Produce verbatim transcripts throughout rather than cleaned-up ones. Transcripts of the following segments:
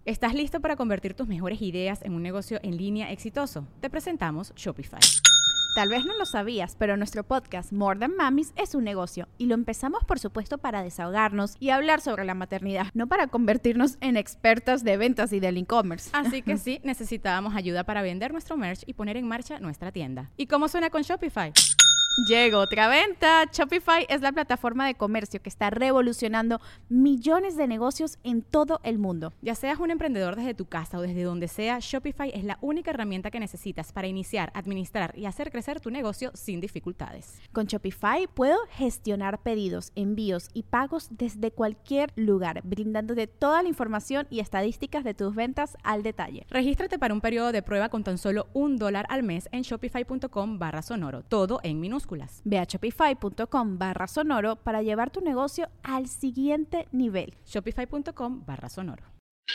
¿Estás listo para convertir tus mejores ideas en un negocio en línea exitoso? Te presentamos Shopify. Tal vez no lo sabías, pero nuestro podcast More Than Mamis es un negocio y lo empezamos por supuesto para desahogarnos y hablar sobre la maternidad, no para convertirnos en expertas de ventas y del e-commerce. Así que sí, necesitábamos ayuda para vender nuestro merch y poner en marcha nuestra tienda. ¿Y cómo suena con Shopify? Llegó otra venta. Shopify es la plataforma de comercio que está revolucionando millones de negocios en todo el mundo. Ya seas un emprendedor desde tu casa o desde donde sea, Shopify es la única herramienta que necesitas para iniciar, administrar y hacer crecer tu negocio sin dificultades. Con Shopify puedo gestionar pedidos, envíos y pagos desde cualquier lugar, brindándote toda la información y estadísticas de tus ventas al detalle. Regístrate para un periodo de prueba con tan solo un dólar al mes en shopify.com barra sonoro, todo en minúsculas. Ve a shopify.com barra sonoro para llevar tu negocio al siguiente nivel. Shopify.com barra sonoro.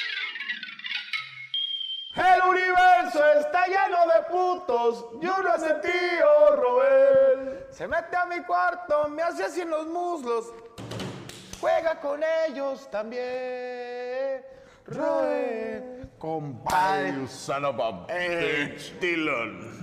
El universo está lleno de putos y uno es el tío Roel. Se mete a mi cuarto, me hace así en los muslos, juega con ellos también. Roel, compadre. You son of a bitch, Dylan.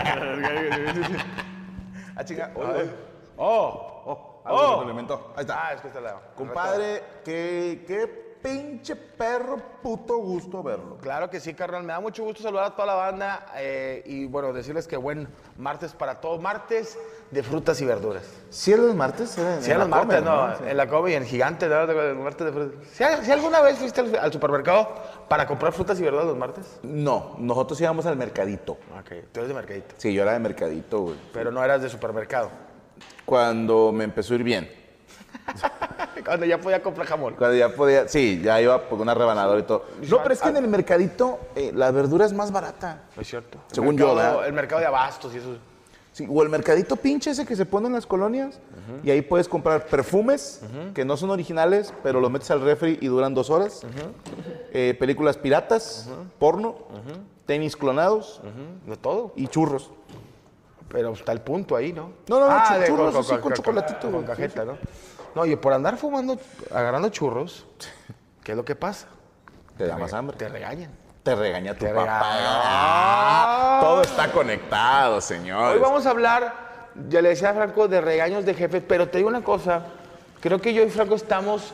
Ah, chica. Oh, Oh, oh, oh. algo se me alimentó. Ahí está. Ah, es que está lado. Compadre, qué, qué pinche perro puto gusto verlo. Claro que sí, carnal. Me da mucho gusto saludar a toda la banda eh, y, bueno, decirles que buen martes para todos. Martes de frutas y verduras. ¿Sí es los martes? Sí, en los martes, no. En la Come y en Gigante, ¿no? El martes de frutas. ¿Si, si alguna vez fuiste al, al supermercado para comprar frutas y verduras los martes? No, nosotros íbamos al mercadito. Ok, tú eres de mercadito. Sí, yo era de mercadito, güey. Pero no eras de supermercado. Cuando me empezó a ir bien. Cuando ya podía comprar jamón. Cuando ya podía, sí, ya iba por una rebanadora y todo. No, pero es que en el mercadito eh, la verdura es más barata. No es cierto. Según El yo, mercado- ¿verdad? El mercado de abastos y eso. Sí, o el mercadito pinche ese que se pone en las colonias. Uh-huh. Y ahí puedes comprar perfumes uh-huh. que no son originales, pero los metes al refri y duran dos horas. Uh-huh. eh, películas piratas, uh-huh. porno, uh-huh. tenis clonados. Uh-huh. De todo. Y churros. Pero está el punto ahí, ¿no? No, no, no, ah, chu- de, churros con, así con, con con, chocolatito. Con, con güey. cajeta, Sí, ¿no? No, y por andar fumando, agarrando churros, ¿qué es lo que pasa? Te da más hambre. Te regañan. Te regaña tu Te papá. regaña. Ah, todo está conectado, señor. Hoy vamos a hablar, ya le decía a Franco, de regaños de jefes, pero te digo una cosa, creo que yo y Franco estamos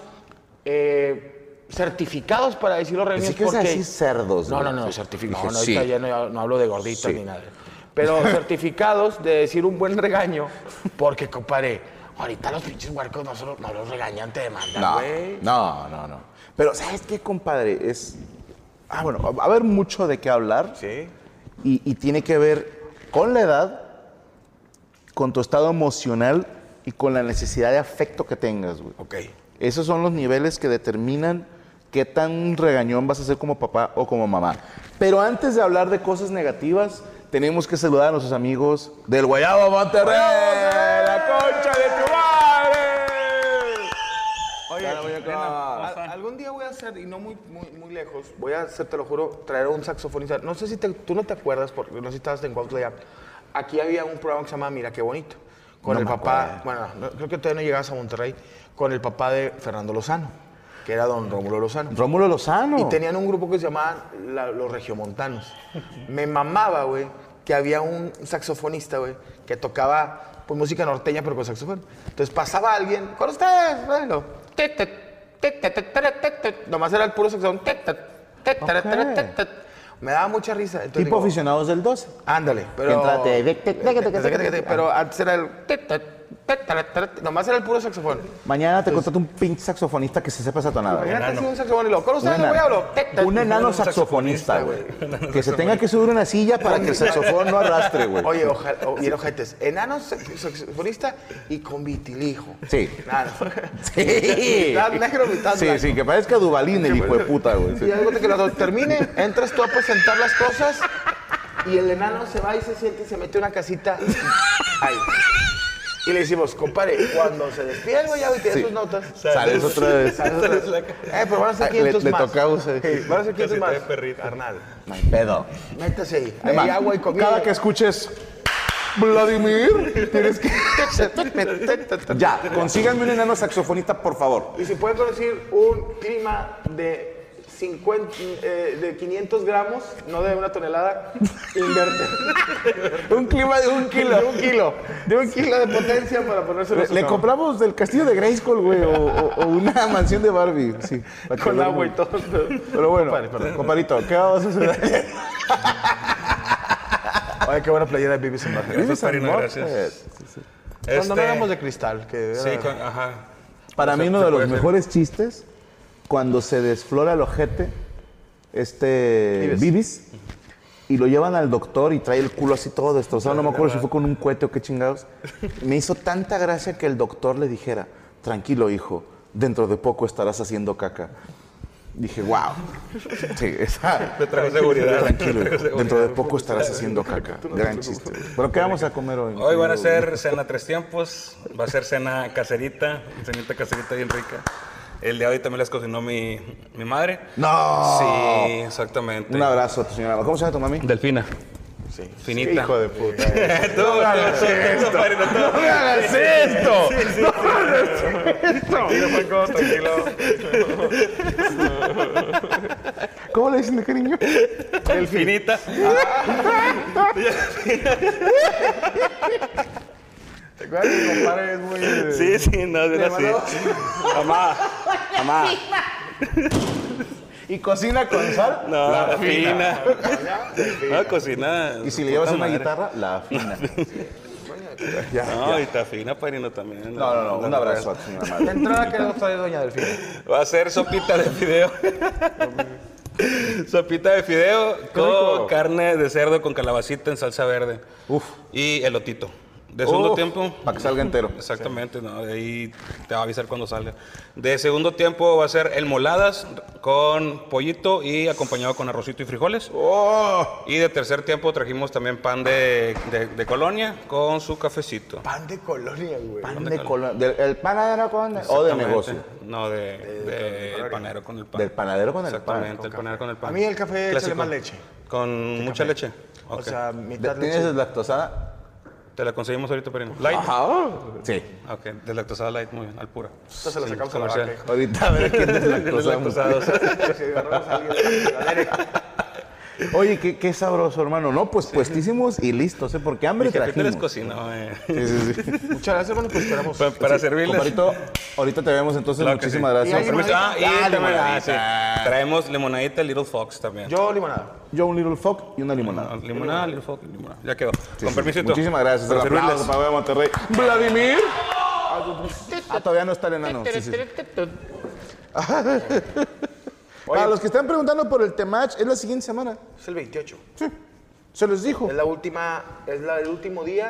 eh, certificados para decir los regaños. Así que porque... es así cerdos. No, güey. no, no, certificados. No, no, sí. ahorita ya no, no hablo de gorditas Sí. ni nada. Pero certificados de decir un buen regaño, porque, compadre, ahorita los pinches huercos no, solo, no los regañan, te demandan, No, güey. no, no, no. Pero, ¿sabes qué, compadre? Es... Ah, bueno, va a haber mucho de qué hablar. Sí. Y, y tiene que ver con la edad, con tu estado emocional y con la necesidad de afecto que tengas, güey. Ok. Esos son los niveles que determinan qué tan regañón vas a ser como papá o como mamá. Pero antes de hablar de cosas negativas, tenemos que saludar a nuestros amigos del Guayabo Monterrey. ¡La concha de tu madre! Oye, Claro, voy a Elena, acabar. a- algún día voy a hacer, y no muy, muy, muy lejos, voy a hacer, te lo juro, traer a un saxofonista. No sé si te- tú no te acuerdas, porque no sé si estabas en Cuautla ya. Aquí había un programa que se llama Mira Qué Bonito, con No el me papá, acuerdo. bueno, no, creo que todavía no llegabas a Monterrey, con el papá de Fernando Lozano, que era don Rómulo Lozano. Rómulo Lozano. Y tenían un grupo que se llamaban la- los Regiomontanos. Me mamaba, güey, que había un saxofonista, güey, que tocaba pues, música norteña, pero con saxofón. Entonces pasaba alguien, con ustedes, bueno, tit, tit, tit, tit, tit, tit, tit. Nomás era el puro saxofón. tit, tit, tit, tit, tit, tit, tit. Me daba mucha risa. Entonces Tipo digo, aficionados del doce. ándale, pero... Entrate. Pero antes era el... tit, tit, tit, tit, tit. Nomás era el puro saxofón. Mañana te contrato un pinche saxofonista que se sepa esa tonada. güey. Imagínate si un saxofón y luego, con Un ustedes, no voy a enano, hablar. un enano saxofonista, güey. Que se tenga que subir una silla para que el saxofón no arrastre, güey. Oye, ojalá, o, bien ojetes, enano sax- saxofonista y con vitilijo. Sí. Nada. Sí. Mitad negro, mitad Sí, blanco. sí, que parezca Duvalín, el hijo de puta, güey. Y algo de que cuando termine, entras tú a presentar las cosas y el enano se va y se siente y se mete una casita ahí. Y le decimos, compadre, cuando se despide el guayabo y tiene Sí. sus notas, Sales otra vez. sales otra vez. Eh, pero van a ser Ah, le- quinientos le más. toca a usted. Sí, van a ser quinientos más. Carnal, No hay pedo. métase ahí. Hay Además, agua y comida. cada que escuches Vladimir, tienes que... Ya, consíganme un enano saxofonista, por favor. Y si pueden conseguir un clima de cincuenta, eh, de quinientos gramos, no de una tonelada, inverter. Un clima de un kilo. De un kilo. De un kilo de potencia para ponerse Le, le compramos el castillo de Grayskull, güey, o, o, o una mansión de Barbie. Sí, para que con duerma. agua y todo. Pero bueno, Compadre, perdón. comparito, ¿qué vamos a hacer? Ay, qué buena playera de Beavis and Butthead. Gracias, Parino, Butthead. gracias. Cuando Este- no éramos de cristal, que Sí, era- con- ajá. Para O mí sea, uno se de los puede hacer. mejores chistes, cuando se desflora el ojete, este Vives. Vivis, y lo llevan al doctor y trae el culo así todo destrozado, no me acuerdo si fue con un cohete o qué chingados. Me hizo tanta gracia que el doctor le dijera, tranquilo hijo, dentro de poco estarás haciendo caca. Dije, wow. Sí, esa. Me trajo seguridad. Tranquilo, Me trajo hijo, seguridad. dentro de poco estarás haciendo caca. Gran chiste. ¿Pero qué vamos a comer hoy? Hoy van a ser cena tres tiempos, va a ser cena caserita, cenita caserita bien rica. El de hoy también les cocinó mi, mi madre. ¡No! Sí, exactamente. Un abrazo a tu señora. ¿Cómo se llama tu mami? Delfina. Sí. Finita. Hijo de puta. Tú, tú, tú, tú, Parino, tú. ¡No me hagas esto! Sí, sí, sí. Tranquilo, Paco, tranquilo. ¿Cómo le dicen de cariño? Delfinita. ¿Te acuerdas que mi compadre es muy... eh, Sí, sí, no, es así. mandó? Mamá, mamá. ¿Y cocina con sal? No, La fina. No, cocina. Y si le llevas puta una madre. guitarra, la fina. ya, No, ya. y está fina, Parino, también. No, no, no, un abrazo a tu señora De madre. entrada, ¿qué nos trae Doña Delfina? Va a ser sopita de fideo. Sopita de fideo con carne de cerdo con calabacita en salsa verde. Uf. Y elotito. De segundo Uf, tiempo. para que salga entero. Exactamente, ¿no? De ahí te va a avisar cuando salga. De segundo tiempo va a ser el moladas con pollito y acompañado con arrocito y frijoles. ¡Oh! Y de tercer tiempo trajimos también pan de, de- de colonia con su cafecito. Pan de colonia, güey. Pan de colonia. Del- ¿El panadero con el... o de Exactamente. negocio? No, de, de- el panero con el pan. Del panadero con el pan. Exactamente, el panero con el pan. A mí el café, échale Clásico. más leche. Con mucha leche. O Ok. sea, De- mitad ¿Tienes leche. deslactosada? Te la conseguimos ahorita, Perino. Light. Sí. Ok, deslactosada light, muy bien, al puro. Esto se lo sacamos a la comercial. vaca. Ahorita a ver quién deslactosada. Deslactosados. Si agarramos a alguien de la cadera. Oye, qué, qué sabroso, hermano. No, pues puestísimos y listos, ¿eh? Porque hambre Mi jefita les trajimos. cocinó, eh. Sí, sí, sí. Muchas gracias, bueno, pues esperamos. Pa- Para servirles. Comparito, ahorita te vemos entonces. Claro que Muchísimas sí. gracias. Y hay Permiso. Ah, y Ah, también, limonadita. ah, sí. Traemos limonadita Little Fox también. Yo, limonada. Yo un Little Folk y una limonada. Ah, Limonada, Little Fox, limonada. Ya quedó. Sí, Con sí. permisito. Muchísimas gracias. Para El aplauso servirles. para Monterrey. Vladimir. Ah, todavía no está el enano. Sí, sí, sí. Para los que están preguntando por el Temach, es la siguiente semana. Es el veintiocho. Se les dijo. Es la última, es la, el último día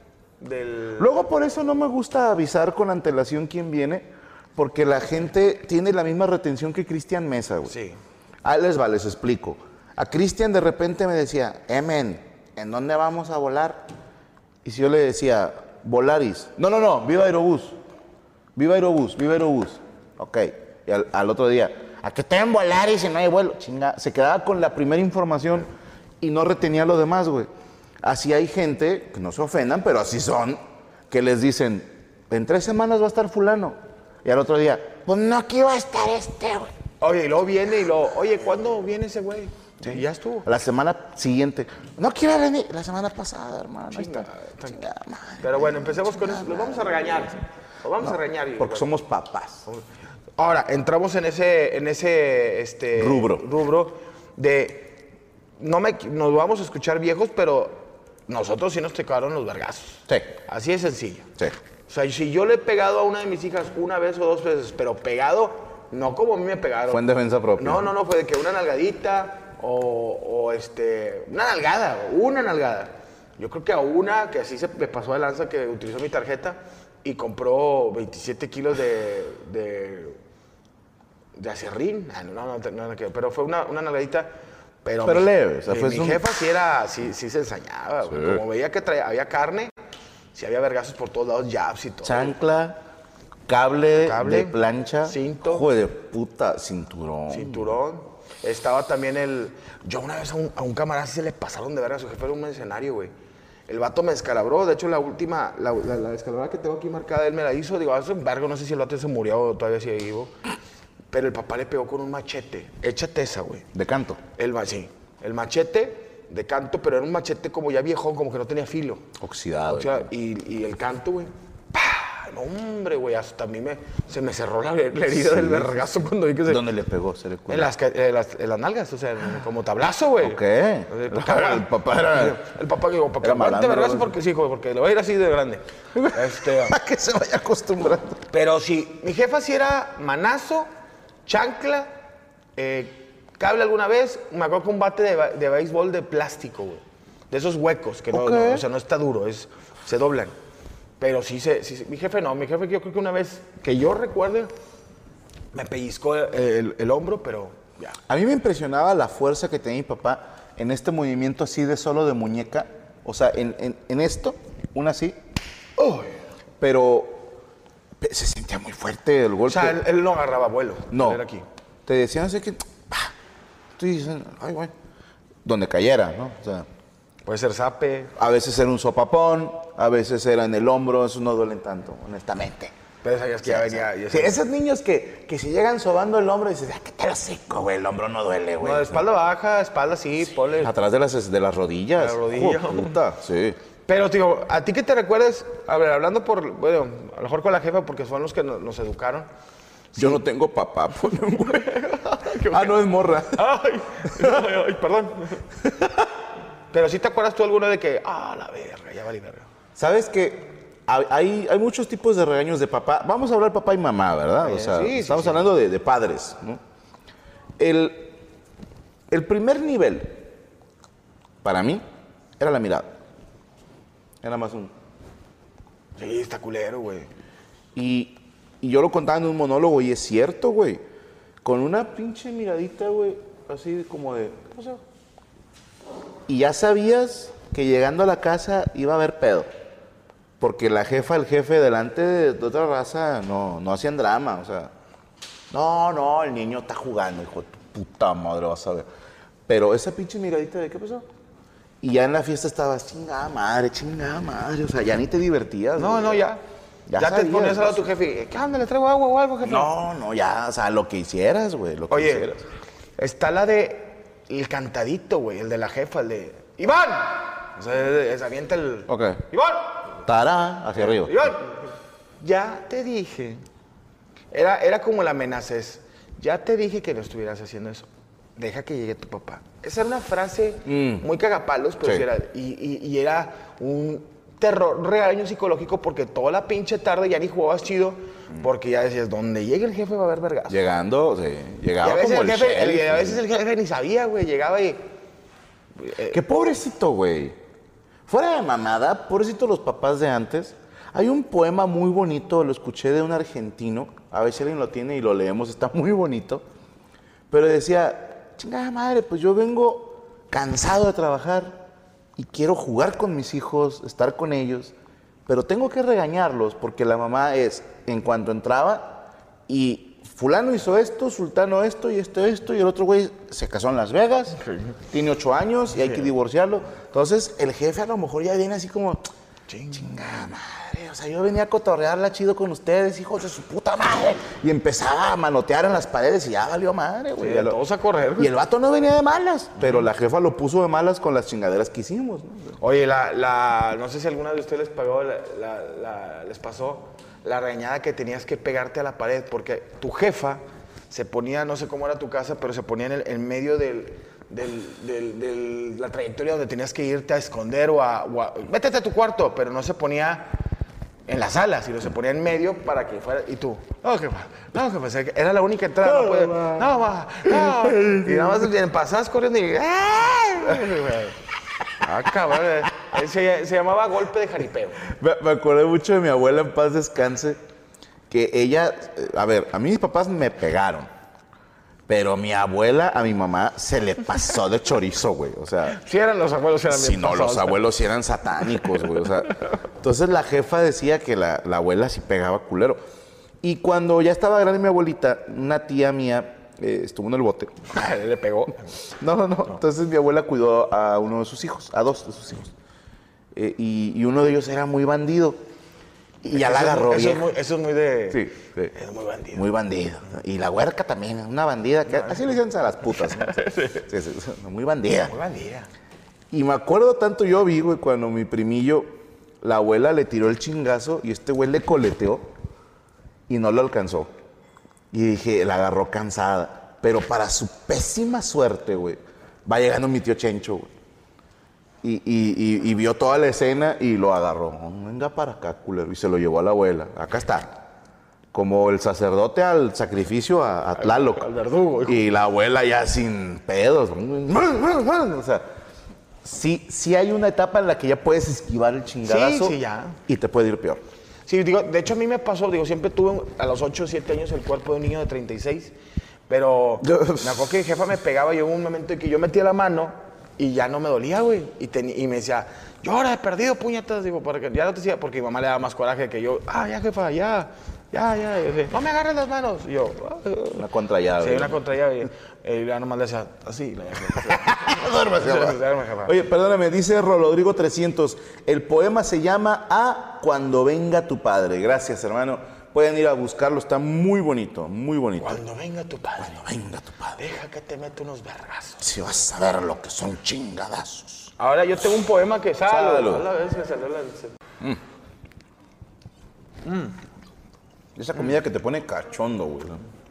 del... Luego por eso no me gusta avisar con antelación quién viene, porque la gente tiene la misma retención que Cristian Mesa, güey. Sí. Ahí les va, les explico. A Cristian de repente me decía, Emen, ¿en dónde vamos a volar? Y si yo le decía, Volaris. No, no, no, viva Aerobús. Viva Aerobús, viva Aerobús. Ok. Y al, al otro día, ¿a qué estoy en Volaris y no hay vuelo? Chinga, se quedaba con la primera información y no retenía lo demás, güey. Así hay gente, que no se ofendan, pero así son, que les dicen, en tres semanas va a estar fulano. Y al otro día, pues no, aquí va a estar este, güey. Oye, y luego viene y luego, oye, ¿cuándo viene ese güey? Y ya estuvo. La semana siguiente, no quiero venir. La semana pasada, hermano. Ahí está. Chinga, Chingada madre. Pero bueno, empecemos con eso. Los vamos a regañar. Los vamos a regañar. y- Porque somos papás. Ahora, entramos en ese, en ese este, Rubro. rubro de, no me, nos vamos a escuchar viejos, pero nosotros sí nos tocaron los vergazos. Sí. Así de sencillo. Sí. O sea, si yo le he pegado a una de mis hijas una vez o dos veces, pero pegado, no como a mí me pegaron. Fue en defensa propia. No, no, no, fue de que una nalgadita o, o este, una nalgada, una nalgada. Yo creo que a una que así se me pasó de lanza, que utilizó mi tarjeta y compró veintisiete kilos de, de, de acerrín. Ah, no, no, no, no, no, no, pero fue una, una nalgadita. Pero, Pero mi- leve, o sea, mi, fue mi un- jefa sí era, sí, sí se ensañaba, güey. Sí. Como veía que traía, había carne, sí había vergazos por todos lados, jabs y todo. Chancla, cable, Cable, de plancha. cinto. Hijo de puta, cinturón. Cinturón. Estaba también el... Yo una vez a un, a un camarada sí se le pasaron de verga, a su jefe era un escenario, güey. El vato me descalabró, de hecho la última, la, la, la descalabrada que tengo aquí marcada, él me la hizo, digo, hace un vergo, no sé si el vato se murió o todavía sigue vivo. pero el papá le pegó con un machete. Échate esa, güey. De canto. El, ma- sí, el machete de canto, pero era un machete como ya viejón, como que no tenía filo. Oxidado. O sea, y, y el canto, güey. ¡Pah! No, hombre, güey, hasta a mí me, se me cerró la, la herida Sí. del vergazo cuando vi que se... ¿Dónde le pegó? Se le En cuenta. las, ca- en, las, en las nalgas, o sea, como tablazo, güey. Ok. El papá, El papá era- El papá, digo, para que era aguante malandro, vergazo, güey. porque sí, güey, porque le va a ir así de grande. Este, Para que se vaya acostumbrando. pero sí, mi jefa sí era manazo, chancla, eh, cable alguna vez. Me acuerdo que un bate de, ba- de béisbol de plástico, güey. De esos huecos, que no, Ok. no, o sea, no está duro, es, se doblan. Pero sí, se, sí, mi jefe no, mi jefe yo creo que una vez, que yo recuerde, me pellizcó el, el- el hombro, pero ya. A mí me impresionaba la fuerza que tenía mi papá en este movimiento así de solo de muñeca. O sea, en, en- en esto, una así. Pero pe- se sentía muy fuerte el O golpe. sea, él, él no agarraba vuelo. no. Él era aquí. Te decían así que. ¡pah! Tú dices, ay, güey. Donde cayera, ¿no? O sea, Puede ser zape. a veces era un sopapón, a veces era en el hombro, esos no duelen tanto, honestamente. Pero sabías que ya venía. ya Sí, sabías. esos niños que, que si llegan sobando el hombro y dices, ah, que te lo seco, güey, el hombro no duele, güey. No, de espalda baja, espalda sí, ponle. Atrás de las, de las rodillas. De la rodilla. Hijo de puta, sí. Pero, tío, a ti que te recuerdes, a ver, hablando por, bueno, a lo mejor con la jefa, porque son los que nos, nos educaron. Yo no tengo papá, pone un güey. Ah, no, es morra. Ay, ay, ay, perdón. Pero sí te acuerdas tú alguna de que, ah, la verga, ya vale verga. ¿Sabes que hay, hay muchos tipos de regaños de papá? Vamos a hablar papá y mamá, ¿verdad? O Eh, sea, sí, sí, estamos sí. hablando de, de padres, ¿no? El, el primer nivel, para mí, era la mirada. Era más un... Sí, está culero, güey. Y, y yo lo contaba en un monólogo y es cierto, güey. Con una pinche miradita, güey, así como de... ¿Qué pasó? Y ya sabías que llegando a la casa iba a haber pedo. Porque la jefa, el jefe, delante de, de otra raza, no, no hacían drama, o sea... No, no, el niño está jugando, hijo de tu puta madre, vas a ver. Pero esa pinche miradita de, ¿qué pasó? Y ya en la fiesta estabas, chingada madre, chingada madre, o sea, ya ni te divertías. No, güey. no, ya. Ya Ya, te sabías, ponías al lado ¿no? de tu jefe. ¿Qué onda? ¿Le traigo agua o algo, jefe? No, no, ya, o sea, lo que hicieras, güey, lo que Oye, hicieras. está la de el cantadito, güey, el de la jefa, el de ¡Iván! O sea, se avienta el... Ok. ¡Iván! Tará, hacia arriba. ¡Iván! Ya te dije. Era, era como la amenaza, es, ya te dije que no estuvieras haciendo eso. Deja que llegue tu papá. Esa era una frase Mm. muy cagapalos, pero Sí. sí era... Y, y- y era un terror, regaño psicológico porque toda la pinche tarde ya ni jugabas chido porque ya decías, donde llegue el jefe va a haber vergas. Llegando, sí, Y llegaba a veces, como el el, jefe, el- sheriff, a veces güey. el jefe ni sabía, güey. Llegaba y... Qué pobrecito, güey. Fuera de mamada, pobrecito los papás de antes. Hay un poema muy bonito, lo escuché de un argentino. A ver si alguien lo tiene y lo leemos, está muy bonito. Pero decía, chingada madre, pues yo vengo cansado de trabajar y quiero jugar con mis hijos, estar con ellos, pero tengo que regañarlos porque la mamá es, en cuanto entraba, y fulano hizo esto, sultano esto, y esto, esto, y el otro güey se casó en Las Vegas, tiene ocho años y hay que divorciarlo. Entonces, el jefe a lo mejor ya viene así como, chingada madre, o sea, yo venía a cotorrearla chido con ustedes, hijos de su puta madre. Y empezaba a manotear en las paredes y ya valió madre, güey. Sí, Ya lo- todos a correr, güey. Y el vato no venía de malas, pero la jefa lo puso de malas con las chingaderas que hicimos, ¿no? Oye, la, la, no sé si alguna de ustedes les pagó, la, la- la- les pasó la regañada que tenías que pegarte a la pared porque tu jefa se ponía, no sé cómo era tu casa, pero se ponía en, el, en medio del, del, del- del- la trayectoria donde tenías que irte a esconder o a, o a- Métete a tu cuarto, pero no se ponía en la sala, sino se ponía en medio para que fuera... Y tú, no, jefa, no, jefa, era la única entrada, no, puede, no, va, no. Y nada más pasabas corriendo y... Ah, cabrón. eh, Se, se llamaba golpe de jaripeo. Me, me acordé mucho de mi abuela en paz descanse, que ella, eh, a ver, a mí mis papás me pegaron, pero mi abuela a mi mamá se le pasó de chorizo, güey, o sea... Si eran los abuelos, eran Si bien no, pasados. los abuelos sí eran satánicos, güey. O sea, entonces la jefa decía que la, la abuela sí pegaba culero. Y cuando ya estaba grande mi abuelita, una tía mía eh, estuvo en el bote. Le pegó. No, no, no. Entonces mi abuela cuidó a uno de sus hijos, a dos de sus hijos. Eh, y, y uno de ellos era muy bandido. Y ya la agarró Eso es bien. muy, eso es muy de... Sí, sí. Es muy bandido. Muy bandido. Y la huerca también, una bandida. Que, así le dicen a las putas. ¿No? Sí, sí, sí, muy bandida. Muy bandida. Y me acuerdo tanto yo vi, güey, cuando mi primillo, la abuela le tiró el chingazo y este güey le coleteó y no lo alcanzó. Y dije, la agarró cansada. Pero para su pésima suerte, güey, va llegando mi tío Chencho, güey. Y, y, y, y vio toda la escena y lo agarró. Venga para acá, culero. Y se lo llevó a la abuela. Acá está. Como el sacerdote al sacrificio a, a Tlaloc. Al verdugo, hijo. Y la abuela ya sin pedos. O sea, sí, sí hay una etapa en la que ya puedes esquivar el chingadazo. Sí, sí, ya. Y te puede ir peor. Sí, digo, de hecho a mí me pasó, digo, siempre tuve a los ocho o siete años el cuerpo de un niño de treinta y seis, pero me acuerdo que mi jefa me pegaba y hubo un momento en que yo metía la mano y ya no me dolía, güey, y, ten- y me decía, llora, he perdido, puñetas, digo, porque ya no te decía, porque mi mamá le daba más coraje que yo, ah, ya, jefa, ya, ya, ya, y yo decía, no me agarres las manos, y yo, ah, Una contrallave. sí, una contra ella, y, y ya nomás le decía, así, la Duérmase, Duerme, jefa. duerme, jefa. Oye, perdóname, dice Rodrigo trescientos. El poema se llama A Cuando Venga Tu Padre. Gracias, hermano. Pueden ir a buscarlo, está muy bonito, muy bonito. Cuando venga tu padre, Venga tu padre. deja que te meta unos vergazos. Si vas a ver lo que son chingadazos. Ahora yo tengo un poema que sale. Salud. A la vez que salió la- Esa comida que te pone cachondo, güey.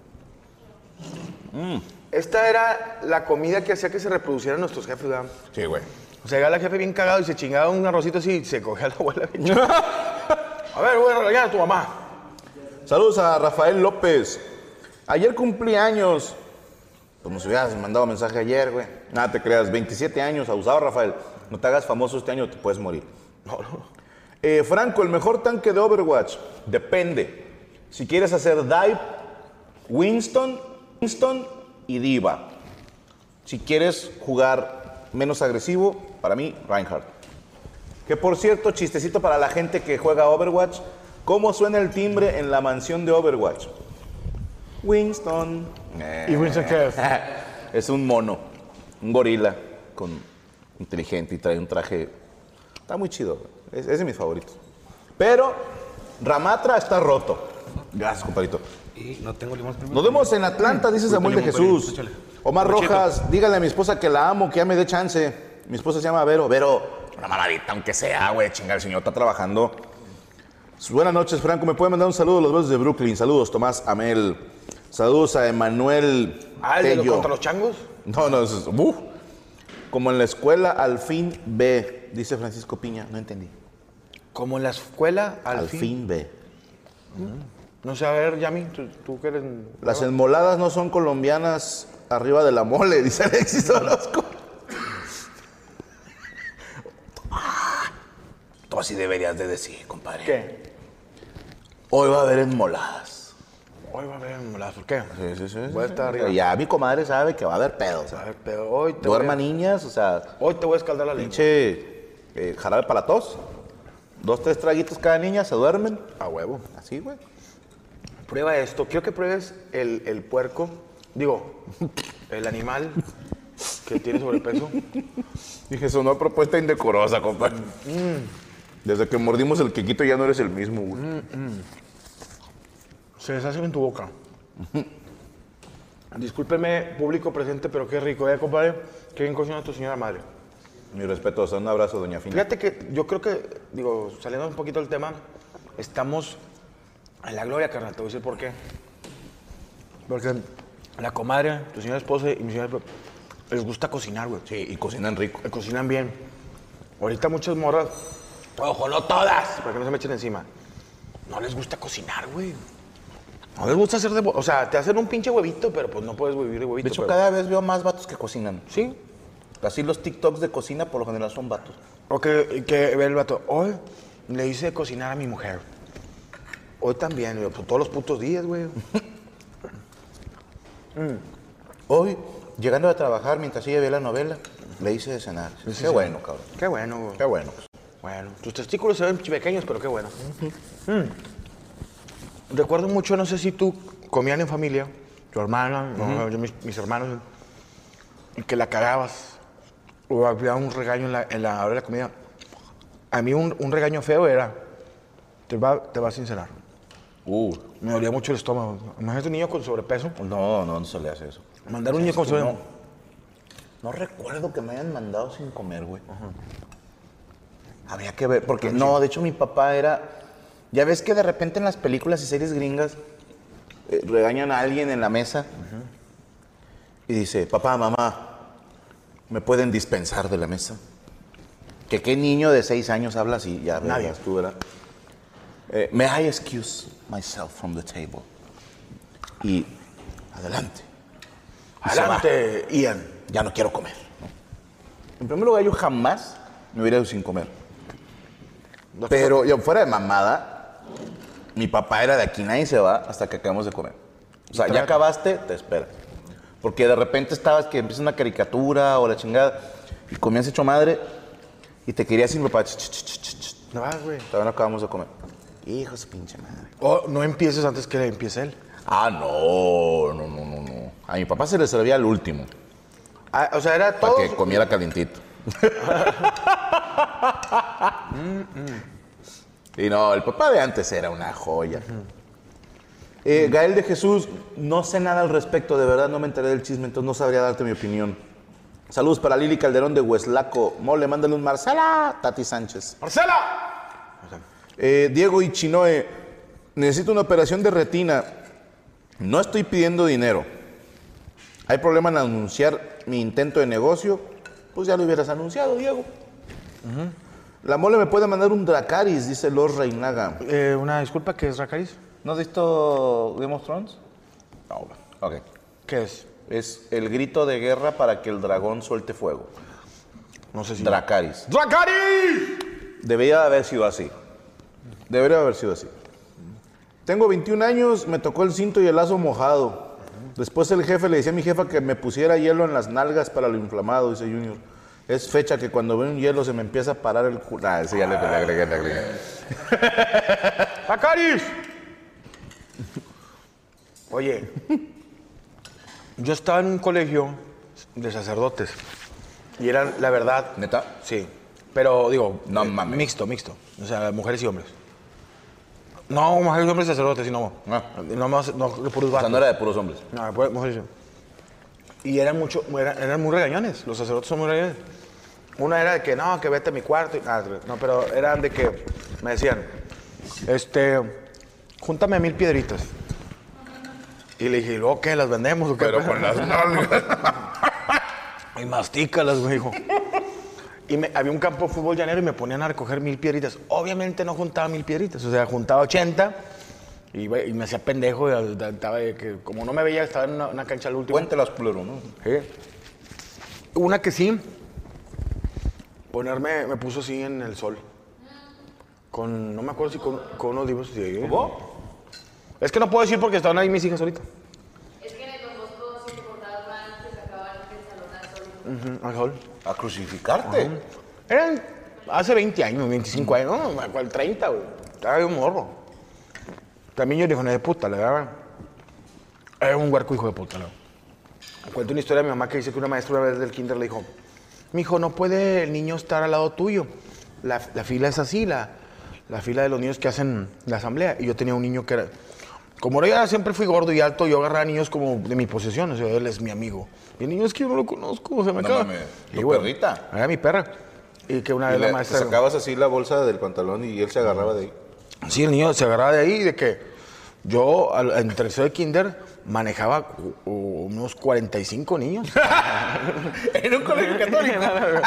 Esta era la comida que hacía que se reproducieran nuestros jefes, ¿verdad? Sí, güey. O sea, llegaba la jefe bien cagado y se chingaba un arrocito así y se cogía a la abuela bien chingada. A ver, voy a regañar a tu mamá. Saludos a Rafael López. Ayer cumplí años. Como si hubieras mandado mensaje ayer, güey. Nada, te creas. veintisiete años, abusado, Rafael. No te hagas famoso este año, te puedes morir. No, no. Eh, Franco, el mejor tanque de Overwatch. Depende. Si quieres hacer dive, Winston, Winston y Diva. Si quieres jugar menos agresivo, para mí, Reinhardt. Que por cierto, chistecito para la gente que juega Overwatch. ¿Cómo suena el timbre en la mansión de Overwatch? Winston. ¿Y Winston qué es? Es un mono, un gorila con inteligente y trae un traje. Está muy chido, güey. Es, es de mis favoritos. Pero Ramatra está roto. Gracias, compadrito. Y no tengo limón. Nos vemos en Atlanta, dice Samuel de Jesús. Échale. Omar Luchito. Rojas, dígale a mi esposa que la amo, que ya me dé chance. Mi esposa se llama Vero. Vero, una mamadita, aunque sea, güey, chingar, el señor está trabajando. Buenas noches, Franco. ¿Me puede mandar un saludo a los besos de Brooklyn? Saludos, Tomás Amel. Saludos a Emanuel Ah, ¿el de lo- Tello. contra los changos? No, no, eso es... uf. Como en la escuela, al fin ve, dice Francisco Piña. No entendí. Como en la escuela, al, Al, fin. fin ve. No sé, a ver, Yami, tú, tú que eres... Las enmoladas no son colombianas arriba de la mole, dice Alexis Orozco. Tú así deberías de decir, compadre. ¿Qué? Hoy va a haber enmoladas. Hoy va a haber enmoladas, ¿por qué? Sí, sí, sí. Voy a estar arriba. Ya mi comadre sabe que va a haber pedos. A ver, pero hoy te, voy Duerma a, niñas, o sea, hoy te voy a escaldar la lengua. pinche eh, jarabe para la tos. Dos, tres traguitos cada niña, se duermen. A huevo. Así, güey. Prueba esto. Quiero que pruebes el, el puerco. Digo, el animal que tiene sobrepeso. Dije, sonó propuesta indecorosa, compadre. Desde que mordimos el quequito ya no eres el mismo, güey. Se deshace en tu boca. Discúlpeme, público presente, pero qué rico, ¿eh, compadre? Qué bien cocina tu señora madre. Mi respeto, o sea, un abrazo, doña Fina. Fíjate que yo creo que, digo, saliendo un poquito del tema, estamos en la gloria, carnal. Te voy a decir por qué. Porque la comadre, tu señora esposa y mi señora esposa, les gusta cocinar, güey. Sí, y cocinan rico. Eh, Cocinan bien. Ahorita muchas morras, ojo, no todas, para que no se me echen encima. No les gusta cocinar, güey. No les gusta hacer de... bo- O sea, te hacen un pinche huevito, pero pues no puedes vivir de huevito. De hecho, pero- cada vez veo más vatos que cocinan. Sí. Así los TikToks de cocina por lo general son vatos. O que, que ve el vato, hoy le hice cocinar a mi mujer. Hoy también, y yo, pues, todos los putos días, güey. Hoy, llegando a trabajar mientras ella ve la novela, le hice de cenar. Qué bueno, cabrón. Qué bueno, güey. Qué bueno. Bueno, tus testículos se ven pequeños, pero qué bueno. Mm. Recuerdo mucho, no sé si tú comían en familia, tu hermana, no, yo, mis, mis hermanos, y que la cagabas, o había un regaño en la, en la hora de la comida. A mí un, un regaño feo era Te va, te va a sincerar. Uh. Me dolía mucho el estómago. Imagínate un niño con sobrepeso. No, no, no se le hace eso. Mandar un niño con sobrepeso. No, no recuerdo que me hayan mandado sin comer, güey. Habría que ver, porque no, de hecho mi papá era... Ya ves que de repente en las películas y series gringas eh, regañan a alguien en la mesa y dice, papá, mamá, ¿me pueden dispensar de la mesa? Que qué niño de seis años habla así, ya Nadie. tú, ¿verdad? Eh, May I excuse myself from the table? Y adelante. Y se Adelante, Ian. va. Ya no quiero comer. ¿no? En primer lugar, yo jamás me hubiera ido sin comer. Pero yo fuera de mamada, mi papá era de aquí, nadie se va hasta que acabamos de comer. O sea, ya acabaste, te esperas. Porque de repente estabas que empieza una caricatura o la chingada y comías hecho madre y te querías sin papá. Ch, ch, ch, ch, ch. No vas, güey. Todavía no acabamos de comer. Hijo de su pinche madre. O no empieces antes que empiece él. Ah, no, no, no, no, no. A mi papá se le servía al último, Ah, o sea, era para todo. que comiera calientito. Y no, el papá de antes era una joya. Eh, Gael de Jesús, no sé nada al respecto, de verdad no me enteré del chisme, entonces no sabría darte mi opinión. Saludos para Lili Calderón de Hueslaco. Mole, mándale un Marcela, Tati Sánchez. ¡Marcela! Eh, Diego Ichinoe, necesito una operación de retina. No estoy pidiendo dinero. ¿Hay problema en anunciar mi intento de negocio? Pues ya lo hubieras anunciado, Diego. Uh-huh. La Mole me puede mandar un Dracaris, dice Los Reinaga. Eh, una disculpa, ¿qué es Dracaris? ¿No has visto Game of Thrones? No. Ok. ¿Qué es? Es el grito de guerra para que el dragón suelte fuego. No sé si... Dracaris. ¡Dracaris! Debería haber sido así. Debería haber sido así. Tengo veintiún años, me tocó el cinto y el lazo mojado. Después el jefe le decía a mi jefa que me pusiera hielo en las nalgas para lo inflamado, dice Junior. Es fecha que cuando veo un hielo se me empieza a parar el culo. Ah, sí, ya le agregué, le agregué. ¡Dracaris! Oye, yo estaba en un colegio de sacerdotes y eran, la verdad... ¿Neta? Sí, pero digo... No eh, mames. Mixto, mixto. O sea, mujeres y hombres. No, mujeres y hombres sacerdotes, sino... Ah. No, no, no, de puros O sea, vatos. no era de puros hombres. No, de puras mujeres y hombres. Y eran mucho, eran, eran muy regañones, los sacerdotes son muy regañones. Una era de que, no, que vete a mi cuarto. Y, ah, no, pero eran de que me decían, este, júntame mil piedritas. Y le dije, ¿y luego qué? ¿Las vendemos o qué? Pero con las nalgas. Y mastícalas, me dijo. Y me, había un campo de fútbol llanero y me ponían a recoger mil piedritas. Obviamente no juntaba mil piedritas, o sea, juntaba ochenta y, y me hacía pendejo. Y estaba de que, como no me veía, estaba en una, una cancha al último. Cuéntelas, culero, ¿no? Sí. Una que sí, ponerme, me puso así en el sol. Con, no me acuerdo si con, con unos libros. Sí. ¿Cómo? Es que no puedo decir porque estaban ahí mis hijas ahorita. Es que en el Don Bosco, si te portabas mal, te sacaban del salón al sol. Uh-huh, al sol. ¿A crucificarte? Uh-huh. Eran hace veinte años, veinticinco años, no, me acuerdo, treinta, güey. Estaba bien morro. También yo le dije, no de puta, le daba. Era un huerco hijo de puta, ¿no? Cuento una historia de mi mamá que dice que una maestra una vez del kinder le dijo, mijo, no puede el niño estar al lado tuyo. La, la fila es así, la, la fila de los niños que hacen la asamblea. Y yo tenía un niño que era... Como yo siempre fui gordo y alto, yo agarraba a niños como de mi posesión, o sea, él es mi amigo. Y el niño es que yo no lo conozco, o sea, me No acaba. mames, Y, ¿tu güey, perrita? Era mi perra. Y que una Y vez la le, maestra... te sacabas así la bolsa del pantalón y él se agarraba de ahí. Sí, el niño se agarraba de ahí, de que yo al- en tercero de kinder manejaba u- u- unos cuarenta y cinco niños. En un colegio católico.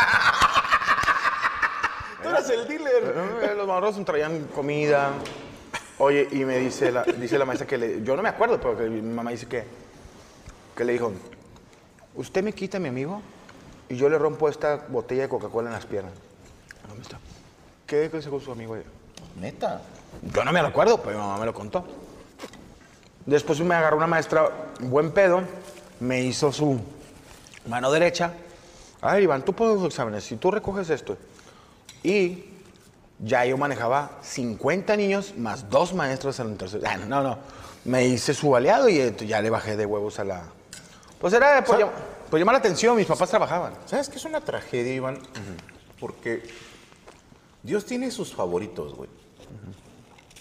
Tú eras el dealer. Los marros traían comida. Oye, y me dice la, dice la maestra que le... Yo no me acuerdo, pero que mi mamá dice que... Que le dijo, usted me quita a mi amigo y yo le rompo esta botella de Coca-Cola en las piernas. ¿Dónde está? ¿Qué hizo con su amigo ayer? Neta. Yo no me lo acuerdo, pero mi mamá me lo contó. Después me agarró una maestra, buen pedo, me hizo su mano derecha. A ver, Iván, tú pones los exámenes, si tú recoges esto. Y ya yo manejaba cincuenta niños más dos maestros en el tercer. Ah, no, no, me hice su aliado y eh, ya le bajé de huevos a la... Pues era por, llam- por llamar la atención, mis papás trabajaban. ¿Sabes qué es una tragedia, Iván? Porque Dios tiene sus favoritos, güey.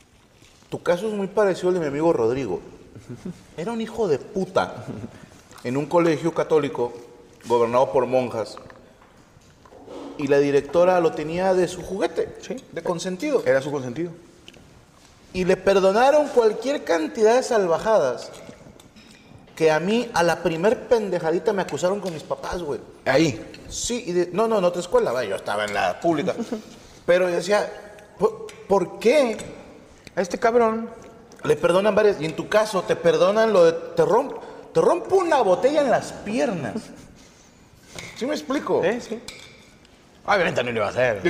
Tu caso es muy parecido al de mi amigo Rodrigo. Era un hijo de puta en un colegio católico gobernado por monjas. Y la directora lo tenía de su juguete, Sí. de consentido. Era su consentido. Y le perdonaron cualquier cantidad de salvajadas que a mí, a la primer pendejadita, me acusaron con mis papás, güey. Ahí. Sí, y de- no, no, en otra escuela, vaya, yo estaba en la pública. Pero yo decía, ¿por, por qué A este cabrón. le perdonan varias? Y en tu caso, te perdonan lo de, te rompo, te rompo una botella en las piernas. ¿Sí me explico? ¿Eh? Sí. Obviamente no lo iba a hacer.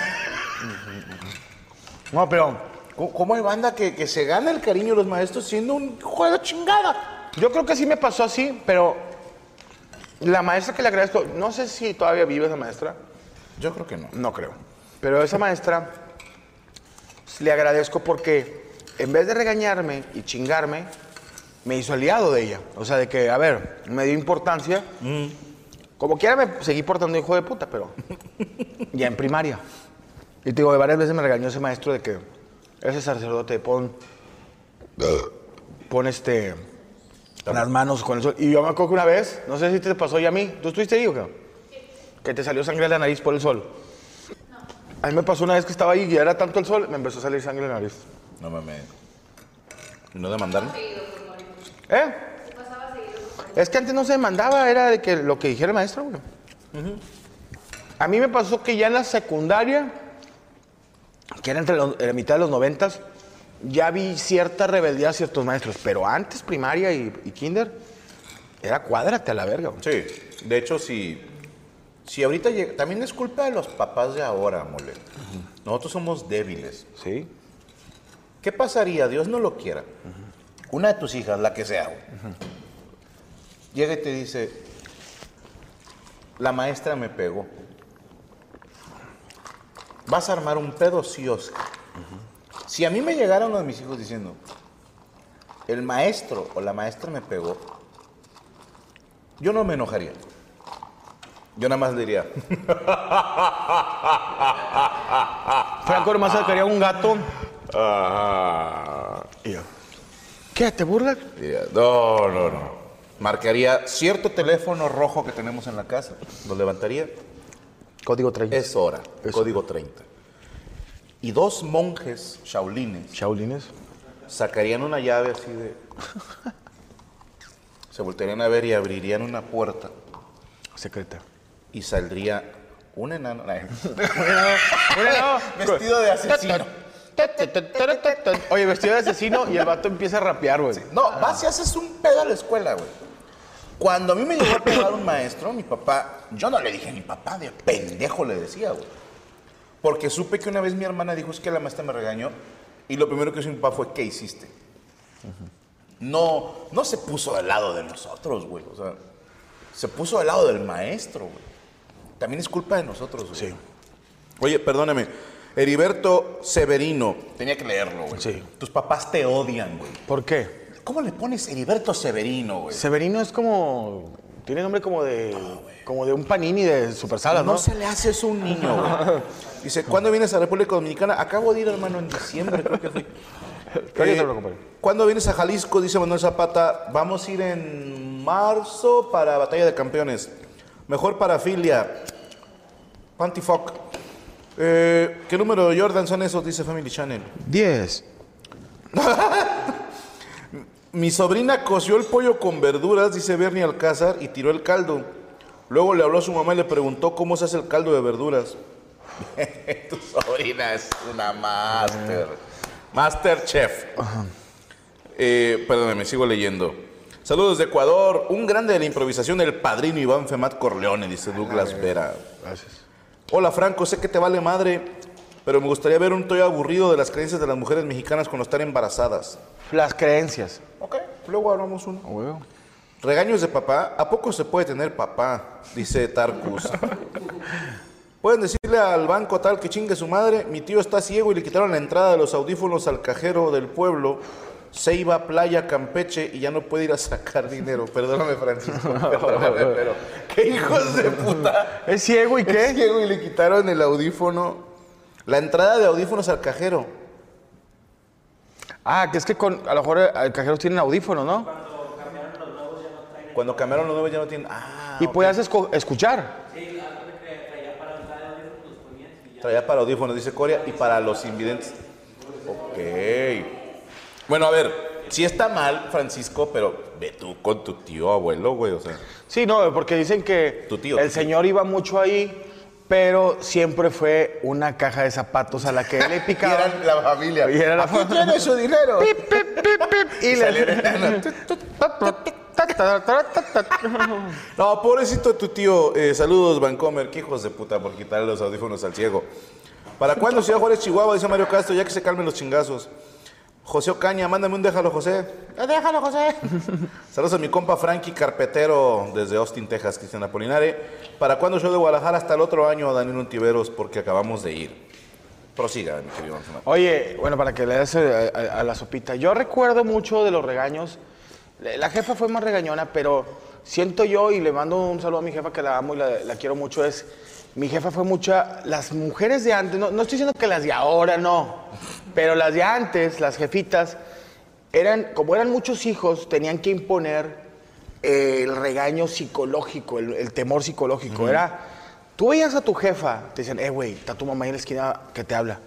No, pero ¿Cómo- ¿Cómo hay banda que, que se gana el cariño de los maestros siendo un hijo de la chingada? yo creo que sí me pasó así, pero la maestra que le agradezco, no sé si todavía vive esa maestra, Yo creo que no. no creo, pero esa maestra le agradezco porque en vez de regañarme y chingarme, me hizo aliado de ella. O sea, de que, a ver, me dio importancia. Como quiera me seguí portando hijo de puta, pero ya en primaria. Y te digo, varias veces me regañó ese maestro de que ese sacerdote pon, pon este, las manos con el sol. Y yo me acuerdo que una vez, no sé si te pasó ya a mí, ¿tú estuviste ahí o qué? Que te salió sangre de la nariz por el sol. A mí me pasó una vez que estaba ahí y era tanto el sol, me empezó a salir sangre de la nariz. No mames. ¿No demandaron? ¿Eh? Es que antes no se demandaba, era de que lo que dijera el maestro, güey. A mí me pasó que ya en la secundaria, que era entre los- en la mitad de los noventas, ya vi cierta rebeldía a ciertos maestros, pero antes, primaria y, y kinder, era cuádrate a la verga, güey. Sí. De hecho, si, si ahorita llega... También es culpa de los papás de ahora, mole. Nosotros somos débiles. Sí. ¿Qué pasaría? Dios no lo quiera. Una de tus hijas, la que sea, güey, llega y te dice, la maestra me pegó. ¿Vas a armar un pedo, sí o sí? Si a mí me llegara uno de mis hijos diciendo, el maestro o la maestra me pegó, yo no me enojaría. Yo nada más le diría, Franco nomás sacaría un gato ah, y yo, ¿qué? ¿Te burlas? diría, no, no, no. Marcaría cierto teléfono rojo que tenemos en la casa, lo levantaría. Código treinta. Es hora, Es código treinta. Y dos monjes shaolines Shaolines. sacarían una llave así de... Se voltearían a ver y abrirían una puerta Secreta. y saldría un enano... Ay, Bueno, vestido de asesino. Oye, vestido de asesino y el vato empieza a rapear, güey. No, vas y haces un pedo a la escuela, güey. Cuando a mí me llegó a pegar un maestro, mi papá... Yo no le dije a mi papá, de pendejo le decía, güey. Porque supe que una vez mi hermana dijo, es que la maestra me regañó. Y lo primero que hizo mi papá fue, ¿qué hiciste? No, no se puso del lado de nosotros, güey. O sea, se puso del lado del maestro, güey. También es culpa de nosotros, güey. Sí. Oye, perdóname. Heriberto Severino. Tenía que leerlo, güey. Sí. Tus papás te odian, güey. ¿Por qué? ¿Cómo le pones Heriberto Severino, güey? Severino es como... Tiene nombre como de... como de un panini de supersalas, ¿no? No se le hace eso a un niño, güey. Dice, ¿cuándo vienes a República Dominicana? Acabo de ir, hermano, en diciembre, creo que fui. Cállate, compadre. ¿Cuándo vienes a Jalisco? Dice Manuel Zapata. Vamos a ir en marzo para Batalla de Campeones. Mejor parafilia. Pantifoc. Eh, ¿Qué número de Jordan son esos? Dice Family Channel. Diez. Mi sobrina coció el pollo con verduras, dice Bernie Alcázar, y tiró el caldo. Luego le habló a su mamá y le preguntó cómo se hace el caldo de verduras. Tu sobrina es una máster. Master chef. Eh, perdóname, sigo leyendo. Saludos de Ecuador. Un grande de la improvisación, el padrino Iván Femat Corleone, dice Douglas Vera. Gracias. Hola Franco, sé que te vale madre, pero me gustaría ver un toyo aburrido de las creencias de las mujeres mexicanas cuando están embarazadas. Las creencias. Ok, luego hablamos uno. Huevo. Regaños de papá. ¿A poco se puede tener papá? Dice Tarkus. Pueden decirle al banco tal que chingue su madre. Mi tío está ciego y le quitaron la entrada de los audífonos al cajero del pueblo. Ceiba, Playa, Campeche y ya no puede ir a sacar dinero. Perdóname, Francisco. Perdóname, pero qué hijos de puta. ¿Es ciego y Es qué? ciego y le quitaron el audífono. La entrada de audífonos al cajero. Ah, que es que con, a lo mejor eh, cajeros tienen audífonos, ¿no? Cuando cambiaron los nuevos ya no tienen... Ah, Y ok. podías esco- escuchar. Traía para audífonos, dice Coria, y para los invidentes. Ok. Bueno, a ver, sí está mal, Francisco, pero ve tú con tu tío abuelo, güey, o sea. Sí, no, porque dicen que Tu tío, el tu tío. señor iba mucho ahí, pero siempre fue una caja de zapatos a la que él le Y picaba. eran la familia. Y era la Aquí tiene su dinero. Pip, pip, pip, pip, y le... No, pobrecito tu tío. Eh, saludos, Vancomer. Qué hijos de puta por quitarle los audífonos al ciego. ¿Para cuándo Ciudad Juárez, Chihuahua? Dice Mario Castro, ya que se calmen los chingazos. José Ocaña, mándame un déjalo, José. Eh, déjalo, José. Saludos a mi compa Frankie Carpetero desde Austin, Texas, Cristian Apolinare. ¿Para cuándo show de Guadalajara? Hasta el otro año, Daniel Untiveros, porque acabamos de ir. Prosiga, mi querido Antonio. Oye, bueno, para que le des eh, a, a la sopita. Yo recuerdo mucho de los regaños. La jefa fue más regañona, pero siento yo, y le mando un saludo a mi jefa que la amo y la, la quiero mucho, es... Mi jefa fue mucha... Las mujeres de antes, no, no estoy diciendo que las de ahora no, pero las de antes, las jefitas, eran, como eran muchos hijos, tenían que imponer eh, el regaño psicológico, el, el temor psicológico. Uh-huh. Era... Tú veías a tu jefa, te decían, eh, güey, está tu mamá ahí en la esquina que te habla.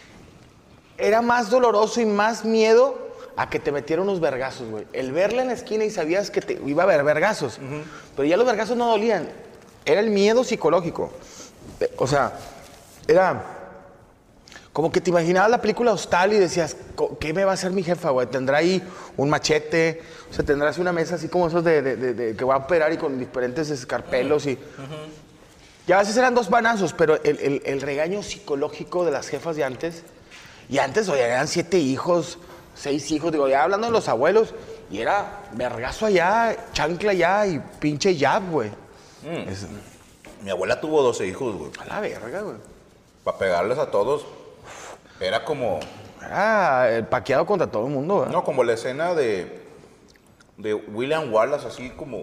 Era más doloroso y más miedo a que te metiera unos vergazos, güey. El verla en la esquina y sabías que te iba a haber vergazos. Uh-huh. Pero ya los vergazos no dolían. Era el miedo psicológico. Eh, O sea, era como que te imaginabas la película Hostal y decías, "Co- ¿qué me va a hacer mi jefa, güey? ¿Tendrá ahí un machete? O sea, ¿tendrá así una mesa así como esos de, de- de- de- que va a operar y con diferentes escarpelos? Y, y a veces eran dos banazos, pero el, el- el regaño psicológico de las jefas de antes, y antes, oye, eran siete hijos, seis hijos, digo, ya hablando de los abuelos, y era vergazo allá, chancla allá y pinche jab, güey. Mm. Es- Mi abuela tuvo doce hijos, güey. a la verga, güey. Para pegarles a todos. Era como... Era el paqueado contra todo el mundo, ¿verdad? No, como la escena de... De William Wallace, así como...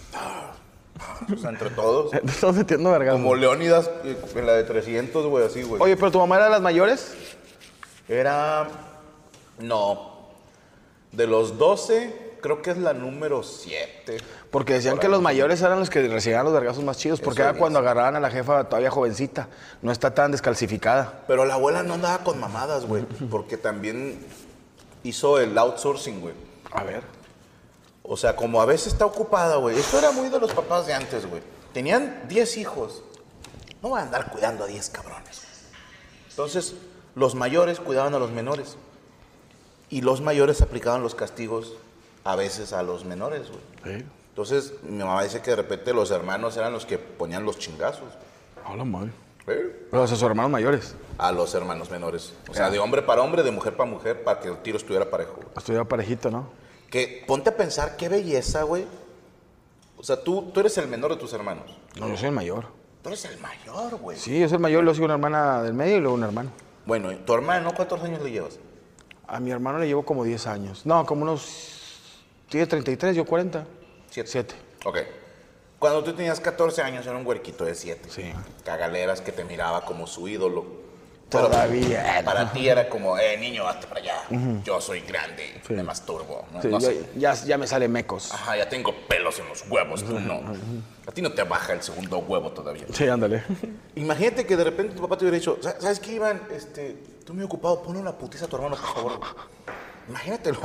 O sea, entre todos. Estamos metiendo vergas. Como Leónidas eh, en la de trescientos, güey, así, güey. Oye, pero tu mamá era de las mayores. Era... No. De los doce, creo que es la número siete. Porque decían Por que ahí. los mayores eran los que recibían los vergazos más chidos. Porque Eso era cuando dicen. agarraban a la jefa todavía jovencita. No está tan descalcificada. Pero la abuela no andaba con mamadas, güey. Porque también hizo el outsourcing, güey. A ver. O sea, como a veces está ocupada, güey. Esto era muy de los papás de antes, güey. Tenían diez hijos. No van a andar cuidando a diez cabrones. Entonces, los mayores cuidaban a los menores. Y los mayores aplicaban los castigos a veces a los menores, güey. Sí. Entonces, mi mamá dice que de repente los hermanos eran los que ponían los chingazos. Hola, madre. ¿Eh? Los sus hermanos mayores. A los hermanos menores. O sea, Ya. de hombre para hombre, de mujer para mujer, para que el tiro estuviera parejo, güey. Estudiaba parejito, ¿no? Que ponte a pensar qué belleza, güey. O sea, tú, tú eres el menor de tus hermanos. No, yo soy el mayor. Tú eres el mayor, güey. Sí, yo soy el mayor, luego sigo una hermana del medio y luego un hermano. Bueno, ¿y tu hermano cuántos años le llevas? A mi hermano le llevo como diez años. No, como unos... Tiene treinta y tres, yo cuarenta. Siete. Siete. Ok. Cuando tú tenías catorce años era un huerquito de siete. Sí. Cagaleras que te miraba como su ídolo. Pero Todavía. para ti era como, eh, niño, hazte para allá. Yo soy grande, Sí. me masturbo. No, Sí, no yo- sé. ya, ya me sale mecos. Ajá, ya tengo pelos en los huevos, tú no. A ti no te baja el segundo huevo todavía. Sí, ándale. Imagínate que de repente tu papá te hubiera dicho, "¿Sa- ¿sabes qué, Iván? Este, estoy muy ocupado, ponle una putiza a tu hermano, por favor." Imagínatelo.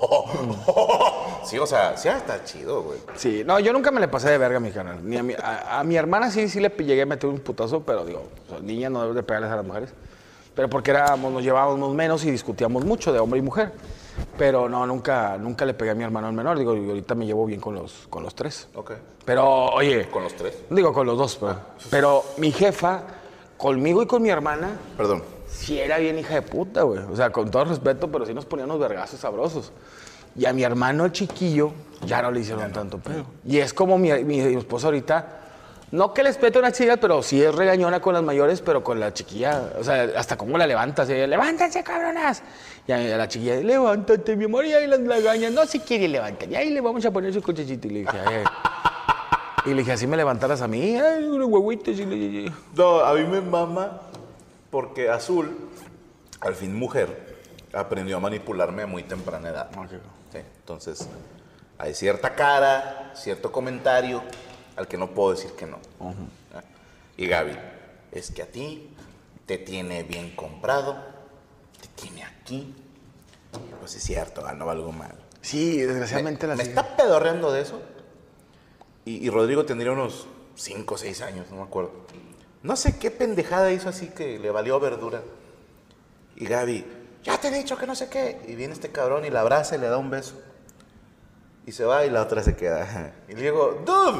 Sí, o sea, sí va a estar chido, güey. Sí, no, yo nunca me le pasé de verga a mi canal. Ni a, mi, a, a mi hermana sí, sí le llegué a meter un putazo, pero digo, o sea, niña no debes de pegarles a las mujeres. Pero porque éramos, nos llevábamos menos y discutíamos mucho de hombre y mujer. Pero no, nunca, nunca le pegué a mi hermano al menor. Digo, y ahorita me llevo bien con los, con los tres. Ok. Pero, oye, ¿Con los tres? digo, con los dos, pero, pero mi jefa, conmigo y con mi hermana, Perdón. sí era bien hija de puta, güey. O sea, con todo respeto, pero sí nos ponían unos vergazos sabrosos. Y a mi hermano, el chiquillo, ya no le hicieron tanto pedo. Y es como mi, mi, mi esposa ahorita, no que les pete una chica, pero sí es regañona con las mayores, pero con la chiquilla, o sea, hasta cómo la levantas. Ella, levántense, cabronas. Y a la chiquilla, levántate, mi amor, y ahí las lagañas. No, si quiere levantar. Y ahí le vamos a poner su cochecito. Y le dije, ay, ay. Y le dije, así me levantaras a mí, ay, unos huevitos. Y le... No, a mí me mama porque Azul, al fin mujer, aprendió a manipularme a muy temprana edad. Okay. Sí, entonces, hay cierta cara, cierto comentario al que no puedo decir que no. Uh-huh. ¿Ah? Y Gaby, es que a ti te tiene bien comprado, te tiene aquí. Pues es cierto, no valgo mal. Sí, desgraciadamente me, la Me sigue. está pedorreando de eso. Y, y Rodrigo tendría unos cinco o seis años, no me acuerdo. No sé qué pendejada hizo así que le valió verdura. Y Gaby, ya te he dicho que no sé qué. Y viene este cabrón y la abraza y le da un beso. Y se va y la otra se queda. Y le digo, dude,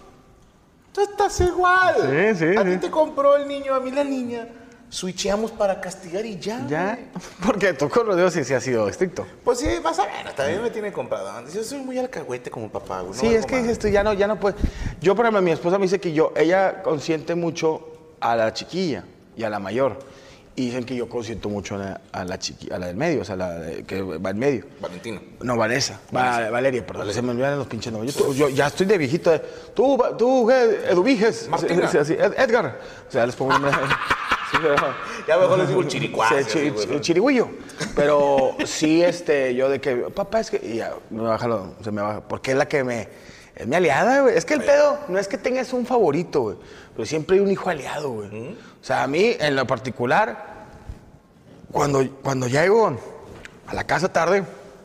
tú estás igual. Sí, sí, A sí. ti te compró el niño, a mí la niña. Switcheamos para castigar y ya. Ya, güey. porque tú con Rodrigo sí, sí has sido estricto. Pues sí, vas a ver, también me tiene comprado. Yo soy muy alcahuete como papá, güey. No Sí, valgo es que madre. dices tú, ya no, ya no puedes. Yo, por ejemplo, mi esposa me dice que yo, ella consiente mucho a la chiquilla y a la mayor. Y dicen que yo consiento mucho a la, a la chiquilla, a la del medio, o sea, la de- que va en medio. Valentino. No, Vanessa. Va- Valeria, perdón. Valeria. Se me olvidan los pinches nombres. Yo, yo ya estoy de viejito. de, Tú, va- tú, eh, Eduviges. Martina. Sí, sí, Ed- Edgar. O sea, les pongo un nombre. Sí, pero- Ya mejor les digo el chiricuazo. Sí, chi- chi- chirigüillo. Pero sí, este, yo de que, papá, es que, y ya, me baja lo, se me baja, porque es la que me, es mi aliada, güey. Es que el pedo no es que tengas un favorito, güey, pero siempre hay un hijo aliado, güey. O sea, a mí, en lo particular, cuando, cuando llego a la casa tarde,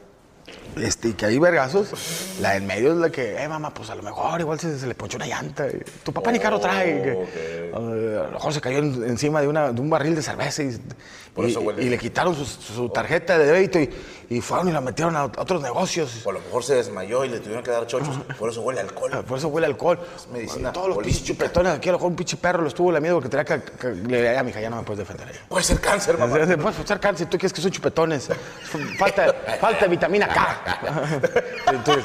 este, y que hay vergazos, la del medio es la que, eh, mamá, pues a lo mejor igual se, se le ponchó una llanta. y tu papá ni carro trae. que, eh, a lo mejor se cayó en- encima de, una, de un barril de cerveza y, Por y- eso huele. y le quitaron su, su tarjeta de débito y, y fueron y la metieron a otros negocios. O a lo mejor se desmayó y le tuvieron que dar chochos. Por eso huele a alcohol. Por eso huele a alcohol. medicina Todos los pinches holística. chupetones aquí, a lo mejor un pinche perro lo estuvo lamiendo porque tenía que... que le dije, mija, ya no me puedes defender. Puede ser cáncer, mamá. Puedes echar cáncer, tú quieres que son chupetones. Falta, falta vitamina K. Entonces,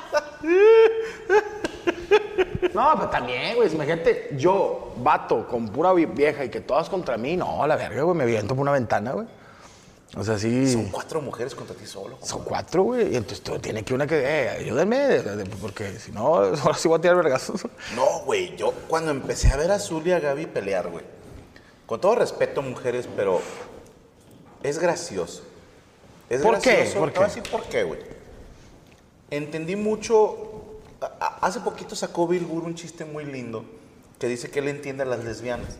no, pero también, güey, imagínate, yo, vato, con pura vi- vieja y que todas contra mí, no, a la verga, güey, me viento por una ventana, güey. O sea, sí. Son cuatro mujeres contra ti solo. compadre. Son cuatro, güey, y entonces tú tiene que una que, eh, ayúdenme, de- de- porque si no, ahora sí voy a tirar vergazos. No, güey, yo cuando empecé a ver a Zul y a Gaby pelear, güey. Con todo respeto, mujeres, pero es gracioso. Es ¿Por qué? gracioso. ¿Por Te voy a qué? decir por qué, güey. Entendí mucho. a- a- hace poquito sacó Bill Burr un chiste muy lindo que dice que él entiende a las lesbianas.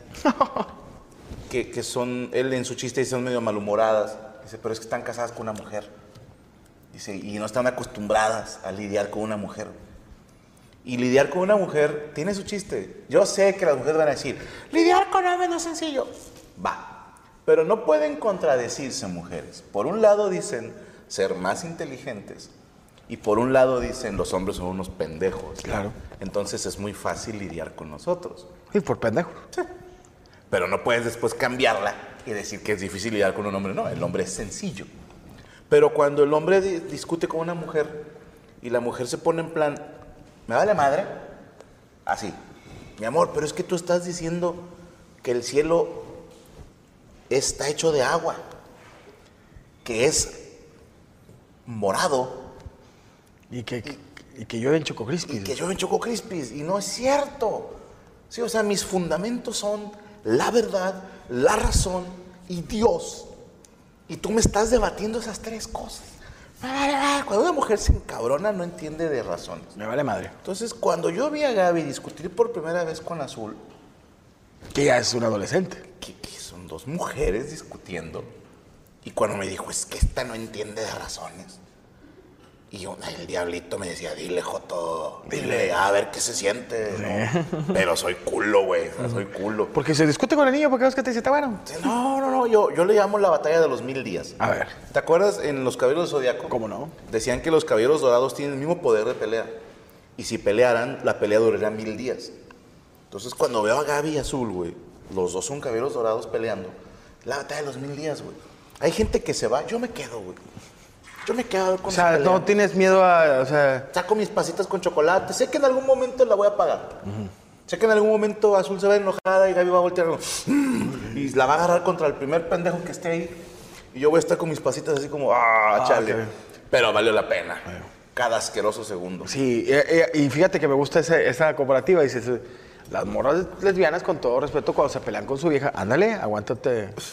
que, que son, él en su chiste dice son medio malhumoradas. Dice, pero es que están casadas con una mujer. Dice, y no están acostumbradas a lidiar con una mujer. Y lidiar con una mujer tiene su chiste. Yo sé que las mujeres van a decir, lidiar con hombres no es sencillo. Va. Pero no pueden contradecirse, mujeres. Por un lado dicen ser más inteligentes. Y por un lado dicen los hombres son unos pendejos. Claro. Entonces es muy fácil lidiar con nosotros. Y por pendejo. Pero no puedes después cambiarla y decir que es difícil lidiar con un hombre. No, el hombre es sencillo. Pero cuando el hombre di- discute con una mujer y la mujer se pone en plan, ¿me vale madre? Así. Mi amor, pero es que tú estás diciendo que el cielo está hecho de agua, que es morado Y que, que- y que llueve en Choco y Crispis. que llueve en Choco Crispis. Y no es cierto. Sí, o sea, mis fundamentos son la verdad, la razón y Dios. Y tú me estás debatiendo esas tres cosas. Cuando una mujer se encabrona no entiende de razones. Me vale madre. Entonces, cuando yo vi a Gaby discutir por primera vez con Azul, Que ya es un adolescente. que, que son dos mujeres discutiendo, y cuando me dijo, es que esta no entiende de razones. Y yo, ay, el diablito me decía, dile, Joto, dile, a ver qué se siente, ¿no? Pero soy culo, güey, o sea, soy culo. Porque se discute con el niño porque ves que te dice, está bueno. No, no, no, yo, yo le llamo la batalla de los mil días. A ver. ¿Te acuerdas en los Caballeros del Zodiaco? ¿Cómo no? Decían que los Caballeros Dorados tienen el mismo poder de pelea. Y si pelearan, la pelea duraría mil días. Entonces, cuando veo a Gaby y Azul, güey, los dos son Caballeros Dorados peleando, la batalla de los mil días, güey. Hay gente que se va, yo me quedo, güey. Yo me quedo con O sea, no tienes miedo a, o sea... Saco mis pasitas con chocolate. Sé que en algún momento la voy a pagar. Sé que en algún momento Azul se va enojada y Gaby va a voltear y la va a agarrar contra el primer pendejo que esté ahí. Y yo voy a estar con mis pasitas así como, ah, chale. ok. Pero valió la pena. Cada asqueroso segundo. Sí, eh, eh, y fíjate que me gusta ese- esa comparativa. Dices, eh, las morras lesbianas, con todo respeto, cuando se pelean con su vieja, ándale, aguántate.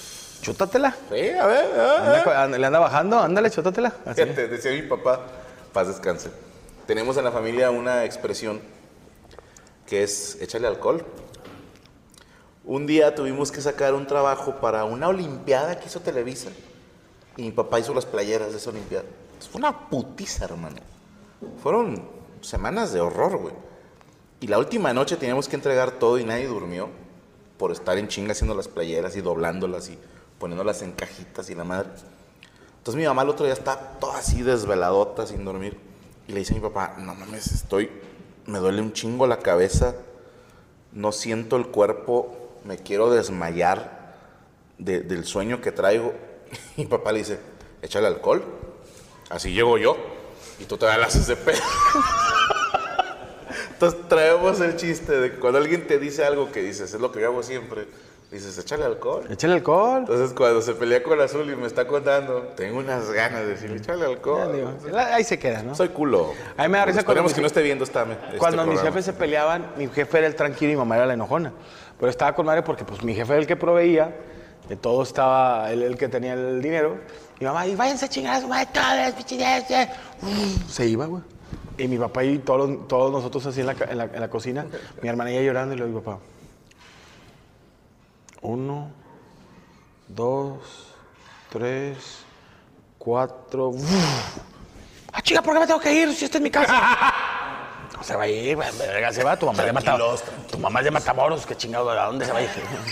Chútatela. Sí, a ver. Anda, anda, le anda bajando, ándale, chútatela. Así. Fíjate, decía mi papá, paz descanse. Tenemos en la familia una expresión que es échale alcohol. Un día tuvimos que sacar un trabajo para una olimpiada que hizo Televisa y mi papá hizo las playeras de esa olimpiada. Fue una putiza, hermano. Fueron semanas de horror, güey. Y la última noche teníamos que entregar todo y nadie durmió por estar en chinga haciendo las playeras y doblándolas y poniéndolas en cajitas y la madre. Entonces mi mamá el otro día está toda así desveladota, sin dormir. Y le dice a mi papá, no mames, estoy... me duele un chingo la cabeza, no siento el cuerpo, me quiero desmayar de, del sueño que traigo. Y mi papá le dice, échale alcohol, así llego yo, y tú te la haces de pedo. Entonces traemos el chiste de que cuando alguien te dice algo que dices, es lo que yo hago siempre, dices, échale alcohol. Échale alcohol. Entonces cuando se pelea con Azul y me está contando, tengo unas ganas de decirle, échale alcohol. Digo, ahí se queda, ¿no? Soy culo. A mí me da risa Esperemos cuando que no esté viendo esta este Cuando mis programa. jefes se peleaban, mi jefe era el tranquilo y mi mamá era la enojona. Pero estaba con madre porque pues mi jefe era el que proveía, de todo estaba él el que tenía el dinero. Y mi mamá, y váyanse a chingar a su madre todas, pichillas. Se iba, güey. Y mi papá y todos, todos nosotros así en la, en, la, en la cocina, mi hermana ella llorando y le digo, papá, uno, dos, tres, cuatro. Uf. Ah, chica, ¿por qué me tengo que ir si esta es mi casa? No se va a ir, verga, se va. Tu mamá es de Matamoros. Tu mamá es de Matamoros, qué chingado, ¿a dónde se va a ir?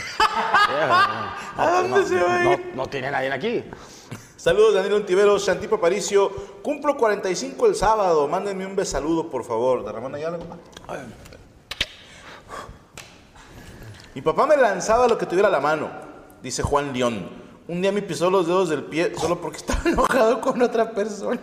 ¿A dónde se va a ir? No, no tiene nadie aquí. Saludos, Daniel Ontiveros, Shantipo Aparicio. Cumplo cuarenta y cinco el sábado. Mándenme un besaludo, por favor. ¿De Ramón Ayala, papá? Mi papá me lanzaba lo que tuviera a la mano, dice Juan León. Un día me pisó los dedos del pie solo porque estaba enojado con otra persona.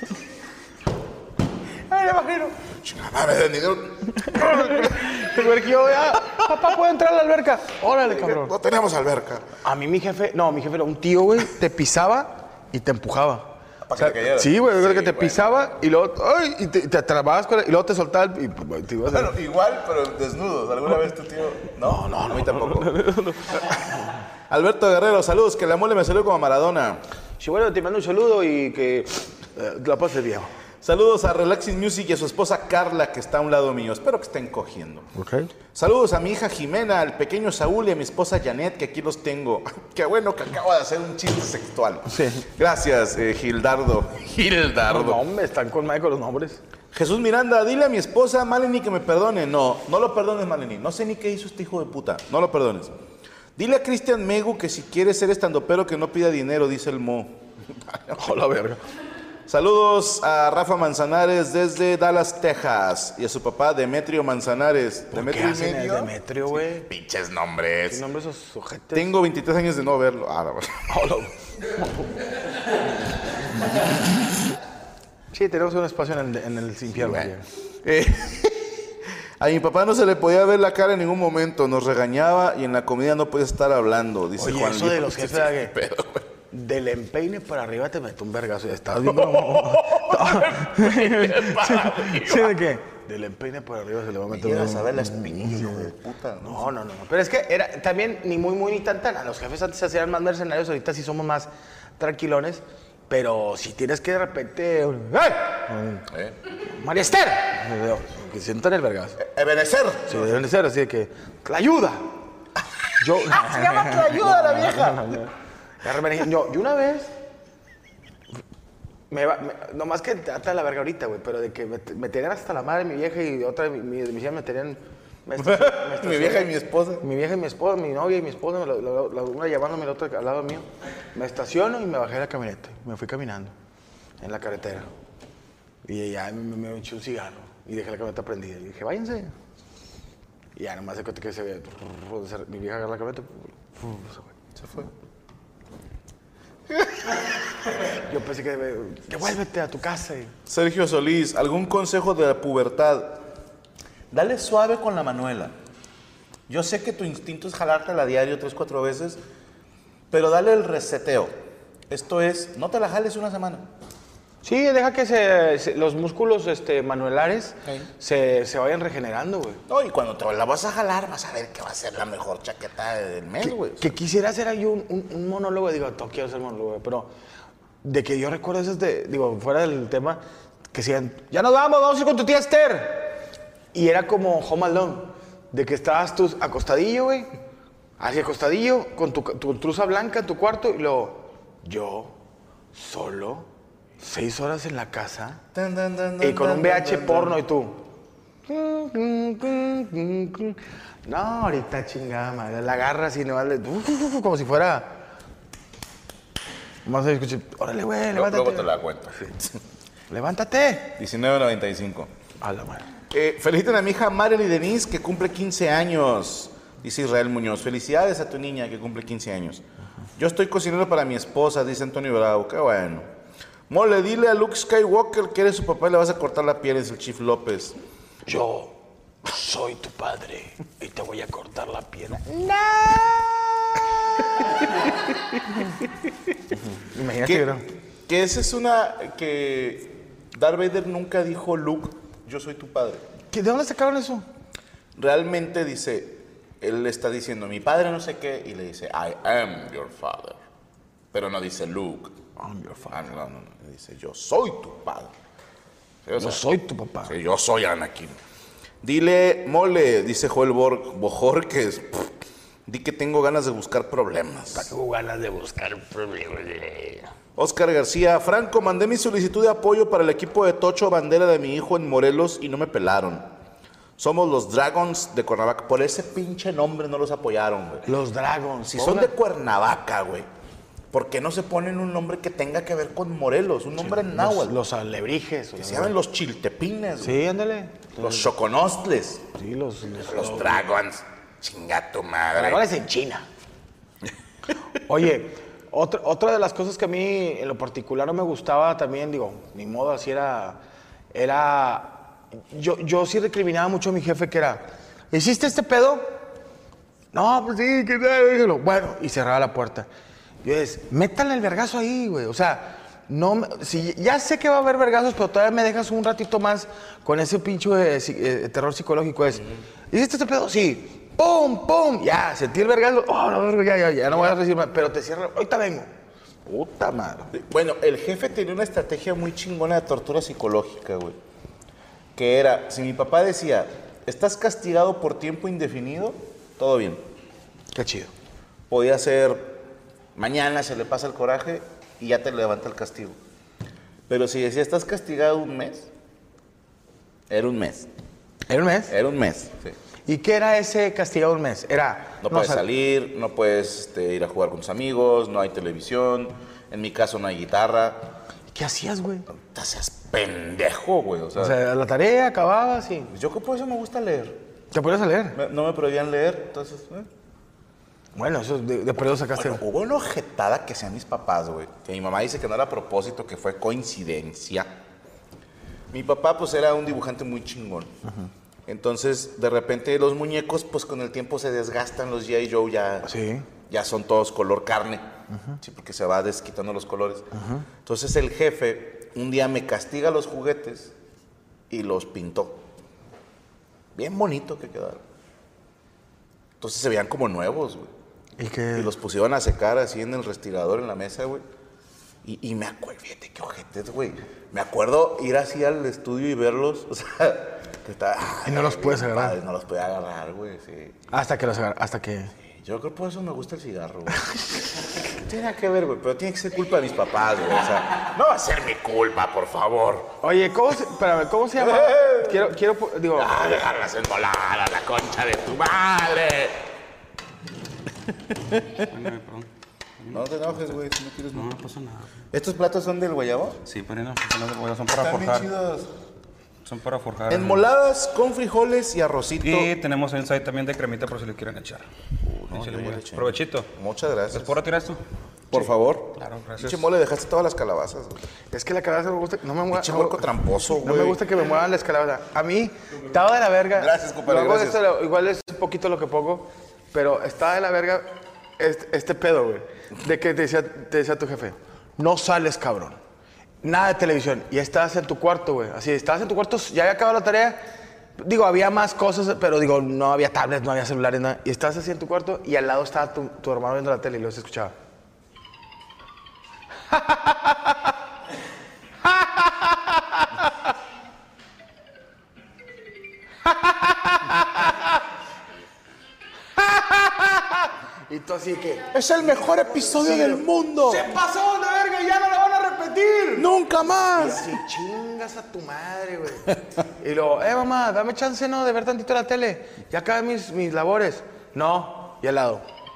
Ay, me imagino. Chingada, me den dinero. El huerquillo, ya, papá, ¿puedo entrar a la alberca? Órale, cabrón. No tenemos alberca. A mí mi jefe, no, mi jefe era un tío, güey, te pisaba y te empujaba. Para que te cayera. Sí, güey, Sí, que te bueno. pisaba y luego, ay, y te, te atrababas con- y luego te soltaba y te ibas a... Bueno, igual, pero desnudos. ¿Alguna vez tu tío? No, no, no. A mí tampoco. Alberto Guerrero, saludos. Que la mole me salió como a Maradona. Sí, bueno, te mando un saludo y que eh, la pases bien. Saludos a Relaxing Music y a su esposa Carla, que está a un lado mío. Espero que estén cogiendo. Ok. Saludos a mi hija Jimena, al pequeño Saúl y a mi esposa Janet, que aquí los tengo. Qué bueno que acabo de hacer un chiste sexual. Sí. Gracias, eh, Gildardo. Gildardo. No, hombre, están con madre con los nombres. Jesús Miranda, dile a mi esposa Maleni que me perdone. No, no lo perdones, Maleni. No sé ni qué hizo este hijo de puta. No lo perdones. Dile a Cristian Megu que si quiere ser estandopero que no pida dinero, dice el Mo. Hola, verga. Saludos a Rafa Manzanares desde Dallas, Texas. Y a su papá Demetrio Manzanares. ¿Qué ¿Demetrio y hacen el medio? Demetrio, güey? Pinches ¿Qué nombres. nombres esos sujetos? Tengo veintitrés años de no verlo. Ah, no. Hola. Sí, tenemos un espacio en el, en el infierno. Bueno. Eh, a mi papá no se le podía ver la cara en ningún momento. Nos regañaba y en la comida no podía estar hablando, dice Oye, Juan eso Lito. de los Sí, jefes, sí, ¿qué? pedo, güey. Del empeine para arriba te meto un vergazo. Estás viendo como... ¿Sí de qué? Del empeine para arriba se le va a meter un... Quieras saber la espinilla, hijo de puta. ¿no? No, no, no, no. Pero es que era también ni muy, muy, ni tan, tan. Los jefes antes se hacían más mercenarios, ahorita sí somos más tranquilones. Pero si tienes que de repente... ¡Hey! ¿Eh? ¡María Esther! Que sientan el vergazo. Ebenezer. Sí, deben de ser así de que... ¡La ayuda! Yo... Se llama la ayuda la vieja. Ya remené- Yo, yo una vez... Me va, me, nomás que trata la verga ahorita, güey, pero de que me, me tenían hasta la madre mi vieja y otra de mi, mi, de mis hijas me tenían... Me estacioné- me Mi estacioné- vieja y mi esposa. Mi vieja y mi esposa, mi novia y mi esposa, la, la- la- una llevándome la otra al lado mío. Me estaciono y me bajé de la camioneta. Me fui caminando en la carretera. Y ya me, me, me eché un cigarro y dejé la camioneta prendida. Y dije, váyanse. Y ya nomás se cuenta que se ve... Mi vieja agarra la camioneta. Se fue. Se fue. Yo pensé que... Devuélvete a tu casa. Y... Sergio Solís, ¿algún consejo de la pubertad? Dale suave con la Manuela. Yo sé que tu instinto es jalártela a diario tres, cuatro veces, pero dale el reseteo. Esto es, no te la jales una semana. Sí, deja que se, se- los músculos este, manuelares Sí. se, se vayan regenerando, güey. No, y cuando te la vas a jalar, vas a ver que va a ser la mejor chaqueta del mes, güey. Que quisiera hacer ahí un, un, un monólogo, digo, todo quiero hacer monólogo, pero de que yo recuerdo esos de, digo, fuera del tema, que decían, ya nos vamos, vamos a ir con tu tía Esther. Y era como Home Alone, de que estabas tú acostadillo, güey, así acostadillo, con tu, tu truza blanca en tu cuarto, y luego, yo, solo, seis horas en la casa, Tan, tan, tan, y tan, con un tan, V H tan, porno, tan. y tú. No, ahorita chingada madre, la agarras y le vale como si fuera. Vamos a escuchar. Órale, güey, Luego- levántate. Luego te la cuento. Levántate. diecinueve noventa y cinco. A la madre. Eh, feliciten a mi hija Marely Denise, que cumple quince años. Dice Israel Muñoz. Felicidades a tu niña que cumple quince años. Yo estoy cocinando para mi esposa, dice Antonio Bravo. Qué bueno. Mole, dile a Luke Skywalker que eres su papá y le vas a cortar la piel, es el Chief López. Yo soy tu padre y te voy a cortar la pierna. ¡No! Imagínate, Que, ¿no? que esa es una... que Darth Vader nunca dijo, Luke, yo soy tu padre. ¿De dónde sacaron eso? Realmente dice, él le está diciendo, mi padre no sé qué, y le dice, I am your father. Pero no dice Luke. I'm your father. Ah, no, no, no. Dice, yo soy tu padre. Sí, o Yo sea, soy tu papá. sí, yo soy Anakin. Dile, Mole, dice Joel Borg, Bojorques, pff, di que tengo ganas de buscar problemas. Tengo ganas de buscar problemas. Oscar García, Franco, mandé mi solicitud de apoyo para el equipo de Tocho Bandera de mi hijo en Morelos y no me pelaron. Somos los Dragons de Cuernavaca. Por ese pinche nombre no los apoyaron, güey. Los Dragons. Si son de Cuernavaca, güey, ¿por qué no se ponen un nombre que tenga que ver con Morelos? Un nombre en náhuatl. Los, los alebrijes. Que se llaman los Chiltepines, güey. Sí, ándale. Los Choconostles. Sí, los, los, Los Dragons. Chinga tu madre. dragones en China. Oye, otra, otra de las cosas que a mí en lo particular no me gustaba también, digo, ni modo, así era, era, yo, yo sí recriminaba mucho a mi jefe que era, ¿hiciste este pedo? No, pues sí, que déjalo. Bueno, y cerraba la puerta. Yo decía, métale el vergazo ahí, güey, o sea, no, me- si, ya sé que va a haber vergazos, pero todavía me dejas un ratito más con ese pinche eh, si- eh, terror psicológico. Es, ¿hiciste este pedo? Sí. ¡Pum, pum! Ya, sentí el vergazo. Oh, no, ya, ya, ya, no voy a recibir más. Pero te cierra. Ahorita vengo. Puta madre. Bueno, el jefe tenía una estrategia muy chingona de tortura psicológica, güey. Que era, si mi papá decía, estás castigado por tiempo indefinido, todo bien. Qué chido. Podía ser, mañana se le pasa el coraje y ya te levanta el castigo. Pero si decía, estás castigado un mes, era un mes. ¿Era un mes? Era un mes, sí. ¿Y qué era ese castigado un mes? Era... No puedes sal- salir, no puedes este, ir a jugar con tus amigos, no hay televisión, en mi caso no hay guitarra. ¿Qué hacías, güey? No te seas pendejo, güey. O sea, O sea, la tarea acababas y... yo que por eso me gusta leer. ¿Te podías leer? Me- No me prohibían leer, entonces... ¿eh? Bueno, eso de, de periodo sacaste... Bueno, hubo una ojetada que sean mis papás, güey. Que mi mamá dice que no era a propósito, que fue coincidencia. Mi papá, pues, era un dibujante muy chingón. Entonces, de repente, los muñecos, pues, con el tiempo se desgastan. Los G I. Joe ya, Sí. ya son todos color carne. Sí, porque se va desquitando los colores. Entonces, el jefe un día me castiga los juguetes y los pintó. Bien bonito que quedaron. Entonces, se veían como nuevos, güey. ¿Y qué? Y los pusieron a secar así en el respirador en la mesa, güey. Y, y me acuerdo, fíjate qué ojetes, güey. Me acuerdo ir así al estudio y verlos, o sea, que estaba... Y no los puedes bien agarrar. padre, No los podía agarrar, güey, sí. Hasta que los agar- Hasta que... Yo creo que por eso me gusta el cigarro, güey. No tiene nada que ver, güey, pero tiene que ser culpa de mis papás, güey. O sea, no va a ser mi culpa, por favor. Oye, ¿cómo se... Espérame, ¿cómo se llama? Quiero, quiero... po- Digo... Ah, dejarlas enmolar a la concha de tu madre. Ándale, perdón. No te enojes, güey, si no quieres... No, no pasa nada. ¿Estos platos son del guayabo? Sí, pero no, no se puede, son para Están bien forjar. chidos. Son para forjar. Enmoladas con frijoles y arrocito. Y tenemos inside también de cremita por si le quieren echar. no, Échale, yo ya güey. le eché. Provechito. Muchas gracias. ¿Les puedo retirar esto? Por favor. Claro, gracias. Pinche mole, dejaste todas las calabazas. güey. Es que la calabaza me gusta... No me mueva... Pinche hueco tramposo, güey. No me gusta que me muevan la escalabaza. A mí, estaba de la verga. Gracias, compadre, Luego gracias. esto, igual es un poquito lo que pongo, pero estaba de la verga este, este pedo, güey. De que te decía, te decía tu jefe, no sales, cabrón. Nada de televisión. Y estabas en tu cuarto, güey. Así, estabas en tu cuarto, ya había acabado la tarea. Digo, había más cosas, pero digo, no había tablets, no había celulares, nada. Y estabas así en tu cuarto y al lado estaba tu, tu hermano viendo la tele y luego se escuchaba. Y tú así que... Es el mejor episodio Sí, del mundo. ¡Se pasó de verga! ¡Ya no la van a repetir! ¡Nunca Y más! así, chingas a tu madre, güey. Y luego, eh, mamá, dame chance, ¿no? De ver tantito la tele. Ya acabé mis, mis labores. No. Y al lado.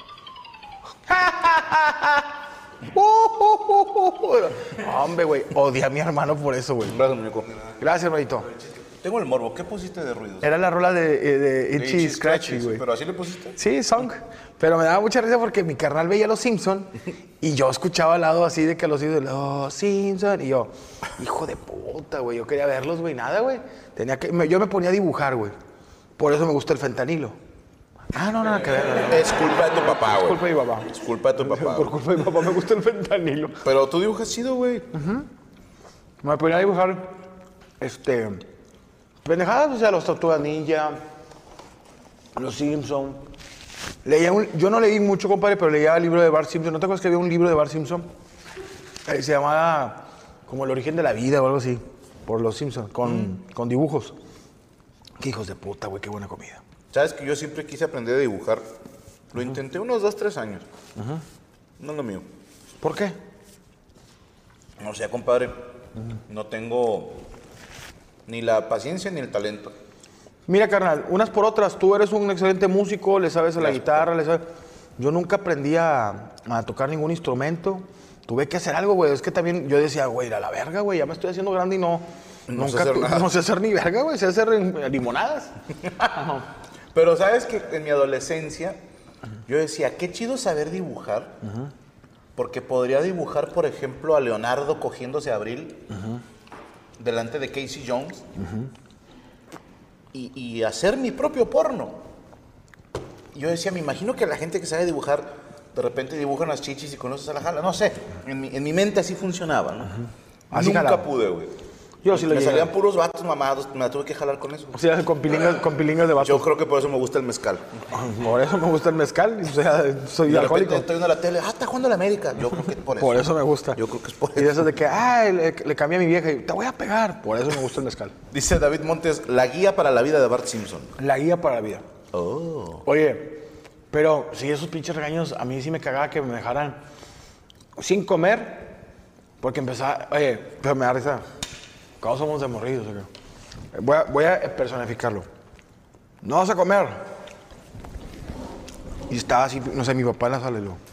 Hombre, güey. Odié a mi hermano por eso, güey. Gracias, muñeco. Gracias, hermanito. Tengo el morbo. ¿Qué pusiste de ruidos? Era la rola de, eh, de Itchy Itchy Scratchy, güey. ¿Pero así le pusiste? Sí, song. Pero me daba mucha risa porque mi carnal veía Los Simpson y yo escuchaba al lado así de que los Simpson, Los Simpson, y yo, hijo de puta, güey, yo quería verlos, güey, nada, güey. Tenía que, me- yo me ponía a dibujar, güey. Por eso me gusta el fentanilo. Ah, no, nada que ver. no, no. Es culpa de tu papá, güey. Culpa de mi papá. Es culpa de tu papá. Por güey. culpa de mi papá me gusta el fentanilo. Pero tú dibujas chido, güey. Me ponía a dibujar, este, pendejadas, o sea, los Tortugas Ninja, Los Simpson. Leía un, yo no leí mucho, compadre, pero leía el libro de Bart Simpson. ¿No te acuerdas que había un libro de Bart Simpson? Eh, se llamaba como El origen de la vida o algo así, por Los Simpson, con, con dibujos. Qué hijos de puta, güey, qué buena comida. Sabes que yo siempre quise aprender a dibujar. Lo intenté unos dos, tres años. No es lo mío. ¿Por qué? No sé, compadre. No tengo ni la paciencia ni el talento. Mira, carnal, unas por otras. Tú eres un excelente músico, le sabes a la Gracias. guitarra, le sabes... Yo nunca aprendí a, a tocar ningún instrumento. Tuve que hacer algo, güey. Es que también yo decía, güey, a la verga, güey, ya me estoy haciendo grande y no... No sé nunca hacer tu- nada. no sé hacer ni verga, güey. Sé hacer eh, limonadas. Pero sabes que en mi adolescencia yo decía, qué chido saber dibujar. Porque podría dibujar, por ejemplo, a Leonardo cogiéndose a Abril delante de Casey Jones y, y hacer mi propio porno. Yo decía, me imagino que la gente que sabe dibujar, de repente dibujan las chichis y conoces a la jala. No sé, en mi, en mi mente así funcionaba, ¿no? Así Nunca jalaba. pude, güey. Yo sí lo Me llegué. salían puros vatos mamados, me la tuve que jalar con eso. O sea, con pilingas, con pilingas de vato. Yo creo que por eso me gusta el mezcal. Por eso me gusta el mezcal. O sea, soy Y de alcohólico. repente estoy viendo la tele, ah, está jugando la América. Yo creo que es por eso. Por eso me gusta. Yo creo que es por Y de eso. eso de que, ah, le, le cambié a mi vieja y te voy a pegar. Por eso me gusta el mezcal. Dice David Montes, la guía para la vida de Bart Simpson. La guía para la vida. Oh. Oye, pero si esos pinches regaños, a mí sí me cagaba que me dejaran sin comer, porque empezaba, oye, pero me da risa. ¿Cómo somos de morridos? acá? Voy a, voy a personificarlo. No vas a comer. Y estaba así, no sé, mi papá en la sala y luego,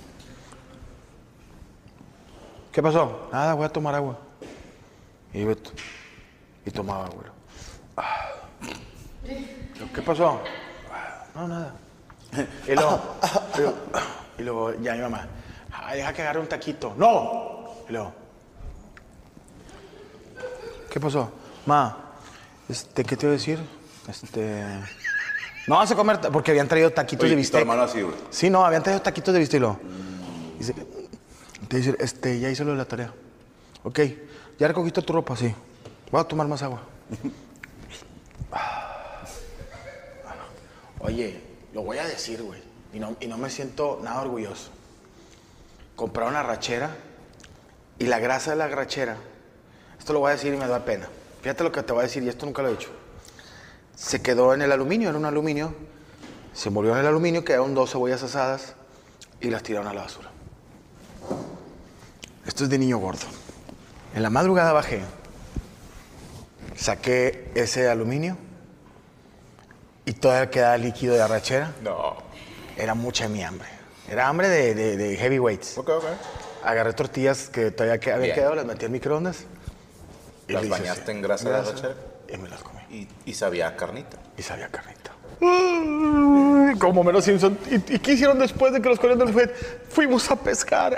¿qué pasó? Nada, voy a tomar agua. Y, yo, y tomaba, güey. Ah. Yo, ¿qué pasó? "Ah, no, nada. Y luego, y luego, y luego ya mi mamá, "Ay, deja que agarre un taquito. ¡No! Y luego, ¿qué pasó? Ma, este, ¿qué te iba a decir? Este, no vas a comer, ta- porque habían traído taquitos Oye, de y tu bistec. hermano así, güey. Sí, no, habían traído taquitos de bistec. Y luego, dice, te dice, este, ya hice lo de la tarea. Ok, ya recogiste tu ropa, sí. Voy a tomar más agua. Oye, lo voy a decir, güey. Y no, y no me siento nada orgulloso. Compraron una rachera y la grasa de la rachera, esto lo voy a decir y me da pena. Fíjate lo que te voy a decir y esto nunca lo he dicho. Se quedó en el aluminio, era un aluminio. Se murió en el aluminio, quedaron dos cebollas asadas y las tiraron a la basura. Esto es de niño gordo. En la madrugada bajé, saqué ese aluminio y todavía quedaba líquido de arrachera. No. Era mucha mi hambre. Era hambre de, de, de heavyweights. Ok, ok. Agarré tortillas que todavía que habían Bien. quedado, las metí en microondas. y Las le hice bañaste así. en grasa de arrachera. Y me las comí. Y, y sabía a carnita. Y sabía carnita. Ay, como Mero Simpson. ¿Y, ¿Y qué hicieron después de que los corrieron del buffet? Fuimos a pescar.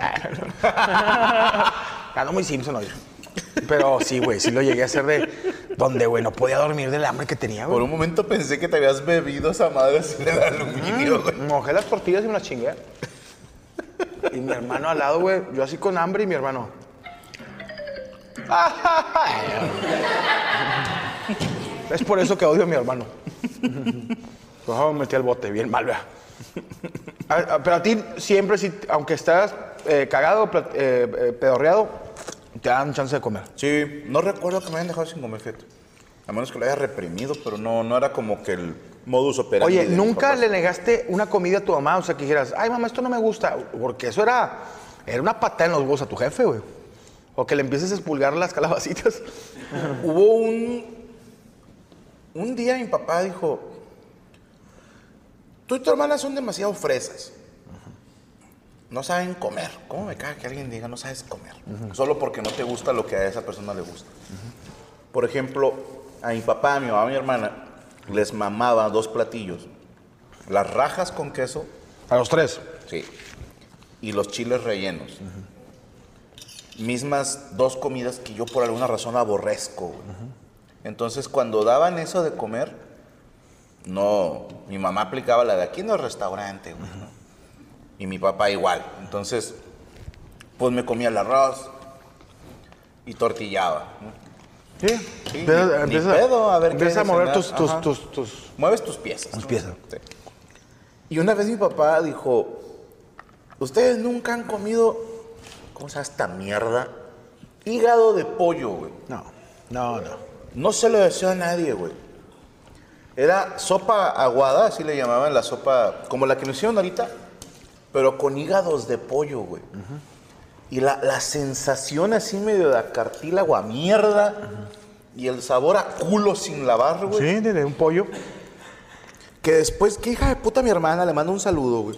Ah, no muy Simpson hoy. Pero sí, güey, sí lo llegué a hacer de... Donde, güey, no podía dormir del hambre que tenía, Por güey. un momento pensé que te habías bebido esa madre así de aluminio, güey. Mojé las tortillas y me las chingué. Y mi hermano al lado, güey, yo así con hambre y mi hermano... Es por eso que odio a mi hermano. Por favor, me metí al bote, bien mal, vea. A- a- Pero a ti siempre, si, aunque estás eh, cagado, plat- eh, eh, pedorreado, te dan chance de comer. Sí, no recuerdo que me hayan dejado sin comer, fíjate. A menos que lo haya reprimido, pero no, no era como que el modus operandi. Oye, de mis ¿nunca papás. le negaste una comida a tu mamá? O sea, que dijeras, ay, mamá, esto no me gusta. Porque eso era, era una patada en los huevos a tu jefe, güey. O que le empieces a expulgar las calabacitas. Hubo un... Un día mi papá dijo, tú y tu hermana son demasiado fresas. No saben comer. ¿Cómo me caga que alguien diga no sabes comer? Solo porque no te gusta lo que a esa persona le gusta. Por ejemplo, a mi papá, a mi mamá, a mi hermana, les mamaba dos platillos. Las rajas con queso. A los tres. Sí. Y los chiles rellenos. Mismas dos comidas que yo por alguna razón aborrezco. güey. Entonces, cuando daban eso de comer, no, mi mamá aplicaba la de aquí no es restaurante, güey, ¿no? Y mi papá igual. Entonces, pues me comía el arroz y tortillaba. ¿no? Sí. Sí, Empiezas, ni- ni empiezas- pedo, a ver qué empiezas a mover cenar. tus, tus, Ajá. tus, tus... Mueves tus piezas. Tus ¿no? piezas. Sí. Y una vez mi papá dijo, ustedes nunca han comido, ¿cómo se llama esta mierda? Hígado de pollo, güey. No, no, no. No se lo deseo a nadie, güey. Era sopa aguada, así le llamaban la sopa, como la que nos hicieron ahorita, pero con hígados de pollo, güey. Y la, la sensación así medio de cartílago a mierda y el sabor a culo sin lavar, güey. Sí, de, de un pollo. Que después, qué hija de puta mi hermana, le mando un saludo, güey.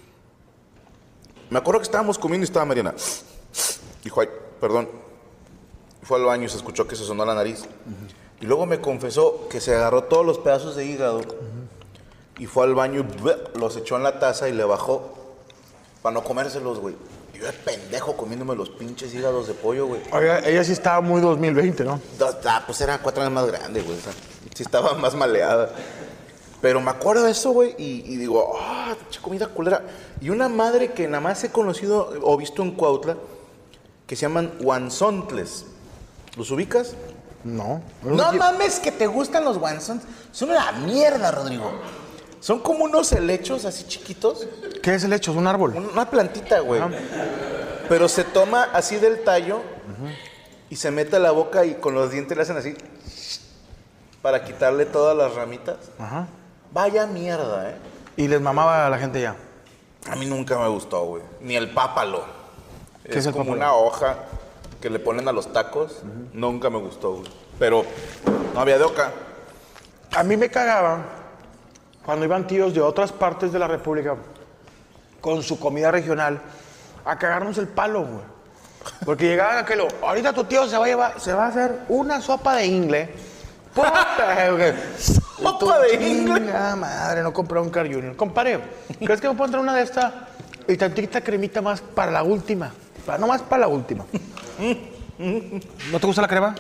Me acuerdo que estábamos comiendo y estaba Mariana. Dijo, ay, perdón. Fue al baño y se escuchó que se sonó la nariz. Y luego me confesó que se agarró todos los pedazos de hígado y fue al baño y ¡bleh! Los echó en la taza y le bajó para no comérselos, güey. Y yo de pendejo comiéndome los pinches hígados de pollo, güey. Oiga, ella sí estaba muy dos mil veinte, ¿no? Da- da, Pues era cuatro años más grande, güey. O sea, sí estaba más maleada. Pero me acuerdo de eso, güey, y, y digo, ah, pinche comida culera. Y una madre que nada más he conocido o visto en Cuautla, que se llaman guanzontles. ¿Los ubicas? No. No mames que te gustan los guanzontles. Son una mierda, Rodrigo. Son como unos helechos así chiquitos. ¿Qué es el hecho? ¿Es un árbol? Una plantita, güey. Ajá. Pero se toma así del tallo y se mete a la boca y con los dientes le hacen así para quitarle todas las ramitas. Ajá. Vaya mierda, ¿eh? Y les mamaba a la gente ya. A mí nunca me gustó, güey. Ni el pápalo. ¿Qué es el como pápalo? una hoja que le ponen a los tacos. Nunca me gustó, güey. Pero no había de oca. A mí me cagaba cuando iban tíos de otras partes de la República con su comida regional a cagarnos el palo, güey. Porque llegaban a que lo, ahorita tu tío se va a llevar, se va a hacer una sopa de ingle. Puta, güey. ¿Sopa de ingle? Chinga madre, no compré un Car Junior. Comparé, ¿crees que me puedo entrar una de estas y tantita cremita más para la última? Para, no más para la última. ¿No te gusta la crema?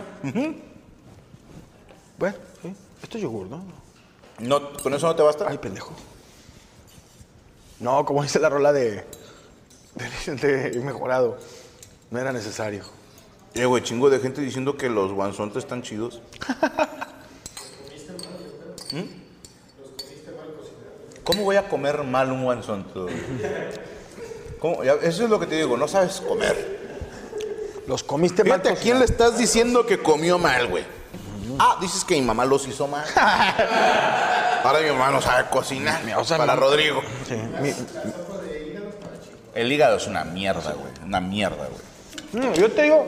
Bueno, sí. Esto es yogur, ¿no? No, ¿con eso no te basta? Ay, pendejo. No, como dice la rola de, de, de mejorado. No era necesario. Eh, güey, chingo de gente diciendo que los guanzontes están chidos. ¿Mm? ¿Cómo voy a comer mal un guanzonte? güey? ¿Cómo? Ya, eso es lo que te digo, no sabes comer. Los comiste mal. Fíjate, ¿a quién le estás diciendo que comió mal, güey? Ah, dices que mi mamá los hizo mal. Ahora mi mamá no sabe cocinar. O sea, para mi- Rodrigo. Sí, mi- El hígado es una mierda, güey. Una mierda, güey. Mm, yo te digo.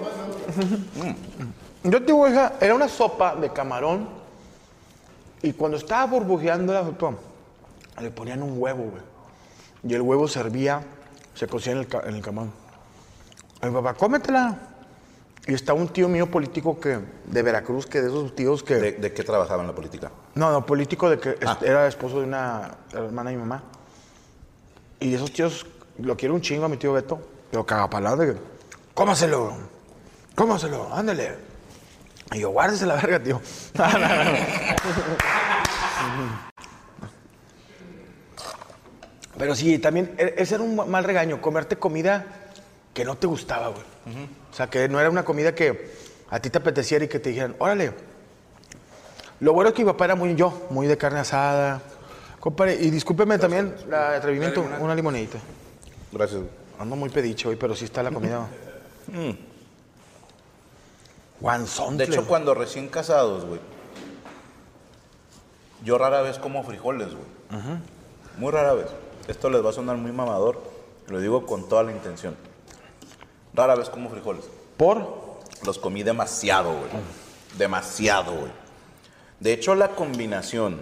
Yo te digo, hija, era una sopa de camarón. Y cuando estaba burbujeando la sopa, le ponían un huevo, güey. Y el huevo servía, se cocía en el, ca- en el camarón. A mi papá, cómetela. Y está un tío mío político que, de Veracruz, que de esos tíos que. ¿De, de qué trabajaba en la política? No, no, político de que es- Ah. era esposo de una hermana de mi mamá. Y esos tíos, lo quiero un chingo a mi tío Beto, pero cagapalado de que, cómaselo, cómaselo, ándale. Y yo, guárdese la verga, tío. Pero sí, también, e- ese era un ma- mal regaño, comerte comida que no te gustaba, güey. O sea, que no era una comida que, a ti te apeteciera y que te dijeran, órale. Lo bueno es que mi papá era muy yo, muy de carne asada. Compadre, y discúlpeme también el atrevimiento, una limonadita. Gracias. Ando muy pediche hoy, pero sí está la comida. mm. Guanzón. De hecho, cuando recién casados, güey, yo rara vez como frijoles, güey. Uh-huh. Muy rara vez. Esto les va a sonar muy mamador, lo digo con toda la intención. Rara vez como frijoles. ¿Por? Los comí demasiado, güey. Uh. Demasiado, güey. De hecho, la combinación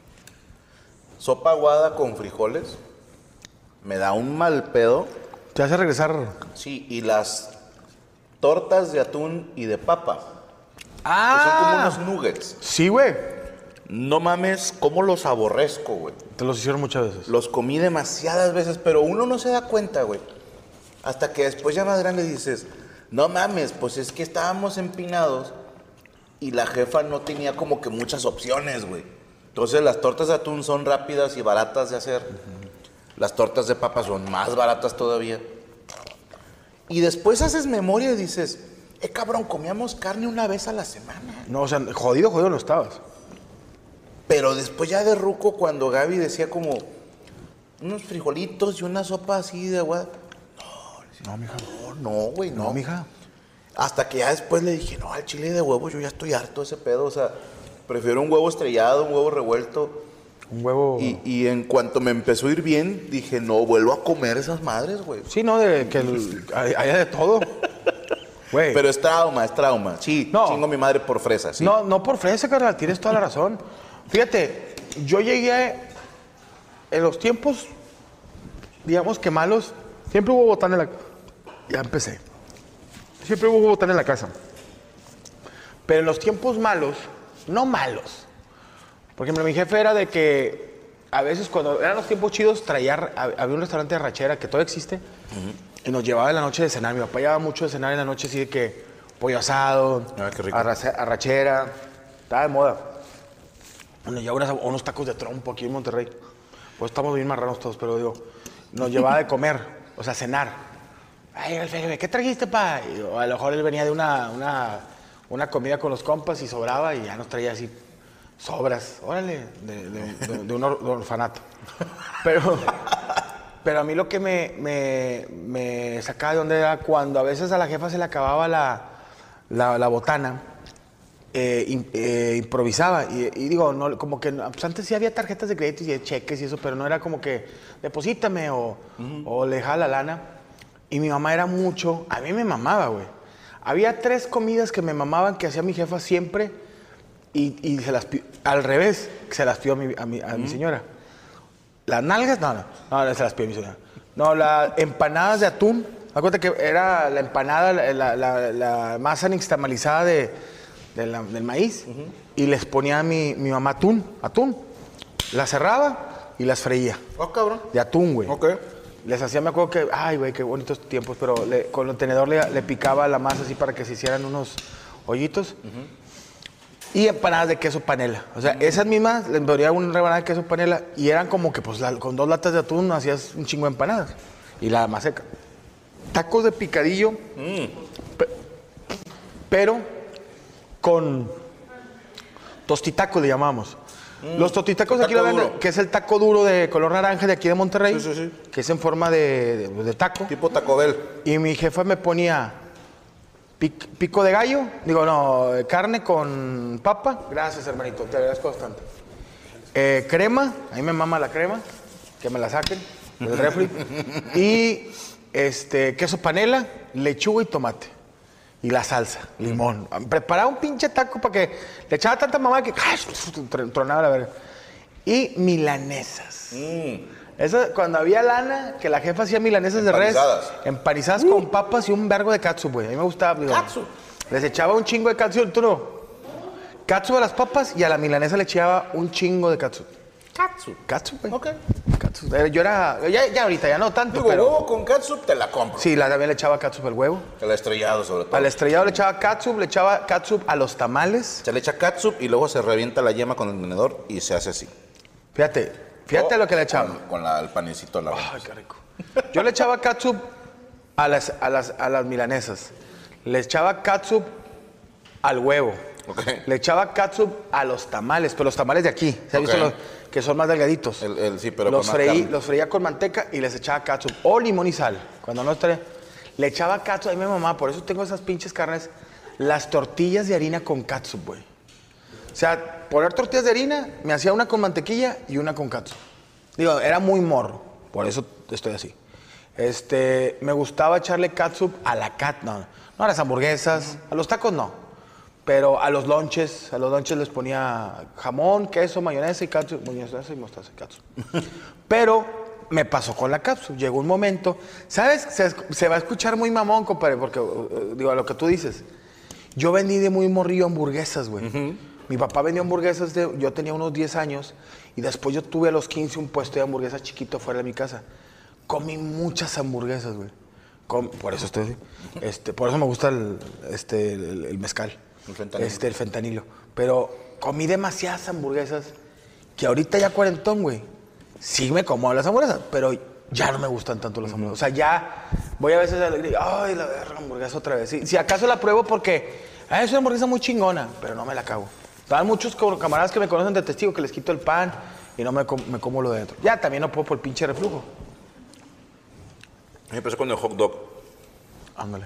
sopa aguada con frijoles me da un mal pedo. ¿Te hace regresar? Sí, y las tortas de atún y de papa. Ah. Que son como unos nuggets. Sí, güey. No mames, cómo los aborrezco, güey. Te los hicieron muchas veces. Los comí demasiadas veces, pero uno no se da cuenta, güey. Hasta que después ya más grande dices, no mames, pues es que estábamos empinados y la jefa no tenía como que muchas opciones, güey. Entonces las tortas de atún son rápidas y baratas de hacer. Uh-huh. Las tortas de papa son más baratas todavía. Y después haces memoria y dices, eh, cabrón, comíamos carne una vez a la semana. No, o sea, jodido, jodido no estabas. Pero después ya de ruco, cuando Gaby decía como unos frijolitos y una sopa así de agua. No, le decía, no, mija. No, no, güey, no. No, mija. Hasta que ya después le dije, no, al chile de huevo yo ya estoy harto de ese pedo. O sea, prefiero un huevo estrellado, un huevo revuelto. Un huevo... Y, y en cuanto me empezó a ir bien, dije, no, vuelvo a comer esas madres, güey. Sí, no, de que el, haya de todo. Güey. Pero es trauma, es trauma. Sí, no. Chingo a mi madre por fresa, sí. No, no por fresa, carnal, tienes toda la razón. Fíjate, yo llegué en los tiempos, digamos que malos, siempre hubo botán en la... Ya empecé. Siempre hubo botán en la casa. Pero en los tiempos malos, no malos. Por ejemplo, mi jefe era de que a veces cuando eran los tiempos chidos, traía, había un restaurante de rachera que todavía existe, uh-huh. y nos llevaba en la noche de cenar. Mi papá llevaba mucho de cenar en la noche, así de que pollo asado, ah, qué rico. Arrace, arrachera, estaba de moda. Nos llevaba unas, unos tacos de trompo aquí en Monterrey. Pues estamos bien marranos todos, pero digo, nos llevaba de comer, o sea, cenar. Ay, Alfredo, ¿qué trajiste, pa? Y a lo mejor él venía de una, una, una comida con los compas y sobraba y ya nos traía así sobras, órale, de, de, de, de un or, de orfanato. Pero, pero a mí lo que me, me, me sacaba de onda era cuando a veces a la jefa se le acababa la, la, la botana, eh, in, eh, improvisaba. Y, y digo, no, como que pues antes sí había tarjetas de crédito y de cheques y eso, pero no era como que deposítame o, uh-huh. o le dejaba la lana. Y mi mamá era mucho, a mí me mamaba, güey. Había tres comidas que me mamaban que hacía mi jefa siempre. Y, y se las pidió, al revés, se las pidió a mi, a mi, a mm. mi señora. Las nalgas, no, no, no, se las pidió a mi señora. No, las empanadas de atún. Acuérdate que era la empanada, la, la, la masa nixtamalizada de, de la, del maíz. Uh-huh. Y les ponía a mi, mi mamá atún, atún. Las cerraba y las freía. Oh, cabrón. De atún, güey. Ok. Les hacía, me acuerdo que, ay, güey, qué bonitos tiempos, pero le, con el tenedor le, le picaba la masa así para que se hicieran unos hoyitos. Uh-huh. Y empanadas de queso panela. O sea, esas mismas, les ponía una rebanada de queso panela y eran como que, pues, la, con dos latas de atún hacías un chingo de empanadas. Y la más seca. Tacos de picadillo, mm. pe, pero con tostitacos le llamamos. Mm. Los tostitacos de aquí la venden, que es el taco duro de color naranja de aquí de Monterrey. Sí, sí, sí. Que es en forma de, de, de taco. Tipo Taco Bell. Y mi jefa me ponía... Pico de gallo, digo, no, carne con papa. Gracias, hermanito, te agradezco bastante. Eh, crema, a mí me mama la crema, que me la saquen del refri. Y este, queso panela, lechuga y tomate. Y la salsa, limón. Preparaba un pinche taco para que le echaba tanta mamá que tronaba la verga. Y milanesas. Mm. Eso, cuando había lana, que la jefa hacía milanesas de res. Empanizadas uh. con papas y un vergo de catsup, güey. A mí me gustaba. Digo, ¿Catsup? Les echaba un chingo de catsup, ¿tú no? Catsup a las papas y a la milanesa le echaba un chingo de catsup. Catsup. Catsup, güey. Ok. Catsup. Yo era... Ya, ya ahorita, ya no tanto, Digo, pero... huevo con catsup te la compro. Sí, la, también le echaba catsup al huevo. El estrellado, sobre todo. Al estrellado le echaba catsup, le echaba catsup a los tamales. Se le echa catsup y luego se revienta la yema con el tenedor y se hace así. Fíjate... Fíjate oh, lo que le echaba. Con, con la, el panecito. La Ay, qué rico. Yo le echaba catsup a las, a, las, a las milanesas. Le echaba catsup al huevo. Okay. Le echaba catsup a los tamales, pero los tamales de aquí. ¿Se ha visto Ok. los que son más delgaditos? El, el- sí, pero los, con más freí, carne. los freía con manteca y les echaba catsup. O limón y sal. Cuando no estaría. Le echaba catsup a mi mamá, por eso tengo esas pinches carnes. Las tortillas de harina con catsup, güey. O sea, poner tortillas de harina, me hacía una con mantequilla y una con catsup. Digo, era muy morro, por eso estoy así. Este, me gustaba echarle catsup a la cat, no, no a las hamburguesas, a los tacos no, pero a los lonches, a los lonches les ponía jamón, queso, mayonesa y catsup, mayonesa y mostaza y catsup. Pero me pasó con la catsup, llegó un momento, ¿sabes? Se, se va a escuchar muy mamón, compadre, porque, uh, digo, a lo que tú dices, yo vendí de muy morrillo hamburguesas, güey. Uh-huh. Mi papá vendió hamburguesas, de, yo tenía unos diez años, y después yo tuve a los quince un puesto de hamburguesas chiquito fuera de mi casa. Comí muchas hamburguesas, güey. Com- por eso estoy así. Este, por eso me gusta el, este, el, el mezcal. El fentanilo. Este, el fentanilo. Pero comí demasiadas hamburguesas que ahorita ya cuarentón, güey. Sí me como las hamburguesas, pero ya no me gustan tanto las hamburguesas. O sea, ya voy a veces a la y ay, la verga, hamburguesa otra vez. Sí, si acaso la pruebo porque ah, es una hamburguesa muy chingona, pero no me la cago. Hay muchos camaradas que me conocen de testigo que les quito el pan y no me, com- me como lo de dentro. Ya, también no puedo por el pinche reflujo. Me empezó con el hot dog. Ándale.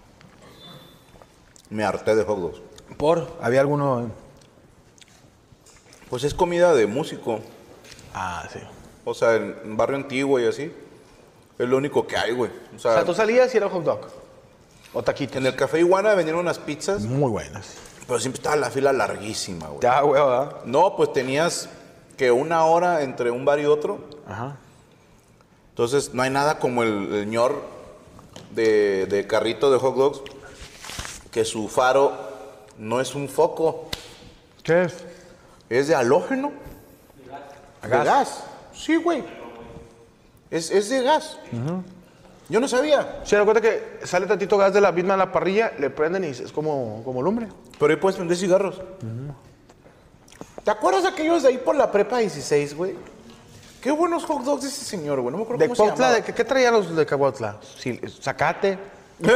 Me harté de hot dogs. ¿Por? ¿Había alguno? Pues es comida de músico. Ah, sí. O sea, en barrio antiguo y así. Es lo único que hay, güey. O O sea, sea, tú salías y era hot dog. O taquitos. en el Café Iguana vendían unas pizzas, Muy buenas. pero siempre estaba la fila larguísima, güey. Ya, güey, ¿verdad? No, pues tenías que una hora entre un bar y otro. Ajá. Entonces, no hay nada como el, el ñor de, de carrito de hot dogs, que su faro no es un foco, ¿Qué es? es de halógeno. ¿A ¿De gas? gas? Sí, güey. Es, es de gas. Yo no sabía. Se da cuenta que sale tantito gas de la misma de la parrilla, le prenden y es como, como lumbre. Pero ahí puedes prender cigarros. ¿Te acuerdas de aquellos de ahí por la prepa dieciséis, güey? Qué buenos hot dogs de ese señor, güey. No me acuerdo ¿De cómo se Cuautla? llamaba. ¿De qué, qué traían los de Cahuatla? Sí, zacate. No,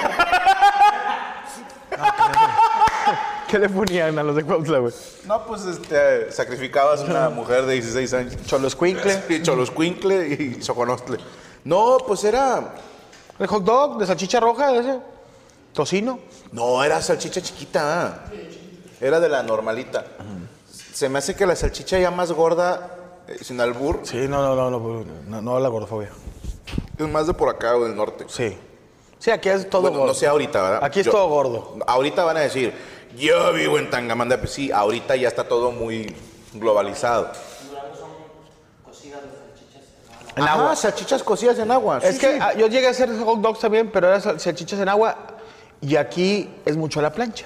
¿qué le ponían a los de Cuautla, güey? No, pues este, sacrificabas a una mujer de dieciséis años. Choloscuincle. Sí, Choloscuincle y Soconostle. No, pues era... ¿El hot dog de salchicha roja ese? ¿Tocino? No, era salchicha chiquita. Era de la normalita. Se me hace que la salchicha ya más gorda, eh, sin albur, Sí, no, no, no, no, no, no la gordofobia. es más de por acá o del norte. Sí. Sí, aquí es todo Bueno, gordo. no sé ahorita, ¿verdad? Aquí es Yo- todo gordo. Ahorita van a decir, yo vivo en Tangamandapio. Pues sí, ahorita ya está todo muy globalizado. En Ajá, agua. salchichas cocidas en agua. Es sí, que sí. ah, yo llegué a hacer hot dogs también, pero era sal- salchichas en agua. Y aquí es mucho a la plancha.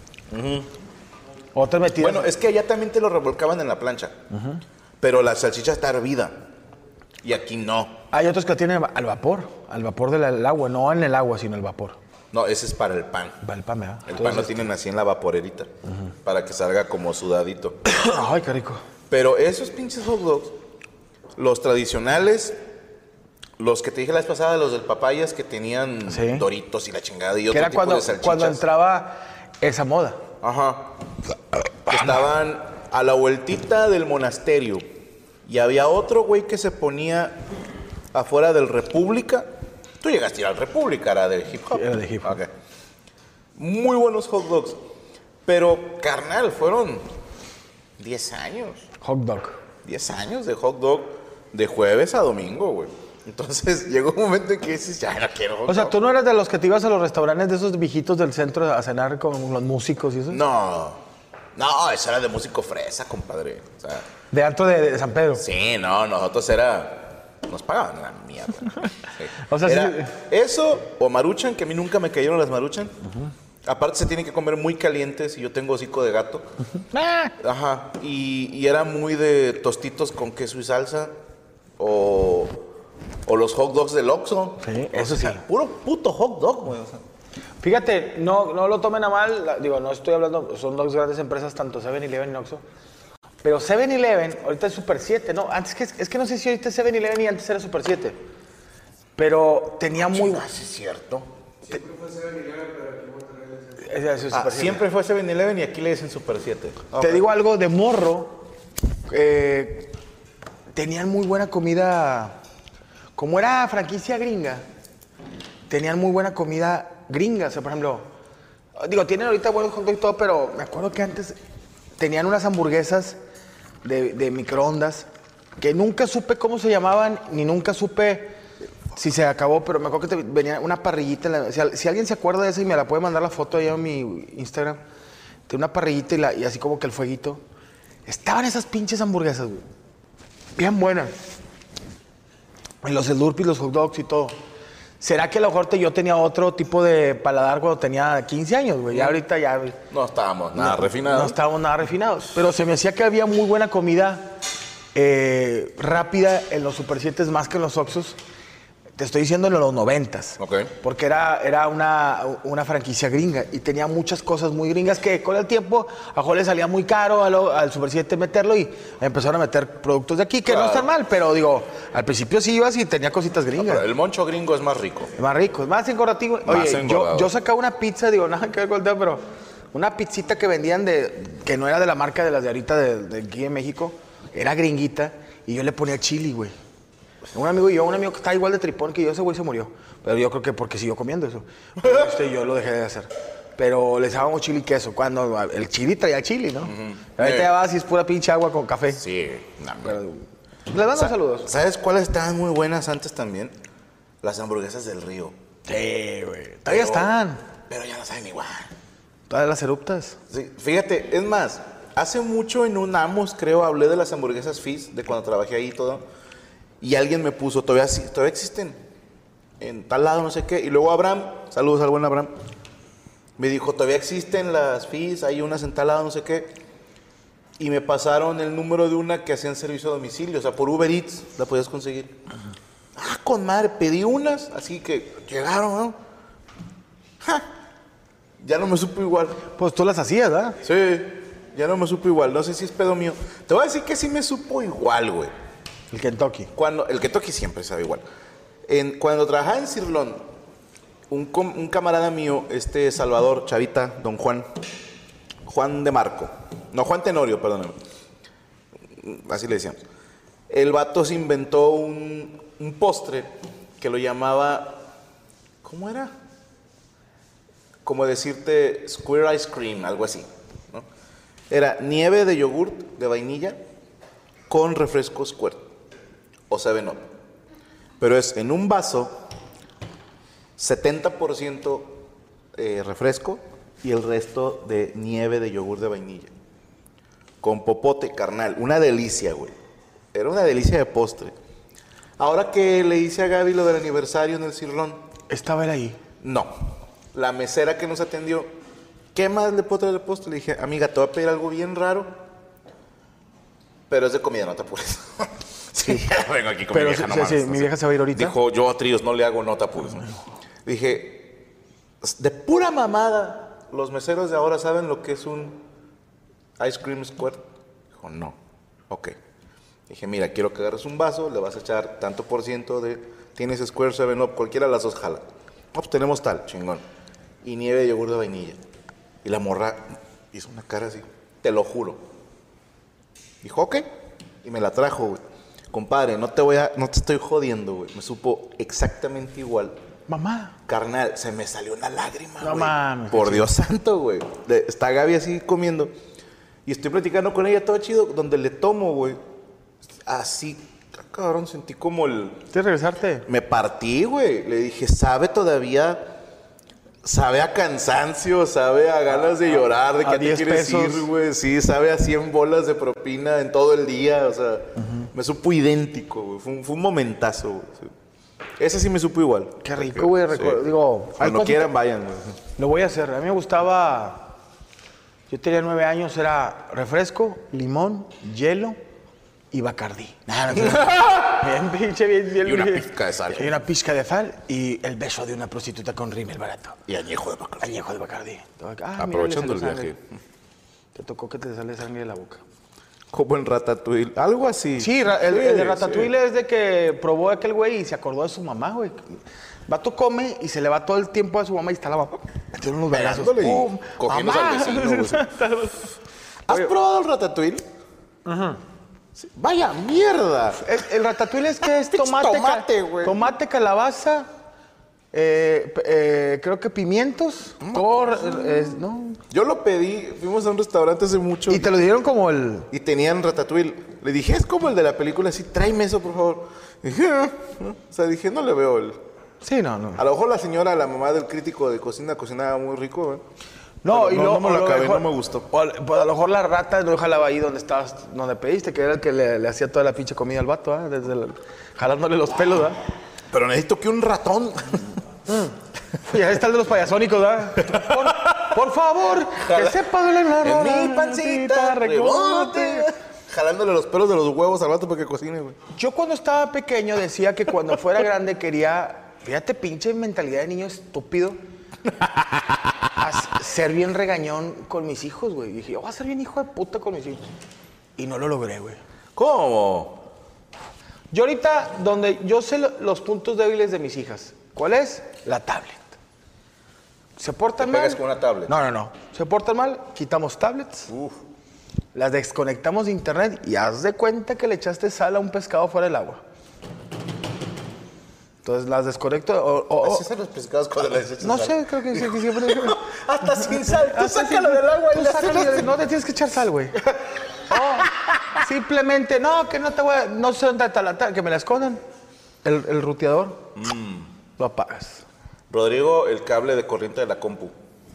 Otras metidas. Bueno, es que allá también te lo revolcaban en la plancha. Pero la salchicha está hervida. Y aquí no. Hay otros que la tienen al vapor. Al vapor del del agua. No en el agua, sino el vapor. No, ese es para el pan. Va el pan, ¿verdad? El pan Entonces, lo tienen así en la vaporerita. Para que salga como sudadito. Ay, qué rico. Pero esos pinches hot dogs, los tradicionales, los que te dije la vez pasada, los del papayas que tenían Sí. doritos y la chingada y Que otro era tipo cuando, de salchichas. cuando entraba esa moda. Ajá. Que estaban a la vueltita del monasterio. Y había otro güey que se ponía afuera del República. Tú llegaste a ir al República, era del hip hop. Sí, era de hip hop. Ok. Muy buenos hot dogs. Pero, carnal, fueron diez años. Hot dog. diez años de hot dog de jueves a domingo, güey. Entonces llegó un momento en que dices, ya no quiero hot O sea, dog. ¿tú no eras de los que te ibas a los restaurantes de esos viejitos del centro a cenar con los músicos y eso? No, no, eso era de músico fresa, compadre. O sea, De Alto de, de San Pedro. sí, no, nosotros era... Nos pagaban una mierda. Sí. O sea, Era sí- eso o maruchan, que a mí nunca me cayeron las maruchan. Aparte se tienen que comer muy calientes y yo tengo hocico de gato. Ah, Ajá. Y, y era muy de tostitos con queso y salsa. O, o los hot dogs del Oxxo. Sí, O eso sea, sí. Puro puto hot dog, güey. O sea. Fíjate, no, no lo tomen a mal, la- digo, no estoy hablando, son dos grandes empresas, tanto seven eleven y Oxxo. Pero seven eleven, ahorita es Super siete, ¿no? Antes que, es que no sé si ahorita es seven eleven y antes era Super siete. Pero tenía muy... Ah, sí, es cierto. Ese es el Ah, Super siete. siempre fue seven eleven y aquí le dicen Super siete. Te digo algo de morro. eh, tenían muy buena comida. Como era franquicia gringa, tenían muy buena comida gringa. O sea, por ejemplo, digo, tienen ahorita buenos hot dogs y todo, pero me acuerdo que antes tenían unas hamburguesas de, de microondas que nunca supe cómo se llamaban, ni nunca supe si se acabó, pero me acuerdo que te venía una parrillita. En la- si, al- si alguien se acuerda de esa y me la puede mandar la foto ahí a mi Instagram, tiene una parrillita y, la- y así como que el fueguito. Estaban esas pinches hamburguesas, güey. Bien buenas. Y los Slurpees, los hot dogs y todo. ¿Será que a lo mejor te- yo tenía otro tipo de paladar cuando tenía quince años, güey? Ya ahorita ya... No estábamos nada refinados. No estábamos nada refinados. Pero se me hacía que había muy buena comida eh, rápida en los Super siete más que en los Oxxos. Te estoy diciendo en los noventas. Ok. Porque era, era una, una franquicia gringa y tenía muchas cosas muy gringas que con el tiempo a Jorge le salía muy caro a lo- al Super siete meterlo y empezaron a meter productos de aquí, que no Claro. están mal, pero digo, al principio sí ibas y tenía cositas gringas. Pero el moncho gringo es más rico. Es más rico, es más engordativo. Más Oye, yo, engordado. yo sacaba una pizza, digo, nada que ver con el tema, pero una pizzita que vendían de, que no era de la marca de las de ahorita de, de aquí en México, era gringuita, y yo le ponía chili, güey. Un amigo y yo, un amigo que está igual de tripón que yo, ese güey se murió. Pero yo creo que porque siguió comiendo eso. Pero este, yo lo dejé de hacer. Pero les dábamos chili y queso. Cuando el chili traía chili, ¿no? Ahorita ya vas y es pura pinche agua con café. Sí. No, Pero, les mando Sa- saludos. ¿Sabes cuáles estaban muy buenas antes también? Las hamburguesas del río. Sí, güey. Todavía Pero- están. Pero ya no saben igual. Todas las eruptas. Sí, fíjate, es más, hace mucho en un Amos, creo, hablé de las hamburguesas Fizz, de cuando trabajé ahí y todo. Y alguien me puso, todavía, sí- todavía existen en tal lado, no sé qué. Y luego Abraham, saludos al buen Abraham, me dijo, todavía existen las Fizz, hay unas en tal lado, no sé qué. Y me pasaron el número de una que hacían servicio a domicilio, o sea, por Uber Eats la podías conseguir. Ah, con madre, pedí unas, así que llegaron, ¿no? Ja, ya no me supo igual. Pues tú las hacías, ¿verdad? Sí, ya no me supo igual. No sé si es pedo mío. Te voy a decir que sí me supo igual, güey. El Kentucky. Cuando, el Kentucky siempre sabe igual. En, cuando trabajaba en Cirlón, un, com- un camarada mío, este Salvador, Chavita, don Juan, Juan de Marco, no, Juan Tenorio, perdóname, así le decíamos. El vato se inventó un, un postre que lo llamaba, ¿cómo era? Como decirte square ice cream, algo así, ¿no? Era nieve de yogurt de vainilla con refresco squirt o seven up. Pero es en un vaso, setenta por ciento eh, refresco y el resto de nieve de yogur de vainilla. Con popote, carnal. Una delicia, güey. Era una delicia de postre. Ahora que le hice a Gaby lo del aniversario en el Cirlón, Estaba él ahí. no. La mesera que nos atendió, ¿qué más le puedo traer de postre? Le dije, amiga, te voy a pedir algo bien raro, pero es de comida, no te apures. Sí, ya vengo aquí con Pero mi vieja sí, nomás. sí, mi vieja se va a ir ahorita. Dijo, yo a tríos no le hago, no te apures. Dije, de pura mamada, los meseros de ahora saben lo que es un ice cream squirt. Dijo, no. Ok. Dije, mira, quiero que agarres un vaso, le vas a echar tanto por ciento de... Tienes Square, seven up, cualquiera de las dos jala. No, pues tenemos tal, chingón. Y nieve de yogur de vainilla. Y la morra hizo una cara así, te lo juro. Dijo, ok. Y me la trajo, güey. Compadre, no te voy a... No te estoy jodiendo, güey. Me supo exactamente igual. Mamá. Carnal, se me salió una lágrima, No güey. mames. Por Dios santo, güey. De- Está Gaby así comiendo. Y estoy platicando con ella, todo chido, donde le tomo, güey. Así, cabrón, sentí como el... ¿Quieres regresarte? Me partí, güey. Le dije, sabe todavía... Sabe a cansancio, sabe a ganas de llorar, de a que te diez quieres pesos. ir, güey. Sí, sabe a cien bolas de propina en todo el día, o sea... Me supo idéntico, güey. Fue un, fue un momentazo, güey. Sí. Ese sí me supo igual. Qué rico, güey. Sí. recuerdo- Digo, hay Cuando cositas- quieran, vayan, güey. Lo voy a hacer. A mí me gustaba. Yo tenía nueve años, era refresco, limón, hielo y Bacardí. Nada, no, no. Bien, pinche, bien, bien. Y una bien. pizca de sal. Y una pizca de sal y el beso de una prostituta con rímel barato. Y añejo de Bacardi. Añejo de Bacardí. Ah, Aprovechando mira, el le salió viaje. sangre. Te tocó que te sale sangre de la boca. Como en Ratatouille. Algo así. Sí, ra- el, el de Sí, Ratatouille sí. es de que probó aquel güey y se acordó de su mamá, güey. Vato come y se le va todo el tiempo a su mamá y está la mamá. Metieron unos vergazos. Pegándole y ¡Pum! cogiéndose ¡Mamá! al vecino, güey. ¿Has probado el ratatouille? Ajá. Vaya mierda. El, el ratatouille es que es Pinche tomate, tomate, ca- güey. tomate, calabaza, eh, p- eh, creo que pimientos, todo, eh, es- no. Yo lo pedí, fuimos a un restaurante hace mucho. Y te lo dieron como el... y tenían ratatouille. Le dije, es como el de la película, así, tráeme eso, por favor. Y dije, "Ah, ah". O sea, dije, no le veo el... Sí, no, no. A lo mejor la señora, la mamá del crítico de cocina, cocinaba muy rico, ¿eh? No, Pero y no, luego, no me lo o acabé, mejor- no me gustó. O a, pues a lo mejor la rata no jalaba ahí donde estabas, donde pediste, que era el que le, le hacía toda la pinche comida al vato, ¿ah? Desde el- jalándole los pelos, ¿ah? Pero necesito que un ratón... Y ahí está el de los payasónicos, ¿ah? Por, por favor, que sepa de la En mi pancita, rebote. Jalándole los pelos de los huevos al vato para que cocine, güey. Yo cuando estaba pequeño decía que cuando fuera grande quería, fíjate, pinche mentalidad de niño estúpido, a ser bien regañón con mis hijos, güey. Dije, yo voy a ser bien hijo de puta con mis hijos. Y no lo logré, güey. ¿Cómo? Yo ahorita, donde yo sé lo- los puntos débiles de mis hijas, ¿cuál es? La tablet. ¿Se portan ¿Te mal? pegas con una tablet? No, no, no. ¿Se portan mal? Quitamos tablets. Uf. Las desconectamos de internet y haz de cuenta que le echaste sal a un pescado fuera del agua. Entonces las desconecto o... o- o- Así son los pescados cuando les echas no sal. sé, creo que, sí, que siempre... Hasta sin sal. Tú Hasta sácalo sin- del agua y tú le sácalo haces- y no te tienes que echar sal, güey. O simplemente, no, que no te voy a... No sé dónde está la tal, que me la escondan. El, el ruteador, Mm. lo apagas. Rodrigo, el cable de corriente de la compu.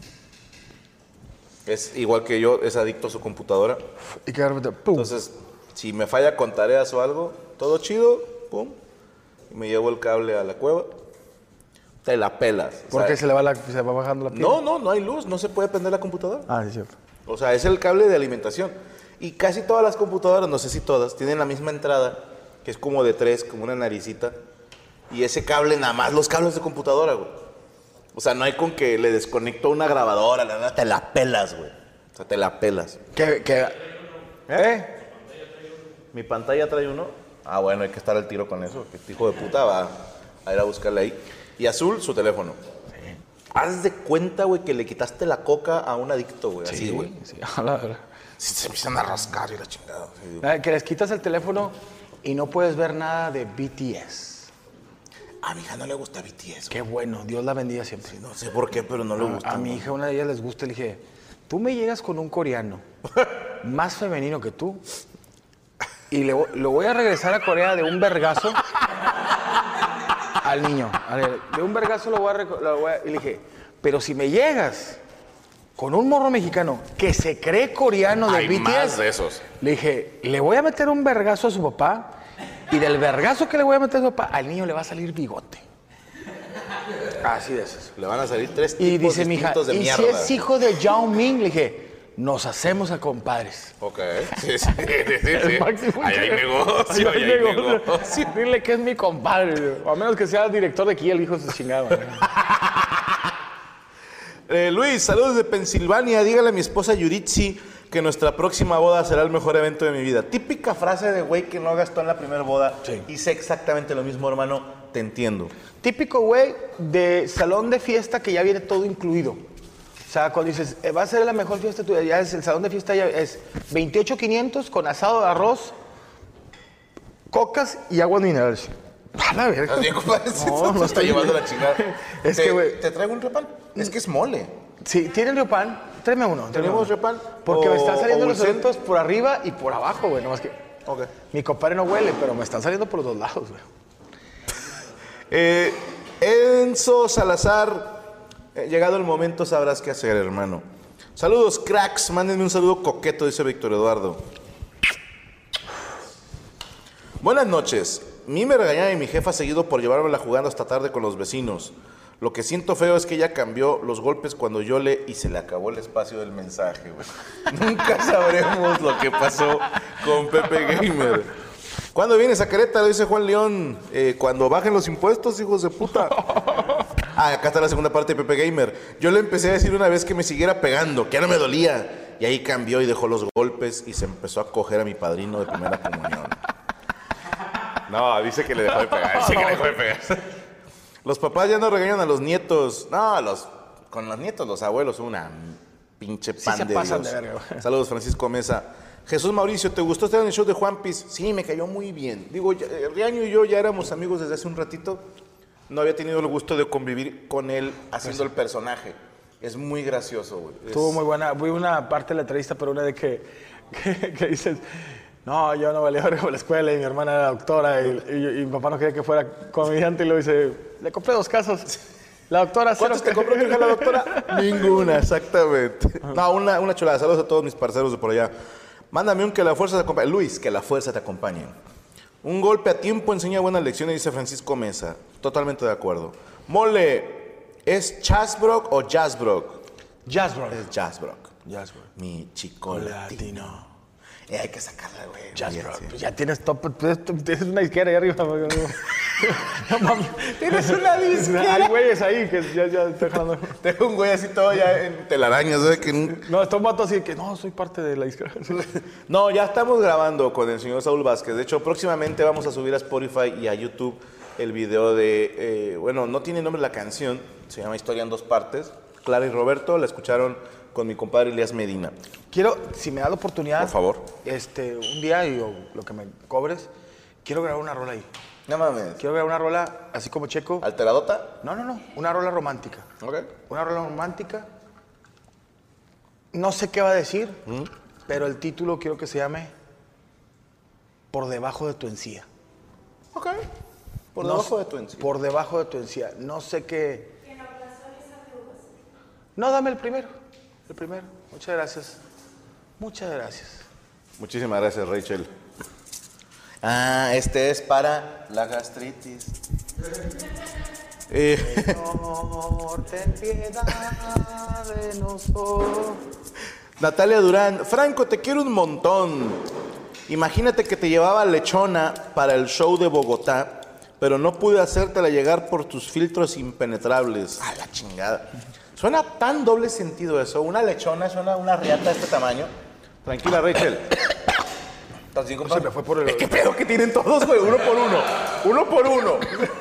Es igual que yo, es adicto a su computadora. Y que de repente, ¡pum! Entonces, si me falla con tareas o algo, todo chido, pum, y me llevo el cable a la cueva, te la pelas. O porque sea, se le va, la, se va bajando la piel. No, no, no hay luz, no se puede prender la computadora. Ah, sí, es cierto. O sea, es el cable de alimentación. Y casi todas las computadoras, no sé si todas, tienen la misma entrada, que es como de tres, como una naricita. Y ese cable, nada más los cables de computadora, güey. O sea, no hay con que le desconecto una grabadora, la verdad, te la pelas, güey. O sea, te la pelas. Que, que, ¿Eh? ¿Mi pantalla trae uno? Ah, bueno, hay que estar al tiro con eso, que este hijo de puta va a ir a buscarle ahí. Y azul, su teléfono. Sí. Haz de cuenta, güey, que le quitaste la coca a un adicto, güey. Así, güey. Sí, a la verdad. Sí, se empiezan a rascar y la chingada. Sí, Ah, que les quitas el teléfono y no puedes ver nada de B T S. A mi hija no le gusta B T S, güey. Qué bueno, Dios la bendiga siempre. No sé por qué, pero no le gusta. A mi güey. hija, una de ellas les gusta, le dije, tú me llegas con un coreano más femenino que tú y le, vo- lo voy a regresar a Corea de un vergazo al niño. A ver, de un vergazo lo voy a, reco- lo voy a- Y le dije, pero si me llegas con un morro mexicano que se cree coreano de Hay B T S, más de esos. le dije, le voy a meter un vergazo a su papá y del vergazo que le voy a meter a su papá, al niño le va a salir bigote. Así de eso. Le van a salir tres Y tipos dice mi hija, distintos de ¿y mierda. si es hijo de Yao Ming? Le dije, nos hacemos a compadres. Ok. Sí, sí, sí, sí. El máximo Ahí hay que- negocio, ahí hay negocio. negocio. Dile que es mi compadre. A menos que sea el director de aquí, el hijo de su chingada. madre. Eh, Luis, saludos de Pensilvania. Dígale a mi esposa Yuritsi que nuestra próxima boda será el mejor evento de mi vida. Típica frase de güey que no gastó en la primera boda. Sí. Hice exactamente lo mismo, hermano. Te entiendo. Típico, güey, de salón de fiesta que ya viene todo incluido. O sea, cuando dices, eh, va a ser la mejor fiesta tuya, ya es el salón de fiesta, ya es veintiocho quinientos con asado de arroz, cocas y agua mineral. A la verga. ¿Estás bien, compadre? No, no Se está estoy llevando bien. la chingada. Es Te- que, güey- ¿Te traigo un repan? Es que es mole. Sí, ¿tienen riopan? Tráeme uno. tráeme ¿Tenemos uno. riopan? Porque me O- están saliendo o los Ulcel. eventos por arriba y por abajo, güey. Nomás que Ok. mi compadre no huele, pero me están saliendo por los dos lados, güey. Eh, Enzo Salazar, eh, llegado el momento sabrás qué hacer, hermano. Saludos, cracks. Mándenme un saludo coqueto, dice Víctor Eduardo. Buenas noches. A mí me regañaba mi jefa seguido por llevármela jugando hasta tarde con los vecinos. Lo que siento feo es que ella cambió los golpes cuando yo le... y se le acabó el espacio del mensaje, güey. Nunca sabremos lo que pasó con Pepe Gamer. ¿Cuándo vienes a Querétaro? Dice Juan León. Eh, cuando bajen los impuestos, hijos de puta. Ah, acá está la segunda parte de Pepe Gamer. Yo le empecé a decir una vez que me siguiera pegando, que ya no me dolía. Y ahí cambió y dejó los golpes y se empezó a coger a mi padrino de primera comunión. No, dice que le dejó de pegar. Dice que le dejó de pegar. Los papás ya no regañan a los nietos. No, los, con los nietos, los abuelos, una pinche Sí pan se de pasan Dios. de verga, güey. Saludos, Francisco Mesa. Jesús Mauricio, ¿te gustó estar en el show de Juan Piz? Sí, me cayó muy bien. Digo, ya, eh, Riaño y yo ya éramos amigos desde hace un ratito. No había tenido el gusto de convivir con él haciendo el personaje. Es muy gracioso, güey. Es- Estuvo muy buena. Fui una parte de la entrevista, pero una de que, que, que dices, no, yo no valía verga por la escuela y mi hermana era doctora y, y- y mi papá no quería que fuera comediante y luego dice, le compré dos casos. La doctora, cero ¿Cuántos te que- compró mi hija la doctora? Ninguna, exactamente. No, una, una chulada. Saludos a todos mis parceros de por allá. Mándame un que la fuerza te acompañe. Luis, que la fuerza te acompañe. Un golpe a tiempo enseña buenas lecciones, dice Francisco Mesa. Totalmente de acuerdo. Mole, ¿es Chasbrook o Jazzbrook? Jazzbrook. Es Jazzbrook. Jazzbrook. Mi chico latino. Latino. Eh, hay que sacarla, güey. Jazzbrook. Sí. Pues ya tienes top, tienes, tienes una disquera ahí arriba. güey. No mames. Tienes una disquera. Hay güeyes ahí que ya, ya estoy jalando. Tengo un güey así todo ya en telarañas, ¿sabes? Que n- No, está un vato así que no, soy parte de la disquera. No, ya estamos grabando con el señor Saúl Vázquez. De hecho, próximamente vamos a subir a Spotify y a YouTube el video de... eh, bueno, no tiene nombre la canción. Se llama Historia en dos partes. Clara y Roberto la escucharon con mi compadre Elías Medina. Quiero, si me da la oportunidad. Por favor. Este, un día, y o lo que me cobres, quiero grabar una rola ahí. No mames. Quiero grabar una rola así como Checo. ¿Alteradota? No, no, no. Una rola romántica. Ok. Una rola romántica. No sé qué va a decir, pero el título quiero que se llame Por debajo de tu encía. Ok. Por No debajo sé- de tu encía. Por debajo de tu encía. No sé qué. No, dame el primero. El primero. Muchas gracias. Muchas gracias. Muchísimas gracias, Rachel. Ah, este es para la gastritis. Eh, Señor, ten piedad de nosotros. Natalia Durán, Franco, te quiero un montón. Imagínate que te llevaba lechona para el show de Bogotá, pero no pude hacértela llegar por tus filtros impenetrables. A la chingada. Suena tan doble sentido eso. Una lechona suena una riata de este tamaño. Tranquila, Rachel. ¿Estás bien, compadre? Se me fue por el- ¿Qué pedo que tienen todos, güey? Uno por uno. Uno por uno.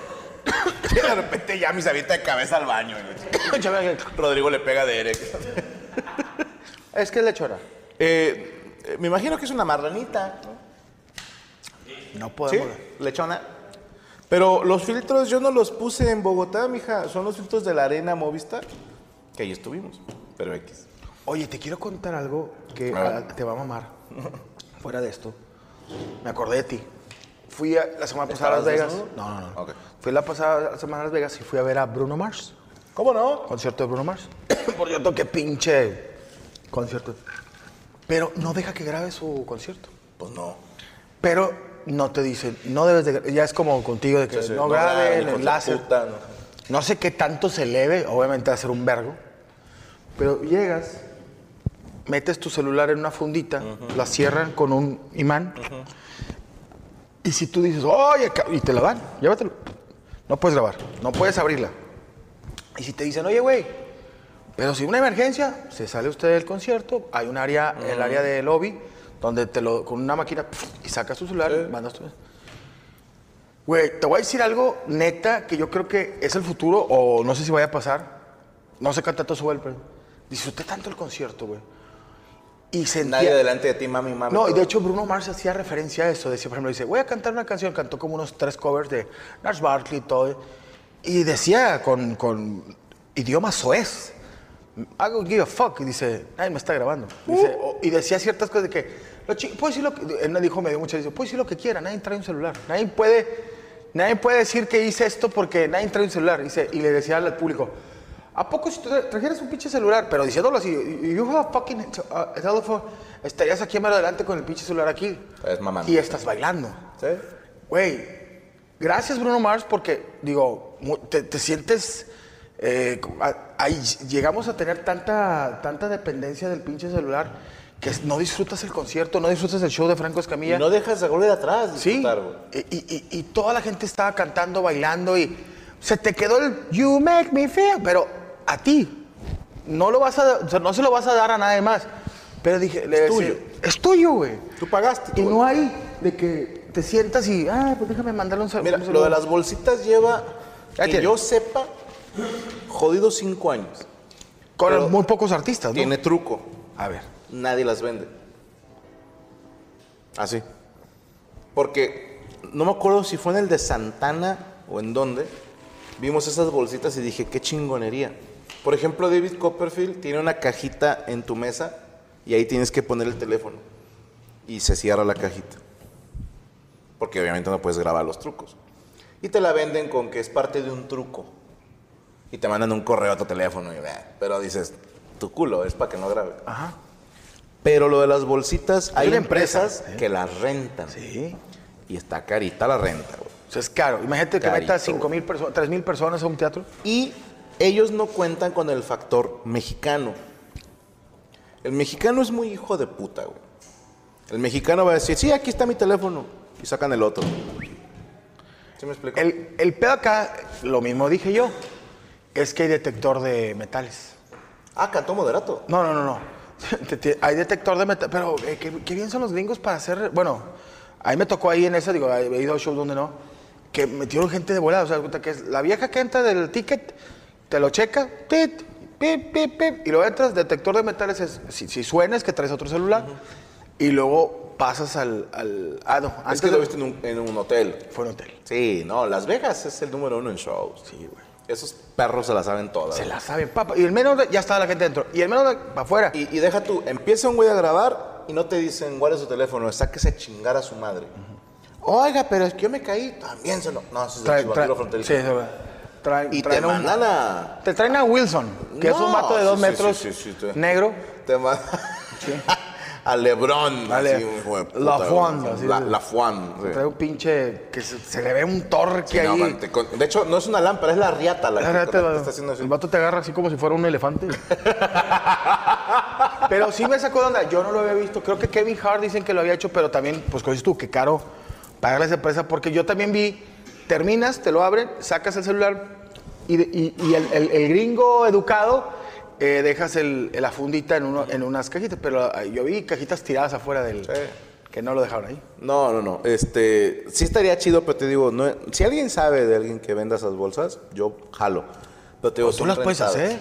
Y de repente ya mis avienta de cabeza al baño. güey. Rodrigo le pega de Eric. Es que es lechona. Eh, eh, me imagino que es una marranita, ¿no? No Sí, podemos. lechona. Pero los filtros yo no los puse en Bogotá, mija. Son los filtros de la Arena Movistar, que ahí estuvimos. Pero X. Oye, te quiero contar algo que A ver. ah, te va a mamar. Fuera de esto, me acordé de ti. Fui a- la semana pasada a Las ¿Estabas Vegas. desnudo? No, no, no. Ok. Fui la pasada semana a Las Vegas y fui a ver a Bruno Mars. ¿Cómo no? Concierto de Bruno Mars. Por cierto, qué pinche concierto. Pero no deja que grabe su concierto. Pues no. Pero no te dicen, no debes de gra- ya es como contigo de que Sí, sí, no, no grabe, grabe ni en con el su láser. puta, no. No sé qué tanto se eleve, obviamente va a ser un vergo. Pero llegas, metes tu celular en una fundita, la cierran con un imán. Y si tú dices, oye, ca-", y te la dan, llévatelo. No puedes grabar, no puedes abrirla. Y si te dicen, oye, güey, pero si una emergencia, se sale usted del concierto, hay un área, el área de lobby, donde te lo, con una máquina, pf, y sacas tu celular y mandas tu... Güey, te voy a decir algo neta que yo creo que es el futuro, o no sé si vaya a pasar. No sé qué tanto sube el... pero disfruté tanto el concierto, güey. Y sentía... Nadie delante de ti, mami, mami. No, y todo. de hecho Bruno Mars hacía referencia a eso. Decía, por ejemplo, dice, voy a cantar una canción. Cantó como unos tres covers de Nars Barkley y todo. Y decía con, con idioma soez. I don't give a fuck. Y dice, nadie me está grabando. Dice, o- y decía ciertas cosas de que, lo chi- puedo decir lo que... Él me dijo, me dio mucha dice, puedo decir lo que quiera, nadie trae un celular. Nadie puede, nadie puede decir que hice esto porque nadie trae un celular. Dice, y le decía al público, ¿a poco si tra- trajeras un pinche celular? Pero diciéndolo así, you have a fucking uh, telephone, estarías aquí más adelante con el pinche celular aquí. Es mamando. Y estás bailando. ¿Sí? Güey, gracias Bruno Mars porque, digo, mu- te, te sientes... eh, a- ahí llegamos a tener tanta, tanta dependencia del pinche celular que no disfrutas el concierto, no disfrutas el show de Franco Escamilla. Y no dejas de volver atrás, Sí, disfrutar, güey. y, y- y toda la gente estaba cantando, bailando y se te quedó el You Make Me Feel, pero a ti no lo vas a, o sea, no se lo vas a dar a nadie más. Pero dije, le Es decía, tuyo. es tuyo, güey. Tú pagaste. Y tú, no hay de que te sientas y, ah, pues déjame mandarle un sal- Mira, un lo saludo. de las bolsitas lleva, Ya que tiene. yo sepa, jodidos cinco años. Con Pero muy pocos artistas, ¿no? Tiene truco. A ver. Nadie las vende. Así. Porque no me acuerdo si fue en el de Santana o en dónde. Vimos esas bolsitas y dije, qué chingonería. Por ejemplo, David Copperfield tiene una cajita en tu mesa y ahí tienes que poner el teléfono. Y se cierra la cajita. Porque obviamente no puedes grabar los trucos. Y te la venden con que es parte de un truco. Y te mandan un correo a tu teléfono. Y, eh, pero dices, tu culo, es para que no grabe. Ajá. Pero lo de las bolsitas, hay una empresas empresa, ¿eh? que las rentan. Sí. Y está carita la renta, güey. O sea, es caro. Imagínate que Carito, metas cinco mil personas, tres mil personas a un teatro. Y ellos no cuentan con el factor mexicano. El mexicano es muy hijo de puta, güey. El mexicano va a decir, sí, aquí está mi teléfono. Y sacan el otro. ¿Sí me explico? El, el pedo acá, lo mismo dije yo, es que hay detector de metales. Ah, cantó moderato. No, no, no, no. Te- te- hay detector de metales. Pero eh, qué, qué bien son los gringos para hacer. Bueno, a mí me tocó ahí en esa, digo, he ido a shows donde no, que metieron gente de volada. O sea, cuenta que es la vieja que entra del ticket, te lo checa, tit, pip, pip, pip, y luego entras, detector de metales es, si, si suena es que traes otro celular, y luego pasas al. al ah, no, Es antes que de- lo viste en un, en un hotel. Fue un hotel. Sí, no, Las Vegas es el número uno en shows. Sí, güey. Esos perros se la saben todas. Se güey. la saben, papá. Y el menos de- ya estaba la gente dentro. Y el menos de, para afuera. Y, y deja tú, empieza un güey a grabar y no te dicen guarda su teléfono, sáquese a chingar a su madre. Oiga, pero es que yo me caí, también se lo... No, ese es el Trae- chivaquero trae- fronterizo. sí, sí, güey. Traen- Y te traen un- mandan a... Te traen a Wilson, que es un No, vato de dos sí, sí, metros, sí, sí, sí, sí. negro. Te mandan a Lebron. Ale- así, un hijo de puta, La güey. Fuan, así La, es. la Fuan, sí. Trae un pinche que se, se le ve un torque Sí, no, ahí. man, te con- de hecho, no es una lámpara, es la riata la que Fíjate, te- te va- está haciendo así. el vato te agarra así como si fuera un elefante. Pero sí me sacó de onda. Yo no lo había visto. Creo que Kevin Hart dicen que lo había hecho, pero también, pues, como dices tú, que caro pagarle a esa empresa. Porque yo también vi, terminas, te lo abren, sacas el celular y, de- y- y el, el- el gringo educado eh, dejas el- la fundita en, uno, en unas cajitas. Pero eh, yo vi cajitas tiradas afuera del... Sí. Que no lo dejaron ahí. No, no, no. Este, sí estaría chido, pero te digo, no, si alguien sabe de alguien que venda esas bolsas, yo jalo. Pero te digo, Tú son las puedes rentadas. hacer.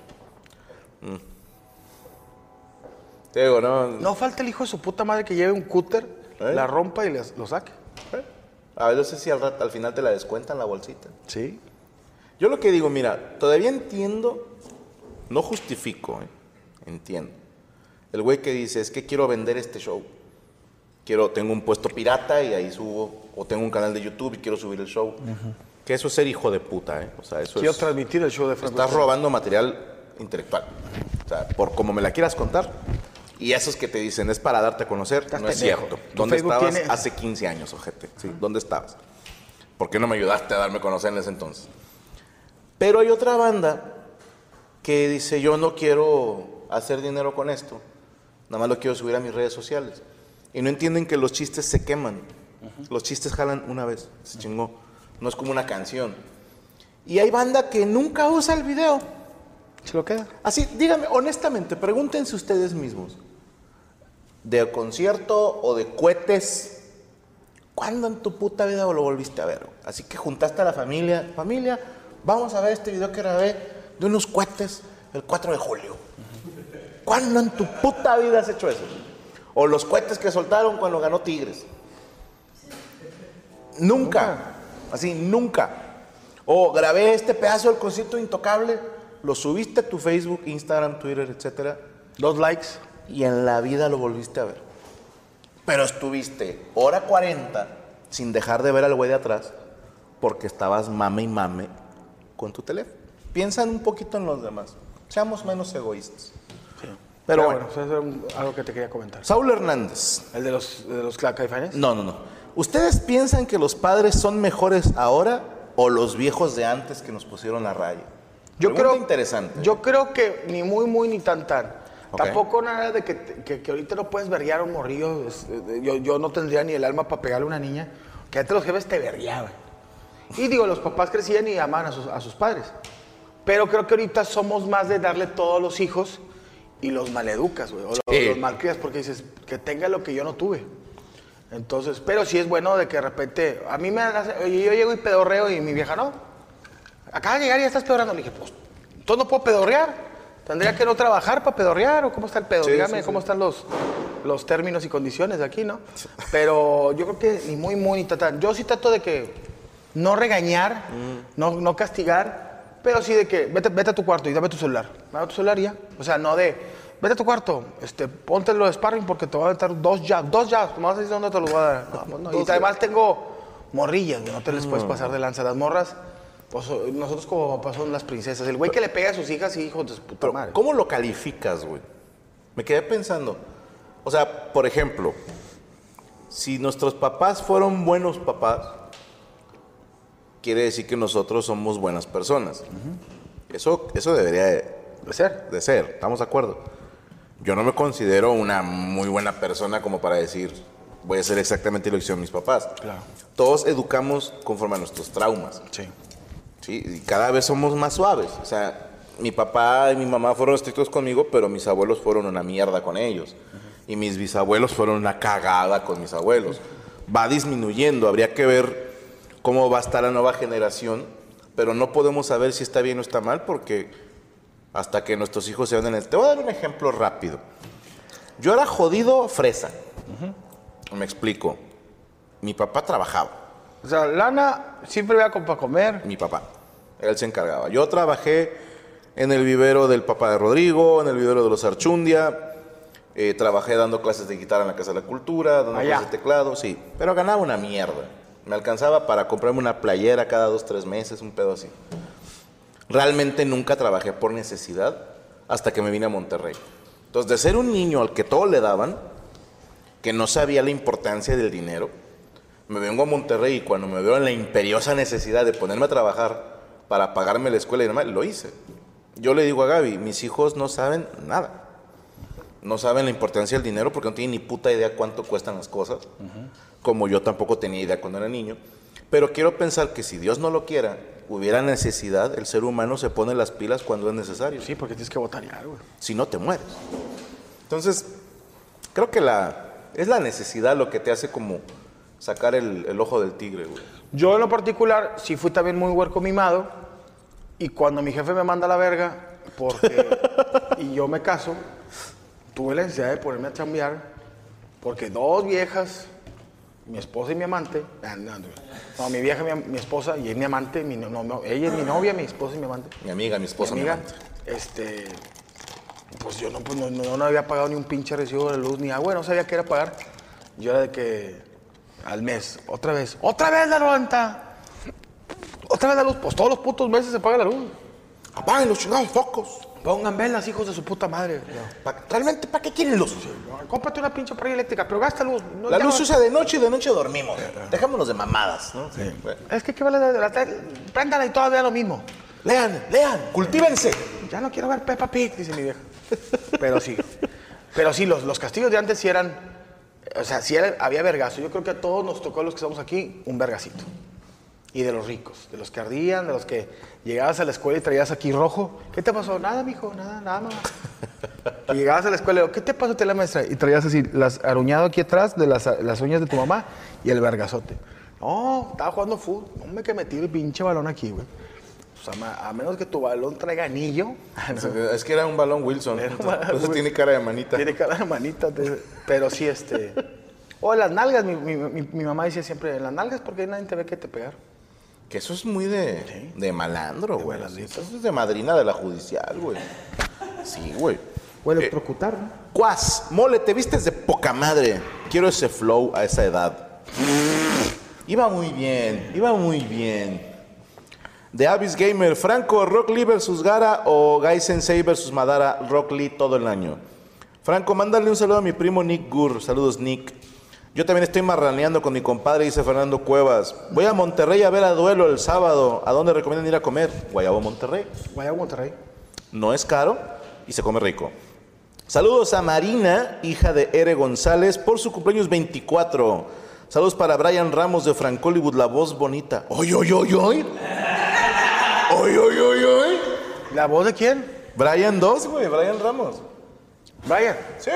Te digo, no, No falta el hijo de su puta madre que lleve un cúter, ¿Eh? la rompa y les- lo saque. a ver, no sé si al, rat- al final te la descuentan la bolsita. Sí. Yo lo que digo, mira, todavía entiendo, no justifico, ¿eh? Entiendo. El güey que dice, es que quiero vender este show. Quiero, tengo un puesto pirata y ahí subo, o tengo un canal de YouTube y quiero subir el show. Que eso es ser hijo de puta, ¿eh? O sea, eso Quiero es... transmitir el show de Franco. Estás robando material intelectual. O sea, por como me la quieras contar. Y esos que te dicen, es para darte a conocer, Estás no es pendejo. cierto. Tu ¿Dónde Facebook estabas tiene- hace quince años, ojete? Sí, ¿dónde estabas? ¿Por qué no me ayudaste a darme a conocer en ese entonces? Pero hay otra banda que dice, yo no quiero hacer dinero con esto, nada más lo quiero subir a mis redes sociales. Y no entienden que los chistes se queman. Los chistes jalan una vez, se chingó. No es como una canción. Y hay banda que nunca usa el video. ¿Se lo queda? Así, díganme, honestamente, pregúntense ustedes mismos. De concierto o de cohetes, ¿cuándo en tu puta vida lo volviste a ver? Así que juntaste a la familia. Familia, vamos a ver este video que grabé de unos cohetes el cuatro de julio. ¿Cuándo en tu puta vida has hecho eso? O los cohetes que soltaron cuando ganó Tigres. Nunca. Así, nunca. O grabé este pedazo del concierto Intocable, lo subiste a tu Facebook, Instagram, Twitter, etcétera, Dos likes. y en la vida lo volviste a ver. Pero estuviste hora cuarenta sin dejar de ver al güey de atrás porque estabas mame y mame con tu teléfono. Piensan un poquito en los demás. Seamos menos egoístas. Pero bueno. eso es un- algo que te quería comentar. Saúl Hernández. ¿El de los, de los Caifanes? No, no, no. ¿Ustedes piensan que los padres son mejores ahora o los viejos de antes que nos pusieron la raya? Yo Pregunta creo, interesante. Yo creo que ni muy, muy, ni tan, tan. Ok. Tampoco nada de que, te- que, que ahorita no puedes verguiar a un morrillo. Es- eh, yo, yo no tendría ni el alma para pegarle a una niña. Que antes los jefes te verguiaban. Y digo, los papás crecían y amaban a sus, a sus padres. Pero creo que ahorita somos más de darle todo a los hijos y los maleducas, güey. O los, Sí. los malcrías porque dices, que tenga lo que yo no tuve. Entonces, pero sí es bueno de que de repente, a mí me hace, oye, yo llego y pedorreo y mi vieja no. Acaba de llegar y ya estás pedorreando. Le dije, pues, entonces no puedo pedorrear. Tendría que no trabajar para pedorrear, ¿o cómo está el pedo? Sí, Dígame sí, sí. cómo están los, los términos y condiciones de aquí, ¿no? Pero yo creo que ni muy, muy, ni tatán. Yo sí trato de que no regañar, Mm. no, no castigar, pero sí de que vete, vete a tu cuarto y dame tu celular. Dame tu celular y ya. O sea, no de, vete a tu cuarto, este, póntelo de sparring porque te voy a meter dos jabs, dos jabs, me vas a decir dónde te los voy a dar. No, pues no. Y además tengo morrillas, güey, no te les puedes pasar de lanza. Las morras, pues nosotros como papás son las princesas. El güey que le pega a sus hijas y hijos de su puta Pero, madre. ¿cómo lo calificas, güey? Me quedé pensando. O sea, por ejemplo, si nuestros papás fueron buenos papás, quiere decir que nosotros somos buenas personas. Uh-huh. Eso, eso debería de, De ser. de ser, ¿estamos de acuerdo? Yo no me considero una muy buena persona como para decir, voy a hacer exactamente lo que hicieron mis papás. Claro. Todos educamos conforme a nuestros traumas. Sí. Sí, y cada vez somos más suaves. O sea, mi papá y mi mamá fueron estrictos conmigo, pero mis abuelos fueron una mierda con ellos. Uh-huh. Y mis bisabuelos fueron una cagada con mis abuelos. Va disminuyendo, habría que ver cómo va a estar la nueva generación, pero no podemos saber si está bien o está mal porque hasta que nuestros hijos se van en el... Te voy a dar un ejemplo rápido. Yo era jodido fresa. Uh-huh. Me explico. Mi papá trabajaba. O sea, lana siempre iba para comer. Mi papá. Él se encargaba. Yo trabajé en el vivero del papá de Rodrigo, en el vivero de los Archundia. Eh, trabajé dando clases de guitarra en la Casa de la Cultura, dando Allá. clases de teclado, sí. Pero ganaba una mierda. Me alcanzaba para comprarme una playera cada dos, tres meses, un pedo así. Realmente nunca trabajé por necesidad hasta que me vine a Monterrey. Entonces, de ser un niño al que todo le daban, que no sabía la importancia del dinero, me vengo a Monterrey y cuando me veo en la imperiosa necesidad de ponerme a trabajar para pagarme la escuela y demás, lo hice. Yo le digo a Gaby, mis hijos no saben nada. No saben la importancia del dinero porque no tienen ni puta idea cuánto cuestan las cosas. Uh-huh. Como yo tampoco tenía idea cuando era niño. Pero quiero pensar que si Dios no lo quiera, hubiera necesidad, el ser humano se pone las pilas cuando es necesario. Sí, porque tienes que botanear, güey. Si no, te mueres. Entonces, creo que la, es la necesidad lo que te hace como sacar el, el ojo del tigre, güey. Yo en lo particular, sí fui también muy huerco mimado. Y cuando mi jefe me manda a la verga, porque... y yo me caso, tuve la necesidad de ponerme a chambear, porque dos viejas, mi esposa y mi amante, no, no mi vieja, mi, mi esposa y es mi amante, mi, no, no, ella es mi novia, mi esposa y mi amante. Mi amiga, mi esposa, mi amiga, mi amante. Este, pues yo no, pues no, no, no había pagado ni un pinche recibo de luz ni agua, no sabía qué era pagar. Yo era de que al mes, otra vez, otra vez la renta, otra vez la luz, pues todos los putos meses se paga la luz. Apaguen los chingados focos. Pongan velas, hijos de su puta madre. Pa, ¿Realmente para qué quieren luz? Sí, no, cómprate una pinche parrilla eléctrica, pero gasta luz. No, la luz no. se usa de noche y de noche dormimos. Dejémonos de mamadas, ¿no? Sí. Bueno. Es que, ¿qué vale la, la, la préndala y todavía lo mismo. Lean, lean, cultívense. Ya no quiero ver Peppa Pig, dice mi vieja. Pero sí. Pero sí, los, los castillos de antes sí eran... O sea, sí era, había vergazo. Yo creo que a todos nos tocó, a los que estamos aquí, un vergacito. Y de los ricos, de los que ardían, de los que llegabas a la escuela y traías aquí rojo. ¿Qué te pasó? Nada, mijo, nada, nada, mamá. Y llegabas a la escuela y digo, ¿qué te pasó, te la maestra? Y traías así, las, aruñado aquí atrás de las, las uñas de tu mamá y el vergazote. No, estaba jugando fútbol. No me que metí el pinche balón aquí, güey. O sea, a menos que tu balón traiga anillo. No. Es que era un balón Wilson. Era un Entonces, balón, tiene cara de manita. Tiene cara de manita. Pero sí, este... O las nalgas. Mi, mi, mi, mi mamá decía siempre, las nalgas porque nadie te ve que te pegar. Que eso es muy de, Sí. de malandro, De güey. malandrito. Eso es de madrina de la judicial, güey. Sí, güey. O Eh, electrocutar, ¿no? Cuas, mole, te vistes de poca madre. Quiero ese flow a esa edad. Iba muy bien, iba muy bien. De Abyss Gamer, Franco, Rock Lee versus Gara o Gai Sensei versus Madara, Rock Lee todo el año. Franco, mándale un saludo a mi primo Nick Gur. Saludos, Nick. Yo también estoy marraneando con mi compadre, dice Fernando Cuevas. Voy a Monterrey a ver a Duelo el sábado. ¿A dónde recomiendan ir a comer? Guayabo, Monterrey. Guayabo, Monterrey. No es caro y se come rico. Saludos a Marina, hija de Ere González, por su cumpleaños veinticuatro. Saludos para Brian Ramos de Frank Hollywood, la voz bonita. ¡Oy, oy, oy, oy! ¡Oy, oy, oy, oy! ¿La voz de quién? Brian dos, güey, Brian Ramos. Brian. Sí.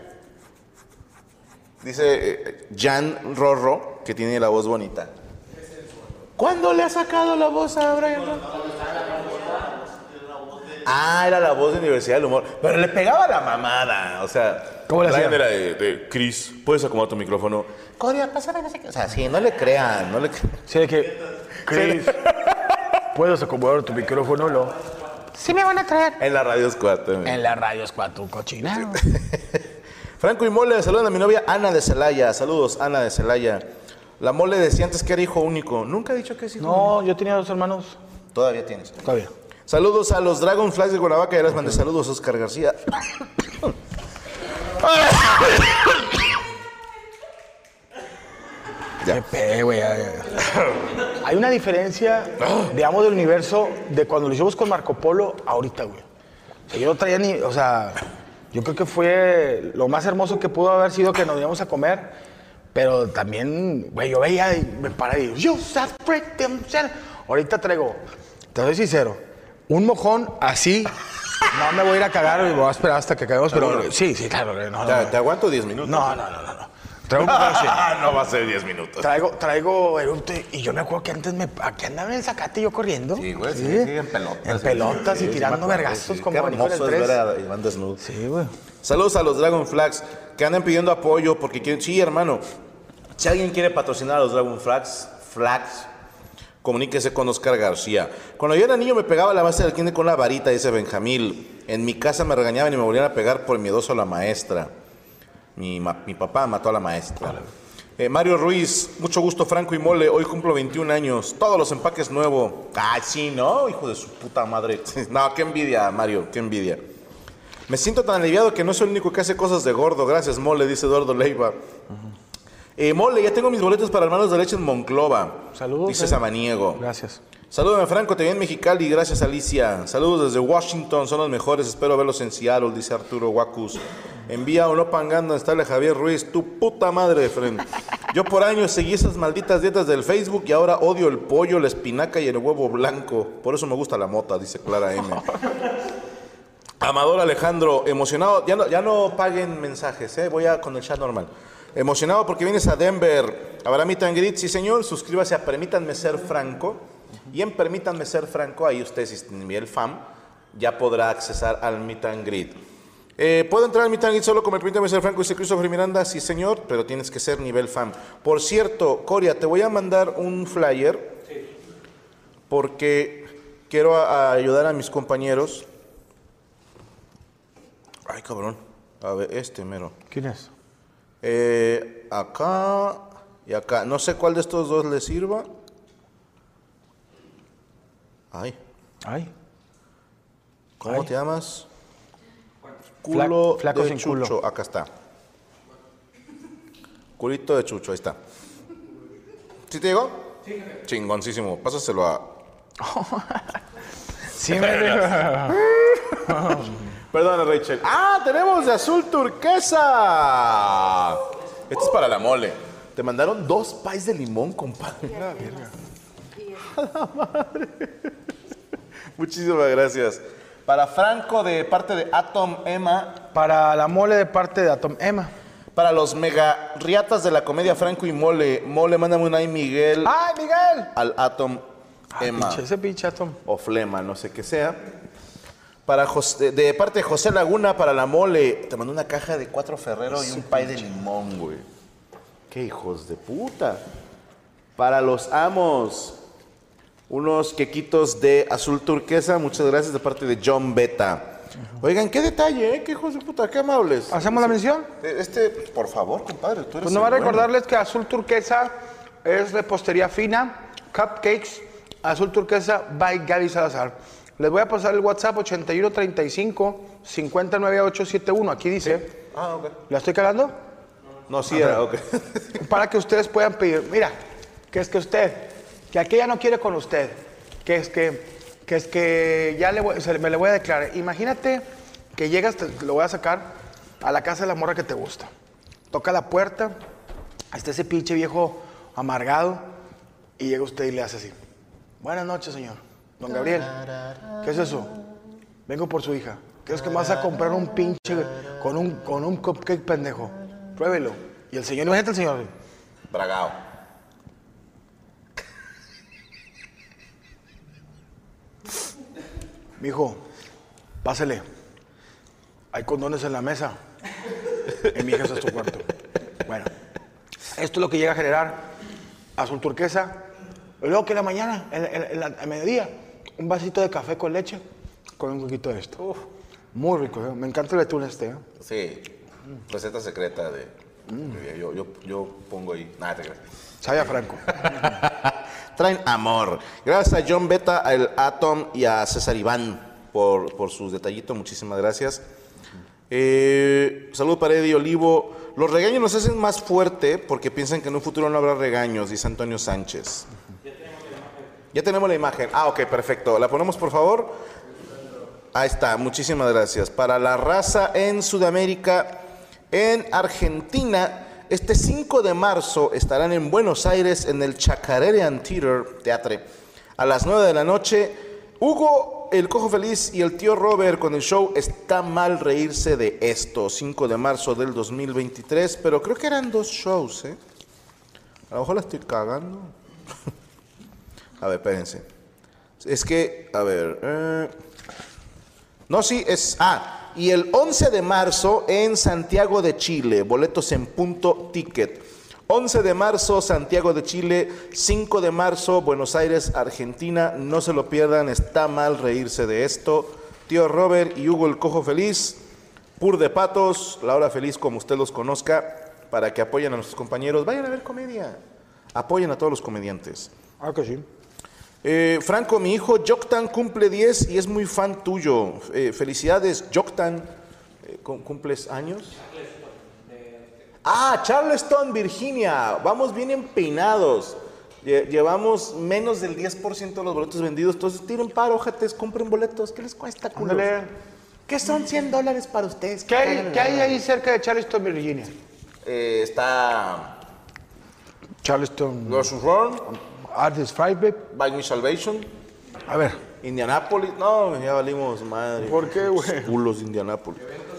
Dice eh, Jan Rorro, que tiene la voz bonita. ¿Cuándo le ha sacado la voz a Brian Ramos? Ah, era la voz de Universidad del Humor. Pero le pegaba la mamada. O sea, ¿cómo le hacía? Era de, de Chris, ¿puedes acomodar tu micrófono? Coria, pásame, no sé qué. O sea, sí, no le crean, no le crean. Sí, de que, Chris, ¿puedes acomodar tu micrófono? Lo... Sí me van a traer. En la Radio Squad también. En la Radio Squad, tu cochinero. Franco y Mole, saludan a mi novia Ana de Celaya. Saludos, Ana de Celaya. La Mole decía antes que era hijo único. Nunca ha dicho que es hijo único. No, yo tenía dos hermanos. Todavía tienes. Todavía. Saludos a los Dragonflies de Guanavaca y las mandes. Saludos, Oscar García. Ya. Qué pe, güey. Hay una diferencia, digamos, del universo de cuando lo hicimos con Marco Polo ahorita, güey. O sea, yo no traía ni, o sea, yo creo que fue lo más hermoso que pudo haber sido que nos íbamos a comer, pero también, güey, yo veía y me paraba y yo, ahorita traigo, te soy sincero, un mojón así, no me voy a ir a cagar y voy a esperar hasta que caigamos, pero no, sí, sí, claro. No, no, ¿Te, no. ¿Te aguanto diez minutos? No, no, no, no. no. Traigo un mojón así. No va a ser diez minutos. Traigo, traigo eructo y yo me acuerdo que antes me, aquí andaba en el Zacate yo corriendo. Sí, güey, sí, sí, sí, en pelotas. En pelotas sí, y sí, tirando sí, vergazos sí, como qué Bonico en el hermoso es tres. ver a Iván desnudo. Sí, güey. Saludos a los Dragonflags que andan pidiendo apoyo porque quieren... Sí, hermano, si alguien quiere patrocinar a los Dragonflags, Flags, comuníquese con Oscar García. Cuando yo era niño me pegaba la base del kinder con la varita, dice Benjamín. En mi casa me regañaban y me volvían a pegar por miedoso a la maestra. Mi, ma, mi papá mató a la maestra. Eh, Mario Ruiz, mucho gusto, Franco y Mole. Hoy cumplo veintiún años. Todos los empaques nuevos. Ay, sí, ¿no? Hijo de su puta madre. No, qué envidia, Mario, qué envidia. Me siento tan aliviado que no soy el único que hace cosas de gordo. Gracias, Mole, dice Eduardo Leiva. Uh-huh. eh, Mole, ya tengo mis boletos para Hermanos de Leche en Monclova. Saludos. Dice eh. Samaniego. Gracias. Salúdame, Franco, te vi en Mexicali. Gracias, Alicia. Saludos desde Washington, son los mejores. Espero verlos en Seattle, dice Arturo Wacus. Envía o no pangando a estarle Javier Ruiz. Tu puta madre, friend. Yo por años seguí esas malditas dietas del Facebook y ahora odio el pollo, la espinaca y el huevo blanco. Por eso me gusta la mota, dice Clara M. Amador Alejandro, emocionado. Ya no, ya no paguen mensajes, ¿eh? Voy a con el chat normal. Emocionado porque vienes a Denver. ¿Habrá meet and greet? Sí, señor. Suscríbase a Permítanme Ser Franco. Y en Permítanme Ser Franco, ahí usted, si tiene nivel fan, ya podrá accesar al meet and greet. Eh, ¿Puedo entrar al meet and greet solo con el Permítanme Ser Franco? Dice Christopher Miranda. Sí, señor, pero tienes que ser nivel fan. Por cierto, Coria, te voy a mandar un flyer. Sí. Porque quiero a, a ayudar a mis compañeros. Ay, cabrón. A ver, este mero. ¿Quién es? Eh, acá y acá. No sé cuál de estos dos le sirva. Ay. Ay. ¿Cómo Ay. te llamas? Culo Flaco de sin Chucho. culo. Acá está. Culito de Chucho, ahí está. ¿Sí te llegó? Sí. Chingoncísimo. Pásaselo a... Sí, me... Perdona, Rachel. ¡Ah! Tenemos de azul turquesa. Este es para la Mole. Te mandaron dos pies de limón, compadre. La verga. A la madre. Muchísimas gracias. Para Franco, de parte de Atom Emma. Para la Mole, de parte de Atom Emma. Para los mega riatas de la comedia Franco y Mole. Mole, mándame un ay, Miguel. ¡Ay, Miguel! Al Atom Ay, Emma. Pinche, ese pinche Atom. O Flema, no sé qué sea. Para José, de parte de José Laguna, para la Mole, te mandó una caja de cuatro Ferrero y un pie de limón, güey. Qué hijos de puta. Para los amos, unos quequitos de azul turquesa, muchas gracias, de parte de John Beta. Uh-huh. Oigan, qué detalle, ¿eh? Qué hijos de puta, qué amables. ¿Hacemos la mención? Este, por favor, compadre, tú eres Pues nomás el bueno. recordarles que azul turquesa es repostería fina, cupcakes, azul turquesa by Gaby Salazar. Les voy a pasar el WhatsApp ochenta y uno treinta y cinco cincuenta y nueve ocho setenta y uno. Aquí dice. ¿Sí? Ah, ok. ¿La estoy cagando? No, sí era, ok. Para que ustedes puedan pedir. Mira, que es que usted, que aquella no quiere con usted, que es que, que es que ya le voy, se, me le voy a declarar. Imagínate que llegas, te, lo voy a sacar a la casa de la morra que te gusta. Toca la puerta, está ese pinche viejo amargado y llega usted y le hace así. Buenas noches, señor. Don Gabriel, ¿qué es eso? Vengo por su hija. ¿Qué es que me vas a comprar un pinche con un, con un cupcake pendejo? Pruébelo. Y el señor, imagínate el señor. Bragao. Mijo, Pásele. Hay condones en la mesa. En mi hija es tu cuarto. Bueno, esto es lo que llega a generar azul turquesa. Y luego que en la mañana, en, en, en la, a mediodía, un vasito de café con leche con un poquito de esto. Uf, muy rico, ¿eh? Me encanta el atún este. ¿eh? Sí, receta secreta de... Mm. Yo, yo, yo pongo ahí... Nada, te creas. Sabe a Franco. Traen amor. Gracias a John Beta, al Atom y a César Iván por, por sus detallitos. Muchísimas gracias. Eh, salud para Eddie Olivo. Los regaños nos hacen más fuerte porque piensan que en un futuro no habrá regaños, dice Antonio Sánchez. Ya tenemos la imagen. Ya tenemos la imagen. Ah, ok, perfecto. ¿La ponemos, por favor? Ahí está. Muchísimas gracias. Para la raza en Sudamérica, en Argentina... Este cinco de marzo estarán en Buenos Aires en el Chacarerian Theater, Teatre, a las nueve de la noche. Hugo, el Cojo Feliz y el tío Robert con el show Está Mal Reírse de Esto, cinco de marzo del dos mil veintitrés, pero creo que eran dos shows, ¿eh? A lo mejor la estoy cagando. A ver, espérense. Es que, a ver... Eh... No, sí, es... Ah... Y el once de marzo en Santiago de Chile, boletos en Punto Ticket. once de marzo, Santiago de Chile. cinco de marzo, Buenos Aires, Argentina. No se lo pierdan, Está Mal Reírse de Esto. Tío Robert y Hugo el Cojo Feliz. Pur de Patos, La Hora Feliz, como usted los conozca, para que apoyen a nuestros compañeros. Vayan a ver comedia. Apoyen a todos los comediantes. Ah, que sí. Eh, Franco, mi hijo Joktan cumple diez y es muy fan tuyo. Eh, felicidades, Joktan. Eh, ¿Cumples años? Ah, Charleston, Virginia. Vamos bien empeinados. Lle llevamos menos del diez por ciento de los boletos vendidos. Entonces tiren paro, ojetes, compren boletos. ¿Qué les cuesta, culos? Ándale. ¿Qué son cien dólares para ustedes? ¿Qué hay, ¿qué hay ahí cerca de Charleston, Virginia? Eh, está... Charleston... Los Run. Artist Friday. By Me Salvation. A ver. Indianapolis. No, ya valimos madre. ¿Por qué, güey? Culos de Indianapolis.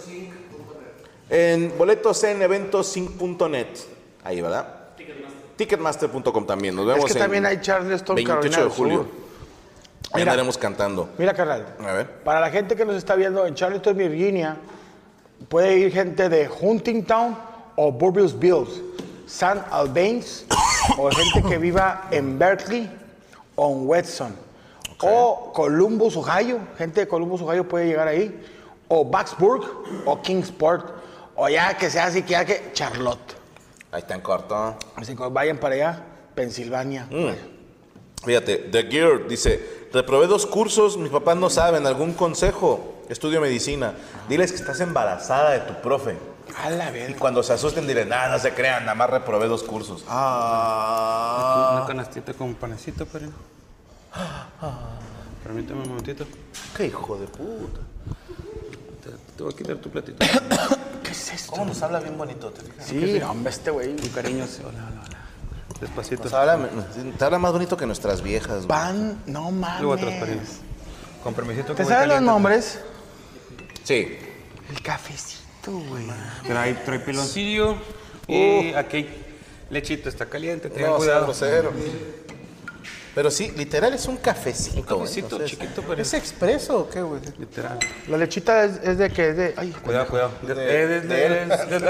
En boletos en eventos sync punto net. Ahí, ¿verdad? Ticketmaster punto com también. Nos vemos es que en también hay Charleston, Carolina veintiocho de del julio. Sur. Ahí Mira. andaremos cantando. Mira, carnal. A ver. Para la gente que nos está viendo en Charleston, Virginia, puede ir gente de Huntington o Burrillsville, San Albans, o gente que viva en Berkeley o en Weston. Okay. O Columbus, Ohio. Gente de Columbus, Ohio puede llegar ahí. O Blacksburg o Kingsport. O ya que sea así que ya que Charlotte. Ahí está en corto. Así que vayan para allá, Pensilvania. Mm. Fíjate, The Gear dice, reprobé dos cursos, mis papás no saben, ¿algún consejo? Estudio medicina. Diles que estás embarazada de tu profe. A la verga. Y cuando se asusten, diré, nada, no se crean, nada más reprobé dos cursos. Ah. Una canastita con panecito, pero... Permítame un momentito. Qué hijo de puta. Te, te voy a quitar tu platito. ¿Qué es esto? ¿Cómo nos habla bien bonito? ¿Te fijas? Sí, hombre, este güey. Un cariño. Sí. Hola, hola, hola. Despacito. Nos habla, te habla más bonito que nuestras viejas. Güey. Pan, no mames. Luego transparente. Con permisito. ¿Te sabes los nombres? Sí. El cafecito, güey. Trae, trae piloncillo. Y aquí lechita está caliente. Ten No, cuidado. grosero. Pero sí, literal es un cafecito. Un cafecito ¿eh? No sé, chiquito, pero... ¿Es expreso o qué, güey? Literal. La lechita es, es de que es de. Ay, Cuidado, cuidado. De- Eh, de- de- de- de- de-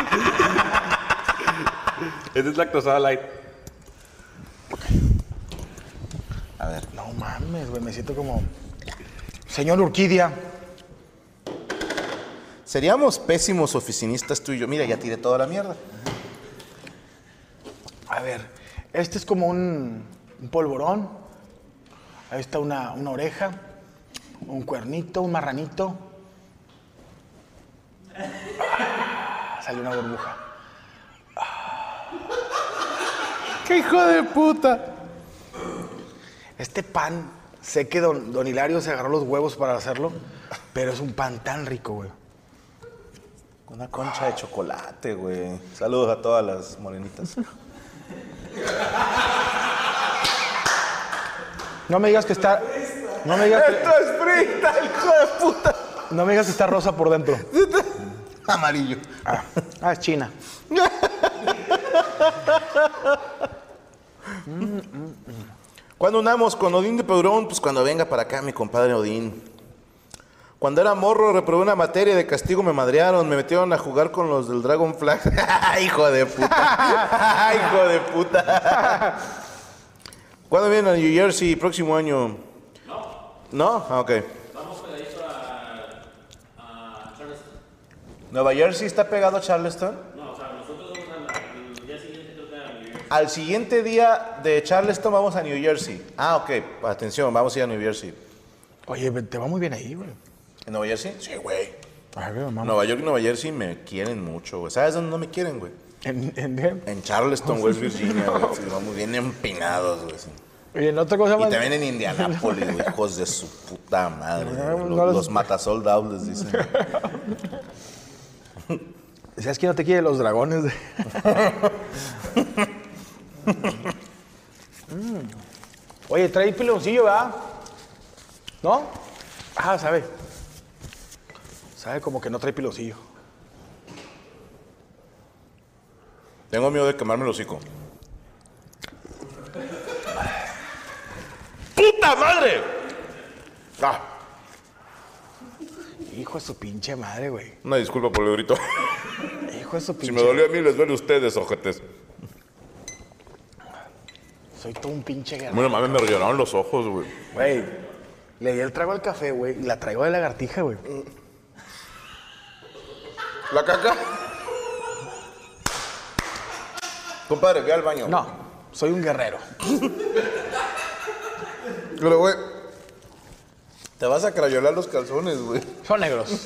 Es deslactosada light. A ver. no mames, güey. Me siento como. Señor Urquidia. Seríamos pésimos oficinistas tú y yo. Mira, ya tiré toda la mierda. A ver, este es como un, un polvorón. Ahí está una, una oreja, un cuernito, un marranito. Ah, salió una burbuja. Ah. ¡Qué hijo de puta! Este pan, sé que don, don Hilario se agarró los huevos para hacerlo, pero es un pan tan rico, güey. Una concha de chocolate, güey. Saludos a todas las morenitas. No me digas que está... No me digas que, ¡Esto es frita, hijo de puta! no me digas que está rosa por dentro. Amarillo. Ah, ah, es China. ¿Cuándo unamos con Odín de Pedrón? Pues cuando venga para acá mi compadre Odín. Cuando era morro, reprobé una materia de castigo, me madrearon, me metieron a jugar con los del Dragon Flag. Hijo de puta. Hijo de puta. ¿Cuándo vienen a New Jersey? ¿Próximo año? No. ¿No? Ah, ok. Vamos pegadito a, a Charleston. ¿Nueva Jersey está pegado a Charleston? No, o sea, nosotros vamos al, al día siguiente creo que a New Jersey. Al siguiente día de Charleston vamos a New Jersey. Ah, ok. Atención, vamos a ir a New Jersey. Oye, te va muy bien ahí, güey. ¿En Nueva Jersey? Sí, güey. Ay, güey, mamá. Nueva York y Nueva Jersey me quieren mucho, güey. ¿Sabes dónde no me quieren, güey? ¿En, en, en? En Charleston, West Virginia, güey. Sí, vamos bien empinados, güey. Sí. Oye, en otra cosa Y más. también en Indianápolis, güey, hijos de su puta madre. No, Los, no los- los matasoldados les dicen. ¿Sabes quién no te quiere? Los dragones. De... Mm. Oye, trae piloncillo, ¿verdad? ¿No? Ah, sabe. Sabe como que no trae piloncillo. Tengo miedo de quemarme el hocico. ¡Puta madre! Ah, Hijo de su pinche madre, güey. una disculpa por el grito. Hijo de su pinche. Si me dolió a mí, les duele a ustedes, ojetes. Soy todo un pinche guerrero. Bueno, mames, me rellenaron los ojos, güey. Güey, le di el trago al café, güey, y la traigo de lagartija, güey. ¿La caca? Compadre, ve al baño. No, soy un guerrero. Pero, güey, te vas a crayolar los calzones, güey. Son negros.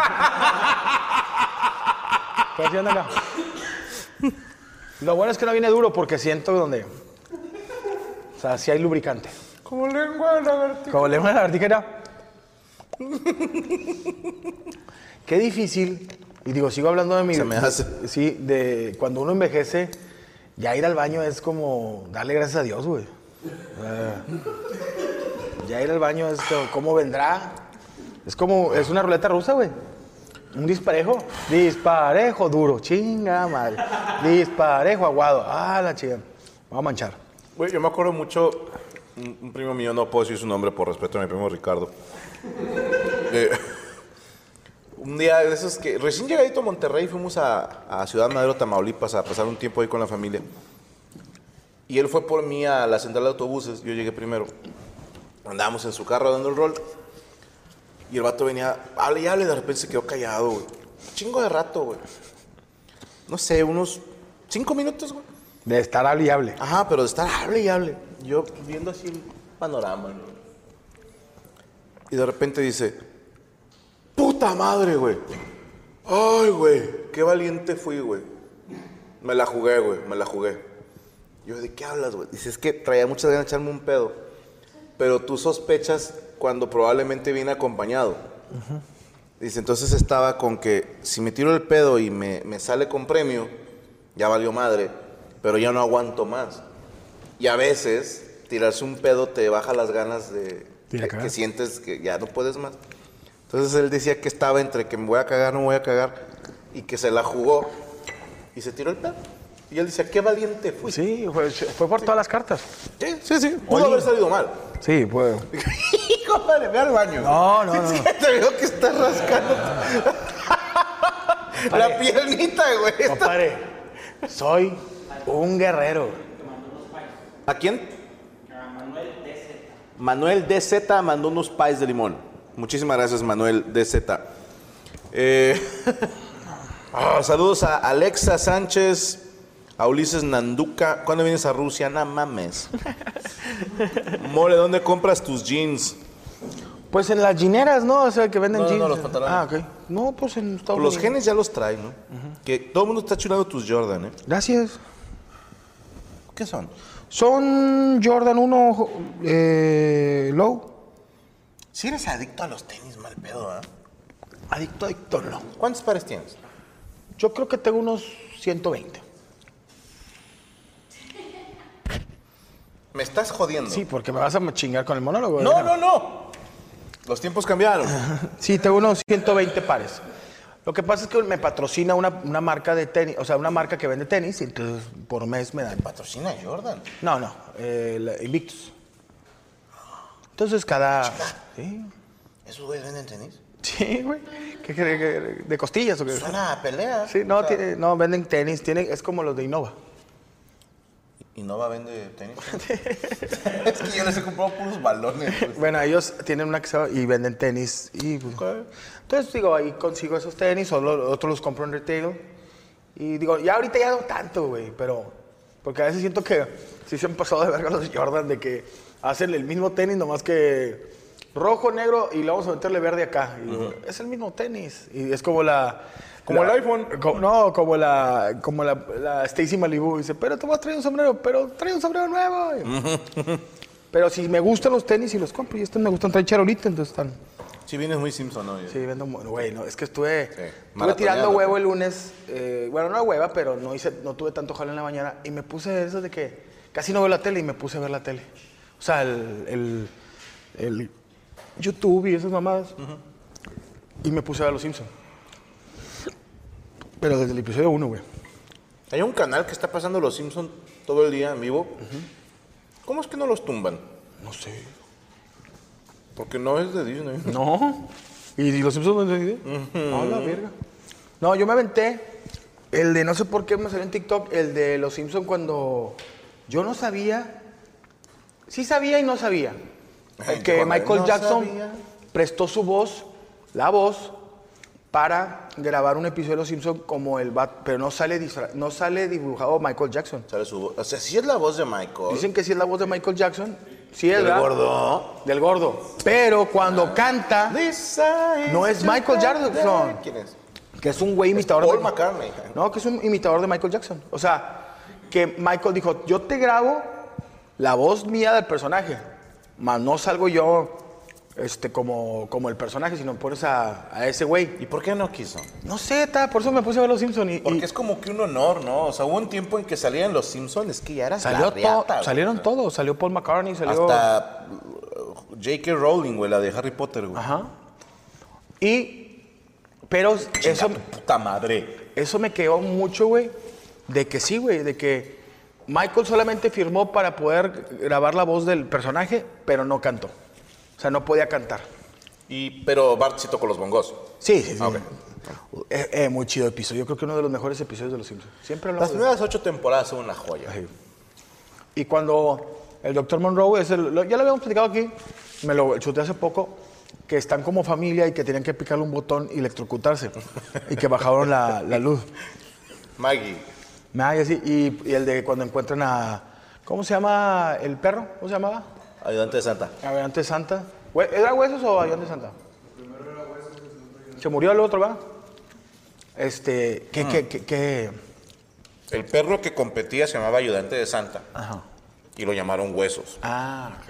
Pues sí, anda acá. Lo bueno es que no viene duro porque siento donde... O sea, sí hay lubricante. Como lengua de lagartija. Como lengua de lagartija era... Qué difícil. Y digo, sigo hablando de mi... Se me hace. Sí, de cuando uno envejece, ya ir al baño es como darle gracias a Dios, güey. Eh, ya ir al baño es como, ¿cómo vendrá? Es como, es una ruleta rusa, güey. Un disparejo. Disparejo duro. Chinga madre. Disparejo aguado. Ah, la chica. Vamos a manchar. Güey, yo me acuerdo mucho, un, un primo mío, no puedo decir su nombre por respeto a mi primo Ricardo. Eh, un día de esos que, recién llegadito a Monterrey, fuimos a, a Ciudad Madero, Tamaulipas, a pasar un tiempo ahí con la familia. Y él fue por mí a la central de autobuses, yo llegué primero. Andábamos en su carro dando el rol. Y el vato venía, hable y hable, y de repente se quedó callado, güey. Chingo de rato, güey. No sé, unos cinco minutos, güey. De estar hable y hable. Ajá, pero de estar hable y hable. Yo viendo así el panorama, ¿no? Y de repente dice, ¡puta madre, güey! ¡Ay, güey! ¡Qué valiente fui, güey! Me la jugué, güey, me la jugué. Yo, ¿de qué hablas, güey? Dice, es que traía muchas ganas de echarme un pedo. Pero tú sospechas cuando probablemente viene acompañado. Uh-huh. Dice, entonces estaba con que si me tiro el pedo y me, me sale con premio, ya valió madre. Pero ya no aguanto más. Y a veces, tirarse un pedo te baja las ganas de... Que, que sientes que ya no puedes más. Entonces él decía que estaba entre que me voy a cagar, no me voy a cagar, y que se la jugó y se tiró el pedo. Y él decía, qué valiente fui. Sí, fue, fue por sí. Todas las cartas. Sí, sí, sí. Pudo Oye. haber salido mal. Sí, puede. Compadre, ve al baño. No, no, no. Sí, te veo que estás rascando. La piernita, güey. Compadre, soy un guerrero. ¿A quién? A Manuel D Z. Manuel D Z mandó unos pies de limón. Muchísimas gracias, Manuel D Z. Eh, oh, saludos a Alexa Sánchez, a Ulises Nanduca. ¿Cuándo vienes a Rusia? No mames. Mole, ¿dónde compras tus jeans? Pues en las gineras, ¿no? O sea, que venden no, jeans. No, los pantalones. Ah, ok. No, pues en Estados Los Unidos. genes ya los traen, ¿no? Uh-huh. Que todo el mundo está chulando tus Jordan, ¿eh? Gracias. ¿Qué son? Son Jordan uno eh, Low. Si eres adicto a los tenis, mal pedo, ¿eh? Adicto, adicto, no. ¿Cuántos pares tienes? Yo creo que tengo unos ciento veinte. ¿Me estás jodiendo? Sí, porque me vas a chingar con el monólogo. No, no, no. Los tiempos cambiaron. Sí, tengo unos ciento veinte pares. Lo que pasa es que me patrocina una, una marca de tenis, o sea, una marca que vende tenis, y entonces por mes me dan. ¿Patrocina Jordan? No, no, eh, Invictus. Entonces cada... ¿Sí? ¿Esos güeyes venden tenis? Sí, güey. ¿Qué, qué, qué, ¿De costillas o qué? Suena a pelea. Sí, no, O sea, tiene, no, venden tenis, tiene, es como los de Innova. ¿Innova vende tenis? Es que yo les he comprado puros balones. Pues. Bueno, ellos tienen una que se llama- y venden tenis. Y, pues, entonces, digo, ahí consigo esos tenis, o lo- otros los compro en retail. Y digo, ya ahorita ya no tanto, güey, pero... Porque a veces siento que sí se han pasado de verga los Jordan, de que hacen el mismo tenis, nomás que rojo, negro, y le vamos a meterle verde acá. Y digo, es el mismo tenis. Y es como la... Como la- el iPhone. co- no, como la, como la, la Stacy Malibu. Dice, pero te vas a traer un sombrero, pero trae un sombrero nuevo. Pero si me gustan los tenis y los compro. Y estos me gustan, trae charolita, entonces están... Sí, vienes muy Simpson hoy. Sí, vendo... mu- Güey, no, es que estuve, Sí, estuve maratoneando. tirando huevo el lunes. eh, bueno, no hueva, pero no, hice, no tuve tanto jale en la mañana. Y me puse eso de que casi no veo la tele y me puse a ver la tele. O sea, el, el, el YouTube y esas mamadas. Y me puse a ver Los Simpsons. Pero desde el episodio uno, güey. Hay un canal que está pasando Los Simpson todo el día en vivo. ¿Cómo es que no los tumban? No sé. Porque no es de Disney. No. ¿Y Los Simpsons no es No, la verga. No, yo me aventé el de, no sé por qué me salió en TikTok, el de Los Simpsons cuando yo no sabía, sí sabía y no sabía. Ay, El que cuando Michael no Jackson sabía. prestó su voz, la voz, para grabar un episodio de Los Simpsons como el bat, pero no sale, disfra- no sale dibujado Michael Jackson. Sale su voz. O sea, sí es la voz de Michael. Dicen que sí es la voz de Michael Jackson. Sí es, ¿El ¿verdad? gordo? Del gordo. Pero cuando canta, Lisa no es is Michael the Jackson. birthday. ¿Quién es? que es un güey imitador Paul de McCartney. No, que es un imitador de Michael Jackson. O sea, que Michael dijo, yo te grabo la voz mía del personaje, más no salgo yo este, como, como el personaje, sino pones a, a ese güey. ¿Y por qué no quiso? No sé, ta, por eso me puse a ver Los Simpsons. Y, Porque y es como que un honor, ¿no? O sea, hubo un tiempo en que salían Los Simpsons, es que ya eras salió la riata, to- güey. salieron todos. Salió Paul McCartney, salió... Hasta uh, J K. Rowling, güey, la de Harry Potter, güey. Ajá. Y... Pero eso, Chinga tu puta madre. eso me quedó mucho, güey, de que sí, güey, de que Michael solamente firmó para poder grabar la voz del personaje, pero no cantó. O sea, no podía cantar. Y, pero Bart sí tocó los bongos. Sí, sí, sí. Ah, ok. Eh, eh, muy chido episodio. Yo creo que uno de los mejores episodios de Los Simpsons. Siempre hablamos Las de primeras ocho temporadas son una joya. eso. Y cuando el doctor Monroe, es el, lo- ya lo habíamos platicado aquí, me lo chuté hace poco, que están como familia y que tenían que picarle un botón y electrocutarse. Y que bajaron la, la luz. Maggie. Nada, y, así, y, y el de cuando encuentran a... ¿Cómo se llama el perro? ¿Cómo se llamaba? Ayudante de Santa. Ayudante de Santa. Hue- ¿Era Huesos o Ayudante de Santa? Primero era Huesos. Se murió el otro, ¿va? Este, ¿qué, qué, qué, qué? El perro que competía se llamaba Ayudante de Santa. Ajá. Y lo llamaron Huesos. Ah, ok.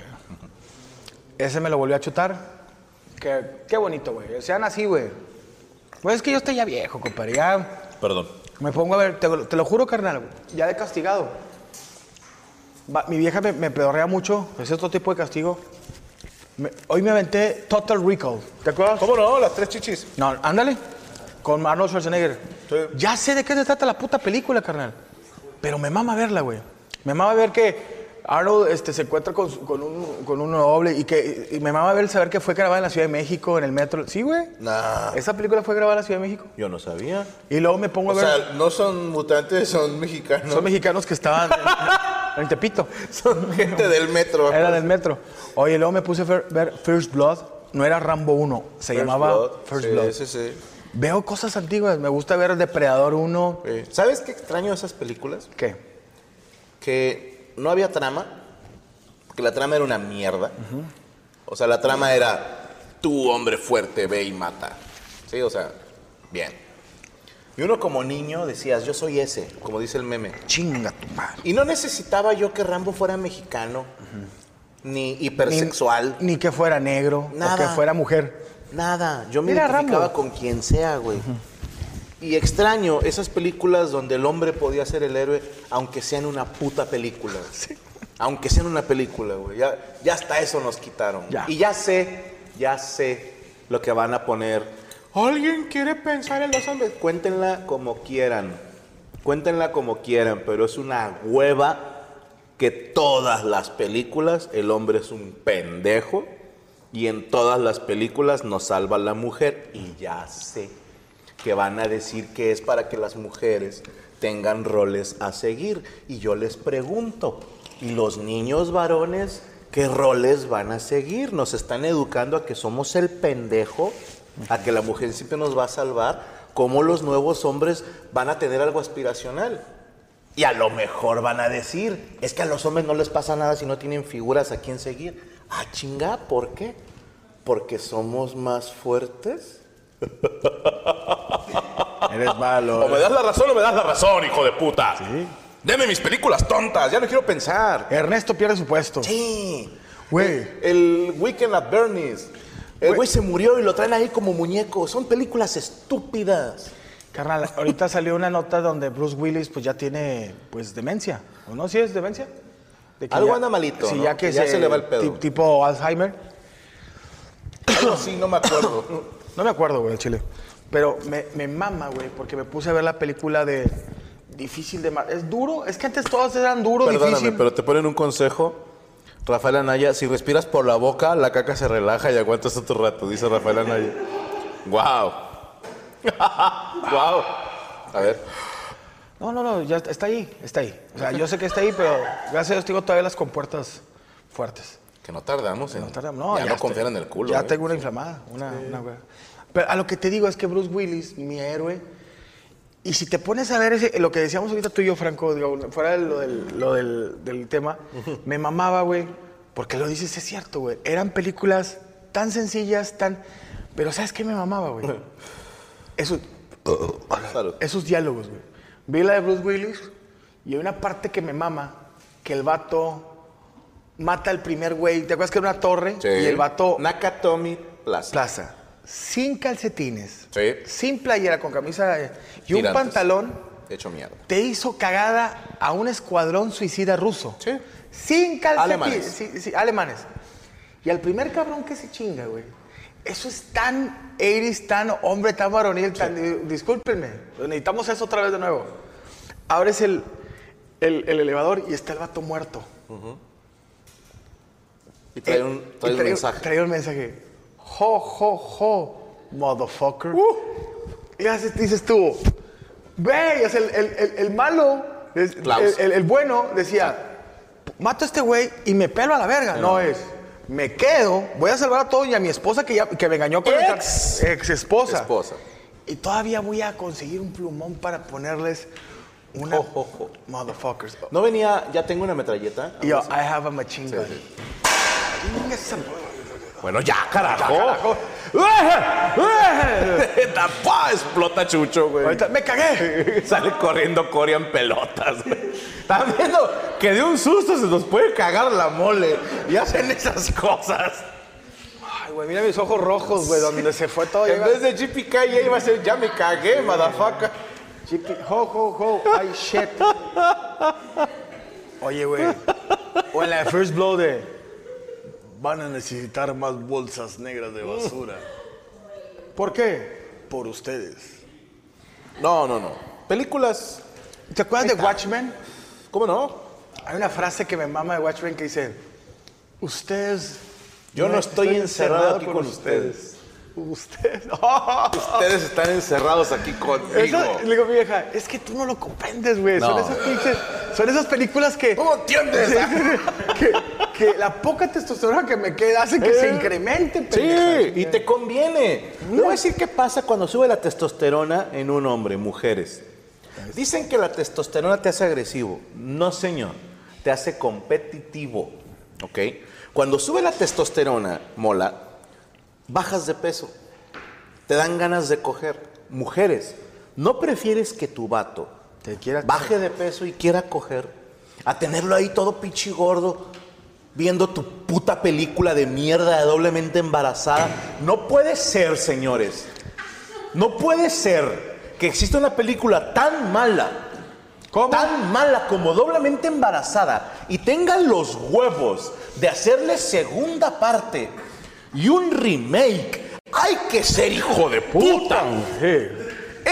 Ese me lo volvió a chutar. Qué, qué bonito, güey. Sean así, güey. Pues es que yo estoy ya viejo, compadre. Ya Perdón. me pongo a ver, te, te lo juro, carnal, güey, ya de castigado. Va, mi vieja me, me pedorrea mucho, es otro tipo de castigo. Me- hoy me aventé Total Recall. ¿Te acuerdas? ¿Cómo no? Las tres chichis. No, ándale. Con Arnold Schwarzenegger. Sí. Ya sé de qué se trata la puta película, carnal. Pero me mama verla, güey. Me mama ver que Arnold este, se encuentra con, su- con, un, con un noble y que y me mama ver saber que fue grabada en la Ciudad de México, en el metro. Sí, güey. Nah. Esa película fue grabada en la Ciudad de México. Yo no sabía. Y luego me pongo O a ver. sea, no son mutantes, son mexicanos. Son mexicanos que estaban en, en Tepito. Son gente del metro. Era del metro. Oye, luego me puse a ver, ver First Blood. No era Rambo uno, se First llamaba Blood. First Sí, Blood. sí, sí. Veo cosas antiguas. Me gusta ver Depredador uno. Sí. ¿Sabes qué extraño de esas películas? ¿Qué? Que no había trama, que la trama era una mierda. O sea, la trama era, tú, hombre fuerte, ve y mata. Sí, o sea, bien. Y uno como niño decías, yo soy ese, como dice el meme. Chinga tu madre. Y no necesitaba yo que Rambo fuera mexicano, ni hipersexual, Ni, ni que fuera negro, Nada. o que fuera mujer. nada. Yo me Mira, identificaba Rambo. con quien sea, güey. Y extraño esas películas donde el hombre podía ser el héroe, aunque sea en una puta película. Aunque sea en una película, güey. Ya, ya hasta eso nos quitaron. Ya. Y ya sé, ya sé lo que van a poner. ¿Alguien quiere pensar en los hombres? Cuéntenla como quieran. Cuéntenla como quieran, pero es una hueva que todas las películas el hombre es un pendejo Y en todas las películas nos salva la mujer. Y ya sé que van a decir que es para que las mujeres tengan roles a seguir. Y yo les pregunto, ¿y los niños varones qué roles van a seguir? Nos están educando a que somos el pendejo, a que la mujer siempre nos va a salvar. ¿Cómo los nuevos hombres van a tener algo aspiracional? Y a lo mejor van a decir, es que a los hombres no les pasa nada si no tienen figuras a quien seguir. Ah, chinga, ¿por qué? ¿Porque somos más fuertes? Eres malo. O me das la razón o me das la razón, hijo de puta. Sí. Deme mis películas tontas, ya no quiero pensar. Ernesto pierde su puesto. Sí. Güey. El, el Weekend at Bernie's. El güey se murió y lo traen ahí como muñeco. Son películas estúpidas. Carnal, ahorita salió una nota donde Bruce Willis pues ya tiene pues demencia. ¿O no? ¿Sí es demencia? De que Algo ya- anda malito, Sí, ¿no? ya que, Que ya se le va el pedo. ti- Tipo Alzheimer. Algo así, no me acuerdo. No me acuerdo, güey, el chile. Pero me, me mama, güey, porque me puse a ver la película de Difícil de... ma- ¿Es duro? Es que antes todos eran duro, Perdóname, difícil. pero te ponen un consejo. Rafael Anaya, si respiras por la boca, la caca se relaja y aguantas otro rato, dice Rafael Anaya. ¡Guau! ¡Guau! A ver. No, no, no, ya está ahí, está ahí. O sea, yo sé que está ahí, pero gracias a Dios tengo todavía las compuertas fuertes. Que no tardamos en... No tardamos, no, ya, no estoy- confiar en el culo. Ya ¿eh? tengo una inflamada, una, una güey. Pero a lo que te digo es que Bruce Willis, mi héroe, y si te pones a ver ese, lo que decíamos ahorita tú y yo, Franco, digo, fuera de lo del, lo del, del tema, me mamaba, güey, porque lo dices, es cierto, güey. Eran películas tan sencillas, tan... Pero ¿sabes qué me mamaba, güey? Esos, Salud. esos diálogos, güey. Vi la de Bruce Willis y hay una parte que me mama, que el vato mata al primer güey. ¿Te acuerdas que era una torre? Sí. Y el vato... Nakatomi Plaza. Plaza. Sin calcetines. Sí. Sin playera, con camisa eh, y un Tirantes. pantalón. Hecho mierda. Te hizo cagada a un escuadrón suicida ruso. Sí. Sin calcetines. Alemanes. Sí, sí, alemanes. Y al primer cabrón que se chinga, güey. Eso es tan ochenta, tan hombre, tan varonil, tan... eh, Discúlpenme, necesitamos eso otra vez de nuevo. Abres el, el, el elevador y está el vato muerto. Y trae Eh, un, y trae un mensaje. Trae un mensaje. Jo, jo, jo, motherfucker. Y haces, dices tú, ve, y hace el, el, el, el malo, el, Klaus. el, el bueno decía, mato a este güey y me pelo a la verga. No, es, me quedo, voy a salvar a todo y a mi esposa que, ya, que me engañó con Ex. esta ex esposa. Esposa. Y todavía voy a conseguir un plumón para ponerles una... Jo, jo, jo. Motherfuckers. ¿No venía, ya tengo una metralleta? Y yo, I have a machine gun. sí. Venga esa- Bueno, ya, carajo. carajo. ¡Tapá! Explota Chucho, güey. Ahorita, me cagué. Sale corriendo Coria en pelotas, güey. Están viendo que de un susto se nos puede cagar la mole. Y hacen esas cosas. Ay, güey, mira mis ojos rojos, güey, donde se fue todo. En llega- vez de J P K ya iba a ser ya me cagué, motherfucker. Chiqui, ho, ho, ho, ay, shit. Oye, güey. O en la de First Blow de... Van a necesitar más bolsas negras de basura. ¿Por qué? Por ustedes. No, no, no. Películas. ¿Te acuerdas de Watchmen? ¿Cómo no? Hay una frase que me mama de Watchmen que dice... Ustedes... Yo no estoy encerrado aquí con ustedes. Ustedes... Ustedes están encerrados aquí conmigo. Eso, le digo a mi vieja, es que tú no lo comprendes, güey. Son No. esas pinches, son esas películas que... ¿Cómo entiendes? Sí, sí, sí. que, que la poca testosterona que me queda hace que se incremente, pendeja. Sí, y te conviene. Te voy a decir qué pasa cuando sube la testosterona en un hombre, mujeres. Dicen que la testosterona te hace agresivo. No, señor. Te hace competitivo. ¿Ok? Cuando sube la testosterona, mola, bajas de peso. Te dan ganas de coger. Mujeres, ¿no prefieres que tu vato Te quiera- baje de peso y quiera coger? A tenerlo ahí todo pichi gordo, viendo tu puta película de mierda de doblemente embarazada. No puede ser, señores. No puede ser que exista una película tan mala, tan mala como doblemente embarazada y tengan los huevos de hacerle segunda parte y un remake. ¡Hay que ser hijo de puta! Sí.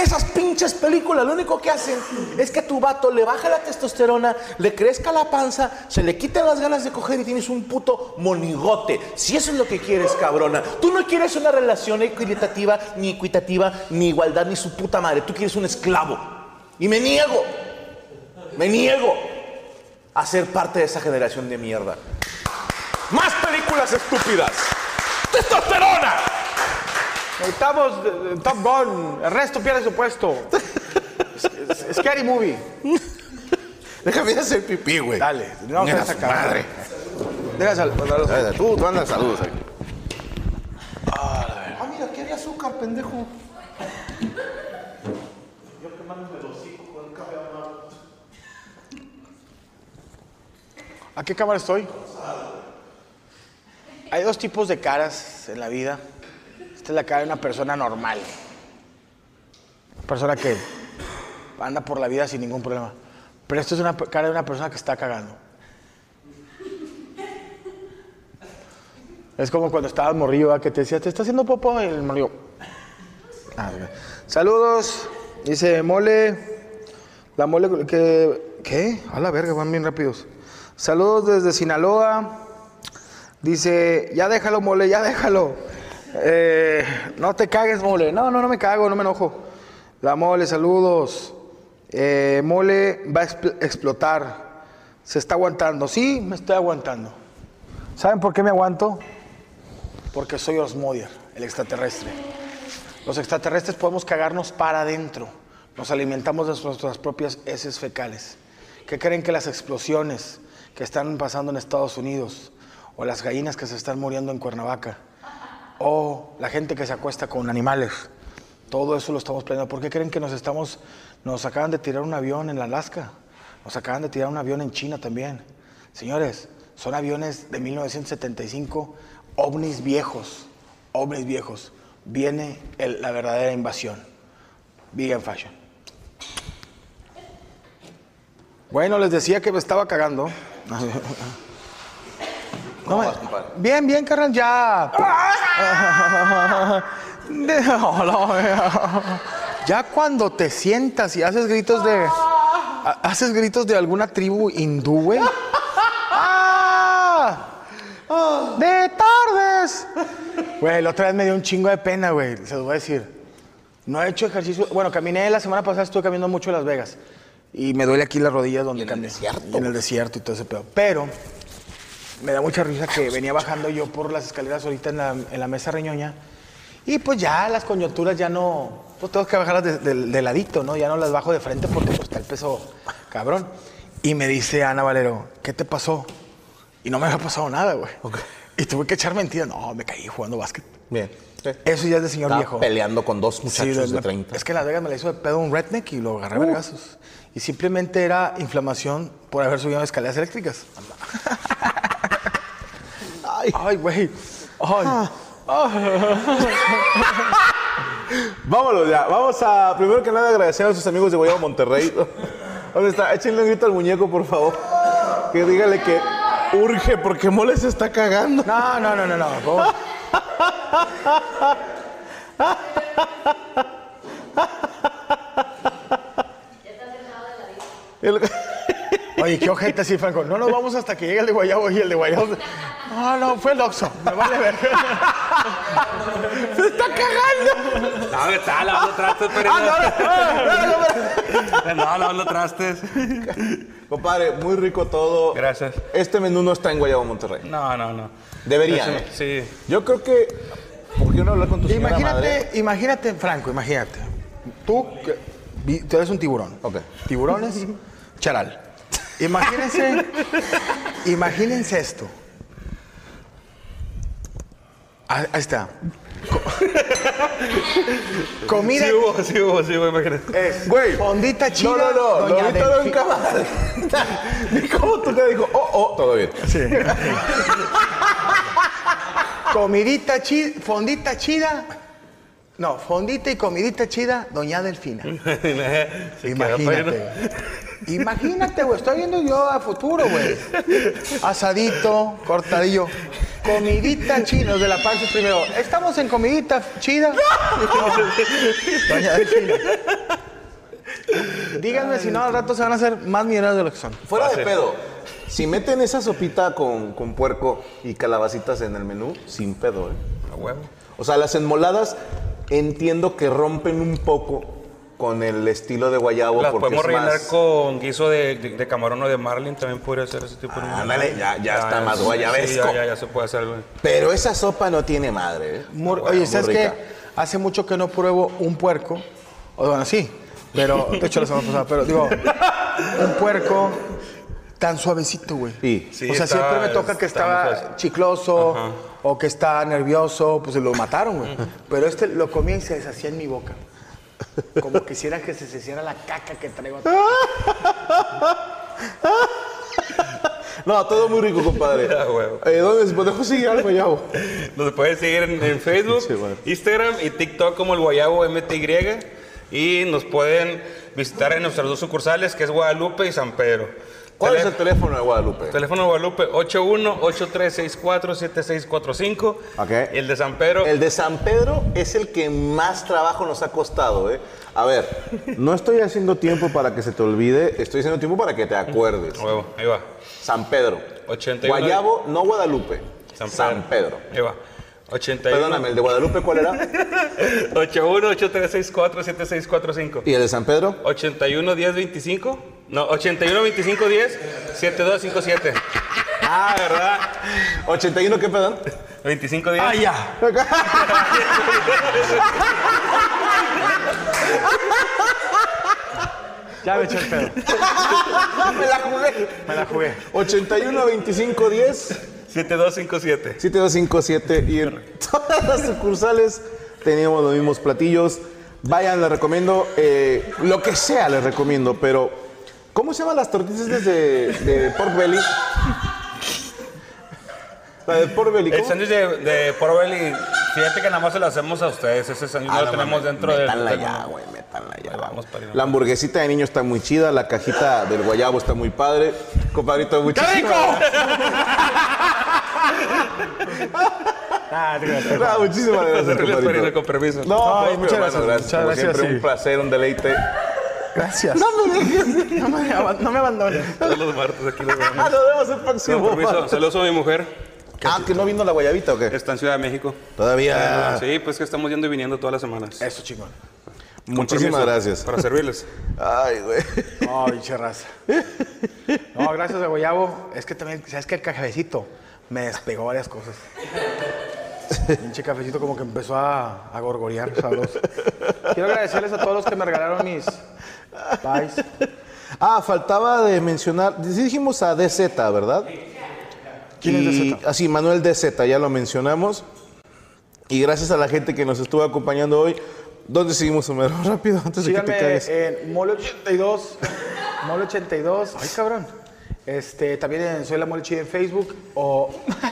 Esas pinches películas lo único que hacen es que a tu vato le baja la testosterona, le crezca la panza, se le quiten las ganas de coger y tienes un puto monigote. Si eso es lo que quieres, cabrona. Tú no quieres una relación equitativa, ni equitativa, ni igualdad, ni su puta madre. Tú quieres un esclavo. Y me niego, me niego a ser parte de esa generación de mierda. ¡Más películas estúpidas! ¡Testosterona! Necesitamos eh, Top Gun. El resto pierde su puesto. Es- es- Scary Movie. Déjame hacer pipí, güey. Dale. No, Mira se su saca. madre. Deja sal- mandarlos. Tú, tú andas saludos aquí. Ah, mira, aquí había azúcar, pendejo. ¿A qué cámara estoy? Hay dos tipos de caras en la vida. Esta es la cara de una persona normal. Una persona que anda por la vida sin ningún problema. Pero esta es una pe- cara de una persona que está cagando. Es como cuando estabas morrillo, ¿verdad? Que te decía, ¿te está haciendo popó? Y el morrillo. Ah, ok. Saludos. Dice, mole. La mole que... ¿Qué? A la verga, van bien rápidos. Saludos desde Sinaloa. Dice, ya déjalo, mole, ya déjalo. Eh, no te cagues, mole. No, no, no me cago, no me enojo. La mole, saludos. Eh, mole va a expl- explotar. Se está aguantando. Sí, me estoy aguantando. ¿Saben por qué me aguanto? Porque soy Osmodier, el extraterrestre. Los extraterrestres podemos cagarnos para adentro. Nos alimentamos de nuestras propias heces fecales. ¿Qué creen que las explosiones que están pasando en Estados Unidos, o las gallinas que se están muriendo en Cuernavaca, o la gente que se acuesta con animales, todo eso lo estamos planeando? ¿Por qué creen que nos estamos, nos acaban de tirar un avión en Alaska? Nos acaban de tirar un avión en China también. Señores, son aviones de mil novecientos setenta y cinco, ovnis viejos, ovnis viejos. Viene el- la verdadera invasión. Vegan fashion. Bueno, les decía que me estaba cagando. No me- bien, bien, carnal, ya. Ya cuando te sientas y haces gritos de... ha- Haces gritos de alguna tribu hindú, güey. ¡Ah! ¡De tardes! Güey, la otra vez me dio un chingo de pena, güey. Se los voy a decir. No he hecho ejercicio. Bueno, caminé la semana pasada, estuve caminando mucho en Las Vegas. Y me duele aquí la rodilla donde caminé. Y en el desierto y todo ese pedo. Pero me da mucha risa que venía bajando yo por las escaleras ahorita en la, en la mesa reñoña. Y pues ya las coyunturas ya no... Pues tengo que bajarlas de, de- de ladito, ¿no? Ya no las bajo de frente porque pues está el peso cabrón. Y me dice Ana Valero, ¿qué te pasó? Y no me había pasado nada, güey. Y tuve que echar mentiras. No, me caí jugando básquet. Bien. Eso ya es de señor Estaba viejo. peleando con dos Sí, muchachos me- de treinta. Es que en Las Vegas me la hizo de pedo un redneck y lo agarré a vergazos. Y simplemente era inflamación por haber subido escaleras eléctricas. Ay, güey. Ay. Vámonos ya. Vamos a, primero que nada, agradecer a nuestros amigos de Guayabo Monterrey. ¿Dónde está? Échenle un grito al muñeco, por favor. Que dígale que urge porque Mole se está cagando. No, no, no, no, no. ¿Cómo? El- Oye, qué ojete así, Franco. No nos vamos hasta que llegue el de Guayabo y el de Guayabo. No, no, fue el Oxxo. Me vale ver. ¡Se está cagando! No, me está lavando trastes, pero no, lavando trastes. Compadre, muy rico todo. Gracias. Este menú no está en Guayabo Monterrey. No, no, no. Debería, Eso, ¿eh? Sí. Yo creo que... ¿Por qué no hablar con tu señora madre? Imagínate, imagínate, Franco, imagínate. Tú, que- vi- tú eres un tiburón. Ok. Tiburones, charal. Imagínense, imagínense esto. Ah, ahí está. Co- Comida. Sí hubo, sí hubo, sí hubo, imagínate. Es Güey. fondita chida. No, no, no. Lo doña vi todo en Delfi- cámara. Ni cómo tú te dijo, oh, oh, todo bien. Sí. Comidita chida, fondita chida. No, fondita y comidita chida, doña Delfina. Se quedó Imagínate. bueno. güey. Imagínate, güey. Estoy viendo yo a futuro, güey. Asadito, cortadillo. Comidita china, los de La Panza primero. Estamos en comidita chida. Doña China. Díganme si no, al rato se van a hacer más millonarios de lo que son. Fuera de pedo, si meten esa sopita con, con puerco y calabacitas en el menú, sin pedo, ¿eh? A huevo. O sea, las enmoladas entiendo que rompen un poco con el estilo de guayabo. Las porque podemos es rellenar más... con guiso de, de, de camarón o de marlin, también podría ser ese tipo de... Ah, ándale, ya, ya está más sí, guayabesco. Sí, ya, ya, ya se puede hacer, güey. Pero esa sopa no tiene madre, ¿eh? Muy- Bueno, oye, ¿sabes muy qué? rica. Hace mucho que no pruebo un puerco. O bueno, sí. Pero, de hecho, la semana pasada, pero digo, un puerco tan suavecito, güey. Sí. Sí, o sea, está- siempre me toca que está muy estaba suave. chicloso Ajá. o que está nervioso, pues lo mataron, güey. Pero este lo comía y se deshacía en mi boca. Como quisiera que se deshiciera la caca que traigo atrás. No, todo muy rico, compadre. Ah, huevo. eh, ¿Dónde se puede conseguir al guayabo? Nos pueden seguir en, en Facebook, Sí, bueno. Instagram y TikTok como el Guayabo M T Y. Y nos pueden visitar en nuestras dos sucursales, que es Guadalupe y San Pedro. ¿Cuál es Telé- el teléfono de Guadalupe? Teléfono de Guadalupe ocho uno ocho tres seis cuatro siete seis cuatro cinco. Ok. Y el de San Pedro. El de San Pedro es el que más trabajo nos ha costado, ¿eh? A ver, no estoy haciendo tiempo para que se te olvide, estoy haciendo tiempo para que te acuerdes. Huevo, ahí va. San Pedro. ochenta y uno. Guayabo, no Guadalupe. San Pedro. San Pedro. Ahí va. ochenta y uno. Perdóname, ¿el de Guadalupe cuál era? ocho uno ocho tres seis cuatro siete seis cuatro cinco. ¿Y el de San Pedro? ochenta y uno diez veinticinco. No, ochenta y uno veinticinco diez setenta y dos cincuenta y siete. Ah, ¿verdad? ¿ochenta y uno qué, perdón? veinticinco diez. ¡Ah, ya! Ya me eché el pedo. Me la jugué. Me la jugué. ochenta y uno veinticinco diez setenta y dos cincuenta y siete. siete dos cinco siete y en todas las sucursales teníamos los mismos platillos. Vayan, les recomiendo, eh, lo que sea les recomiendo, pero ¿cómo se llaman las tortillas de, de pork belly? La de pork belly, El ¿cómo? sándwich de, de pork belly, fíjate que nada más se lo hacemos a ustedes. Ese sándwich Ah, lo no tenemos mames, dentro del... métanla del- ya, güey, métanla ya. Ahí vamos, padrino. La hamburguesita de niño está muy chida, la cajita del guayabo está muy padre. Compadrito, muchísimas Ah, te creas. No, muchísimas gracias, Servirles, compadrito. padrino, con permiso. No, Ay, pues, muchas mi hermano, gracias, gracias. muchas Como gracias, siempre, sí. un placer, un deleite. Gracias. No me dejes. No me, ab- no me abandones. Todos los martes aquí los Ah, vemos. nos vemos el Con próximo. permiso, martes. saludos a mi mujer. Ah, ¿que no vino la guayabita o qué? Está en Ciudad de México. Todavía. Sí, pues que estamos yendo y viniendo todas las semanas. Eso, chingón. Con Muchísimas permiso, gracias. Para servirles. Ay, güey. No, pinche raza. No, gracias a Guayabo. Es que también, ¿sabes qué? El cafecito me despegó varias cosas. Pinche cafecito como que empezó a, a gorgorear, sabroso. Quiero agradecerles a todos los que me regalaron mis pies. Ah, faltaba de mencionar. Sí dijimos a D Z, ¿verdad? ¿Quién es Y- D Z? Ah, sí, Manuel D Z, ya lo mencionamos. Y gracias a la gente que nos estuvo acompañando hoy. ¿Dónde seguimos, Homero? Rápido, antes de que te Síganme cagues. en Mole ochenta y dos. Mole ochenta y dos. Ay, cabrón. Este, también en Soy la Mole Chida en Facebook o...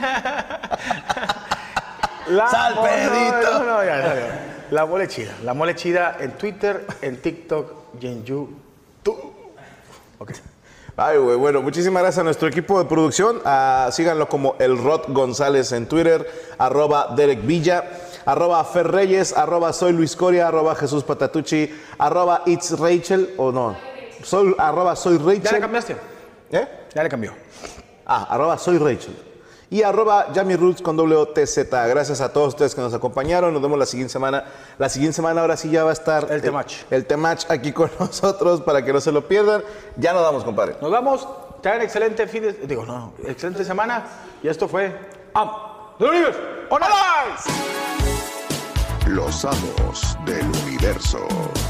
La ¡Sal, Mole- Pedrito! No, no, ya, ya, ya. La Mole Chida. La Mole Chida en Twitter, en TikTok y en YouTube. Ok. Ay, güey, bueno, muchísimas gracias a nuestro equipo de producción. Ah, síganlo como el Rod González en Twitter, arroba Derek Villa, arroba Fer Reyes, arroba Soy Luis Coria, arroba Jesús Patatucci, arroba It's Rachel, o no, soy, arroba Soy ¿Ya le Rachel. cambiaste? ¿Eh? Ya le cambió. Ah, arroba Soy Rachel. Y arroba Yami Roots con doble O T Z. Gracias a todos ustedes que nos acompañaron. Nos vemos la siguiente semana. La siguiente semana ahora sí ya va a estar El Temach. El Temach aquí con nosotros para que no se lo pierdan. Ya nos vamos, compadre. Nos vamos. Tengan excelente fin de... Digo, no, excelente semana. Y esto fue... ¡Am! ¡De los Universo! ¡On Alive! Los amos del universo.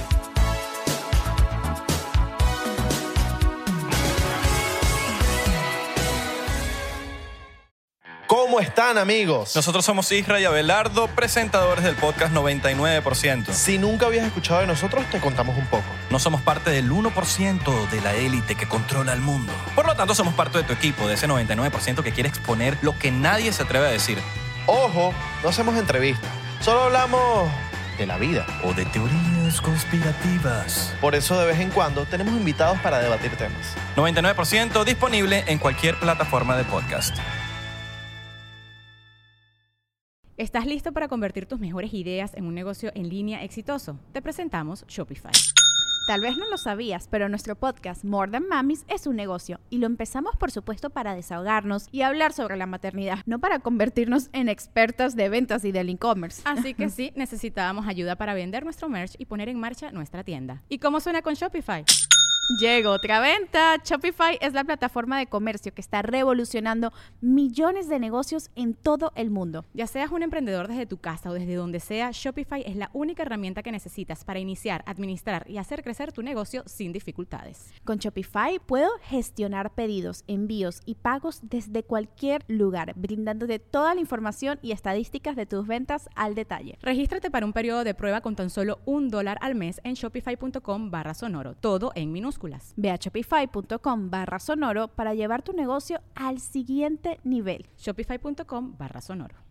¿Cómo están, amigos? Nosotros somos Isra y Abelardo, presentadores del podcast noventa y nueve por ciento. Si nunca habías escuchado de nosotros, te contamos un poco. No somos parte del uno por ciento de la élite que controla el mundo. Por lo tanto, somos parte de tu equipo, de ese noventa y nueve por ciento que quiere exponer lo que nadie se atreve a decir. Ojo, no hacemos entrevistas. Solo hablamos de la vida. O de teorías conspirativas. Por eso, de vez en cuando, tenemos invitados para debatir temas. noventa y nueve por ciento disponible en cualquier plataforma de podcast. ¿Estás listo para convertir tus mejores ideas en un negocio en línea exitoso? Te presentamos Shopify. Tal vez no lo sabías, pero nuestro podcast More Than Mamis es un negocio y lo empezamos por supuesto para desahogarnos y hablar sobre la maternidad, no para convertirnos en expertas de ventas y del e-commerce. Así que sí, necesitábamos ayuda para vender nuestro merch y poner en marcha nuestra tienda. ¿Y cómo suena con Shopify? Llegó otra venta. Shopify es la plataforma de comercio que está revolucionando millones de negocios en todo el mundo. Ya seas un emprendedor desde tu casa o desde donde sea, Shopify es la única herramienta que necesitas para iniciar, administrar y hacer crecer tu negocio sin dificultades. Con Shopify puedo gestionar pedidos, envíos y pagos desde cualquier lugar, brindándote toda la información y estadísticas de tus ventas al detalle. Regístrate para un periodo de prueba con tan solo un dólar al mes en shopify.com barra sonoro, todo en minúsculas. Ve a shopify.com barra sonoro para llevar tu negocio al siguiente nivel. Shopify.com barra sonoro.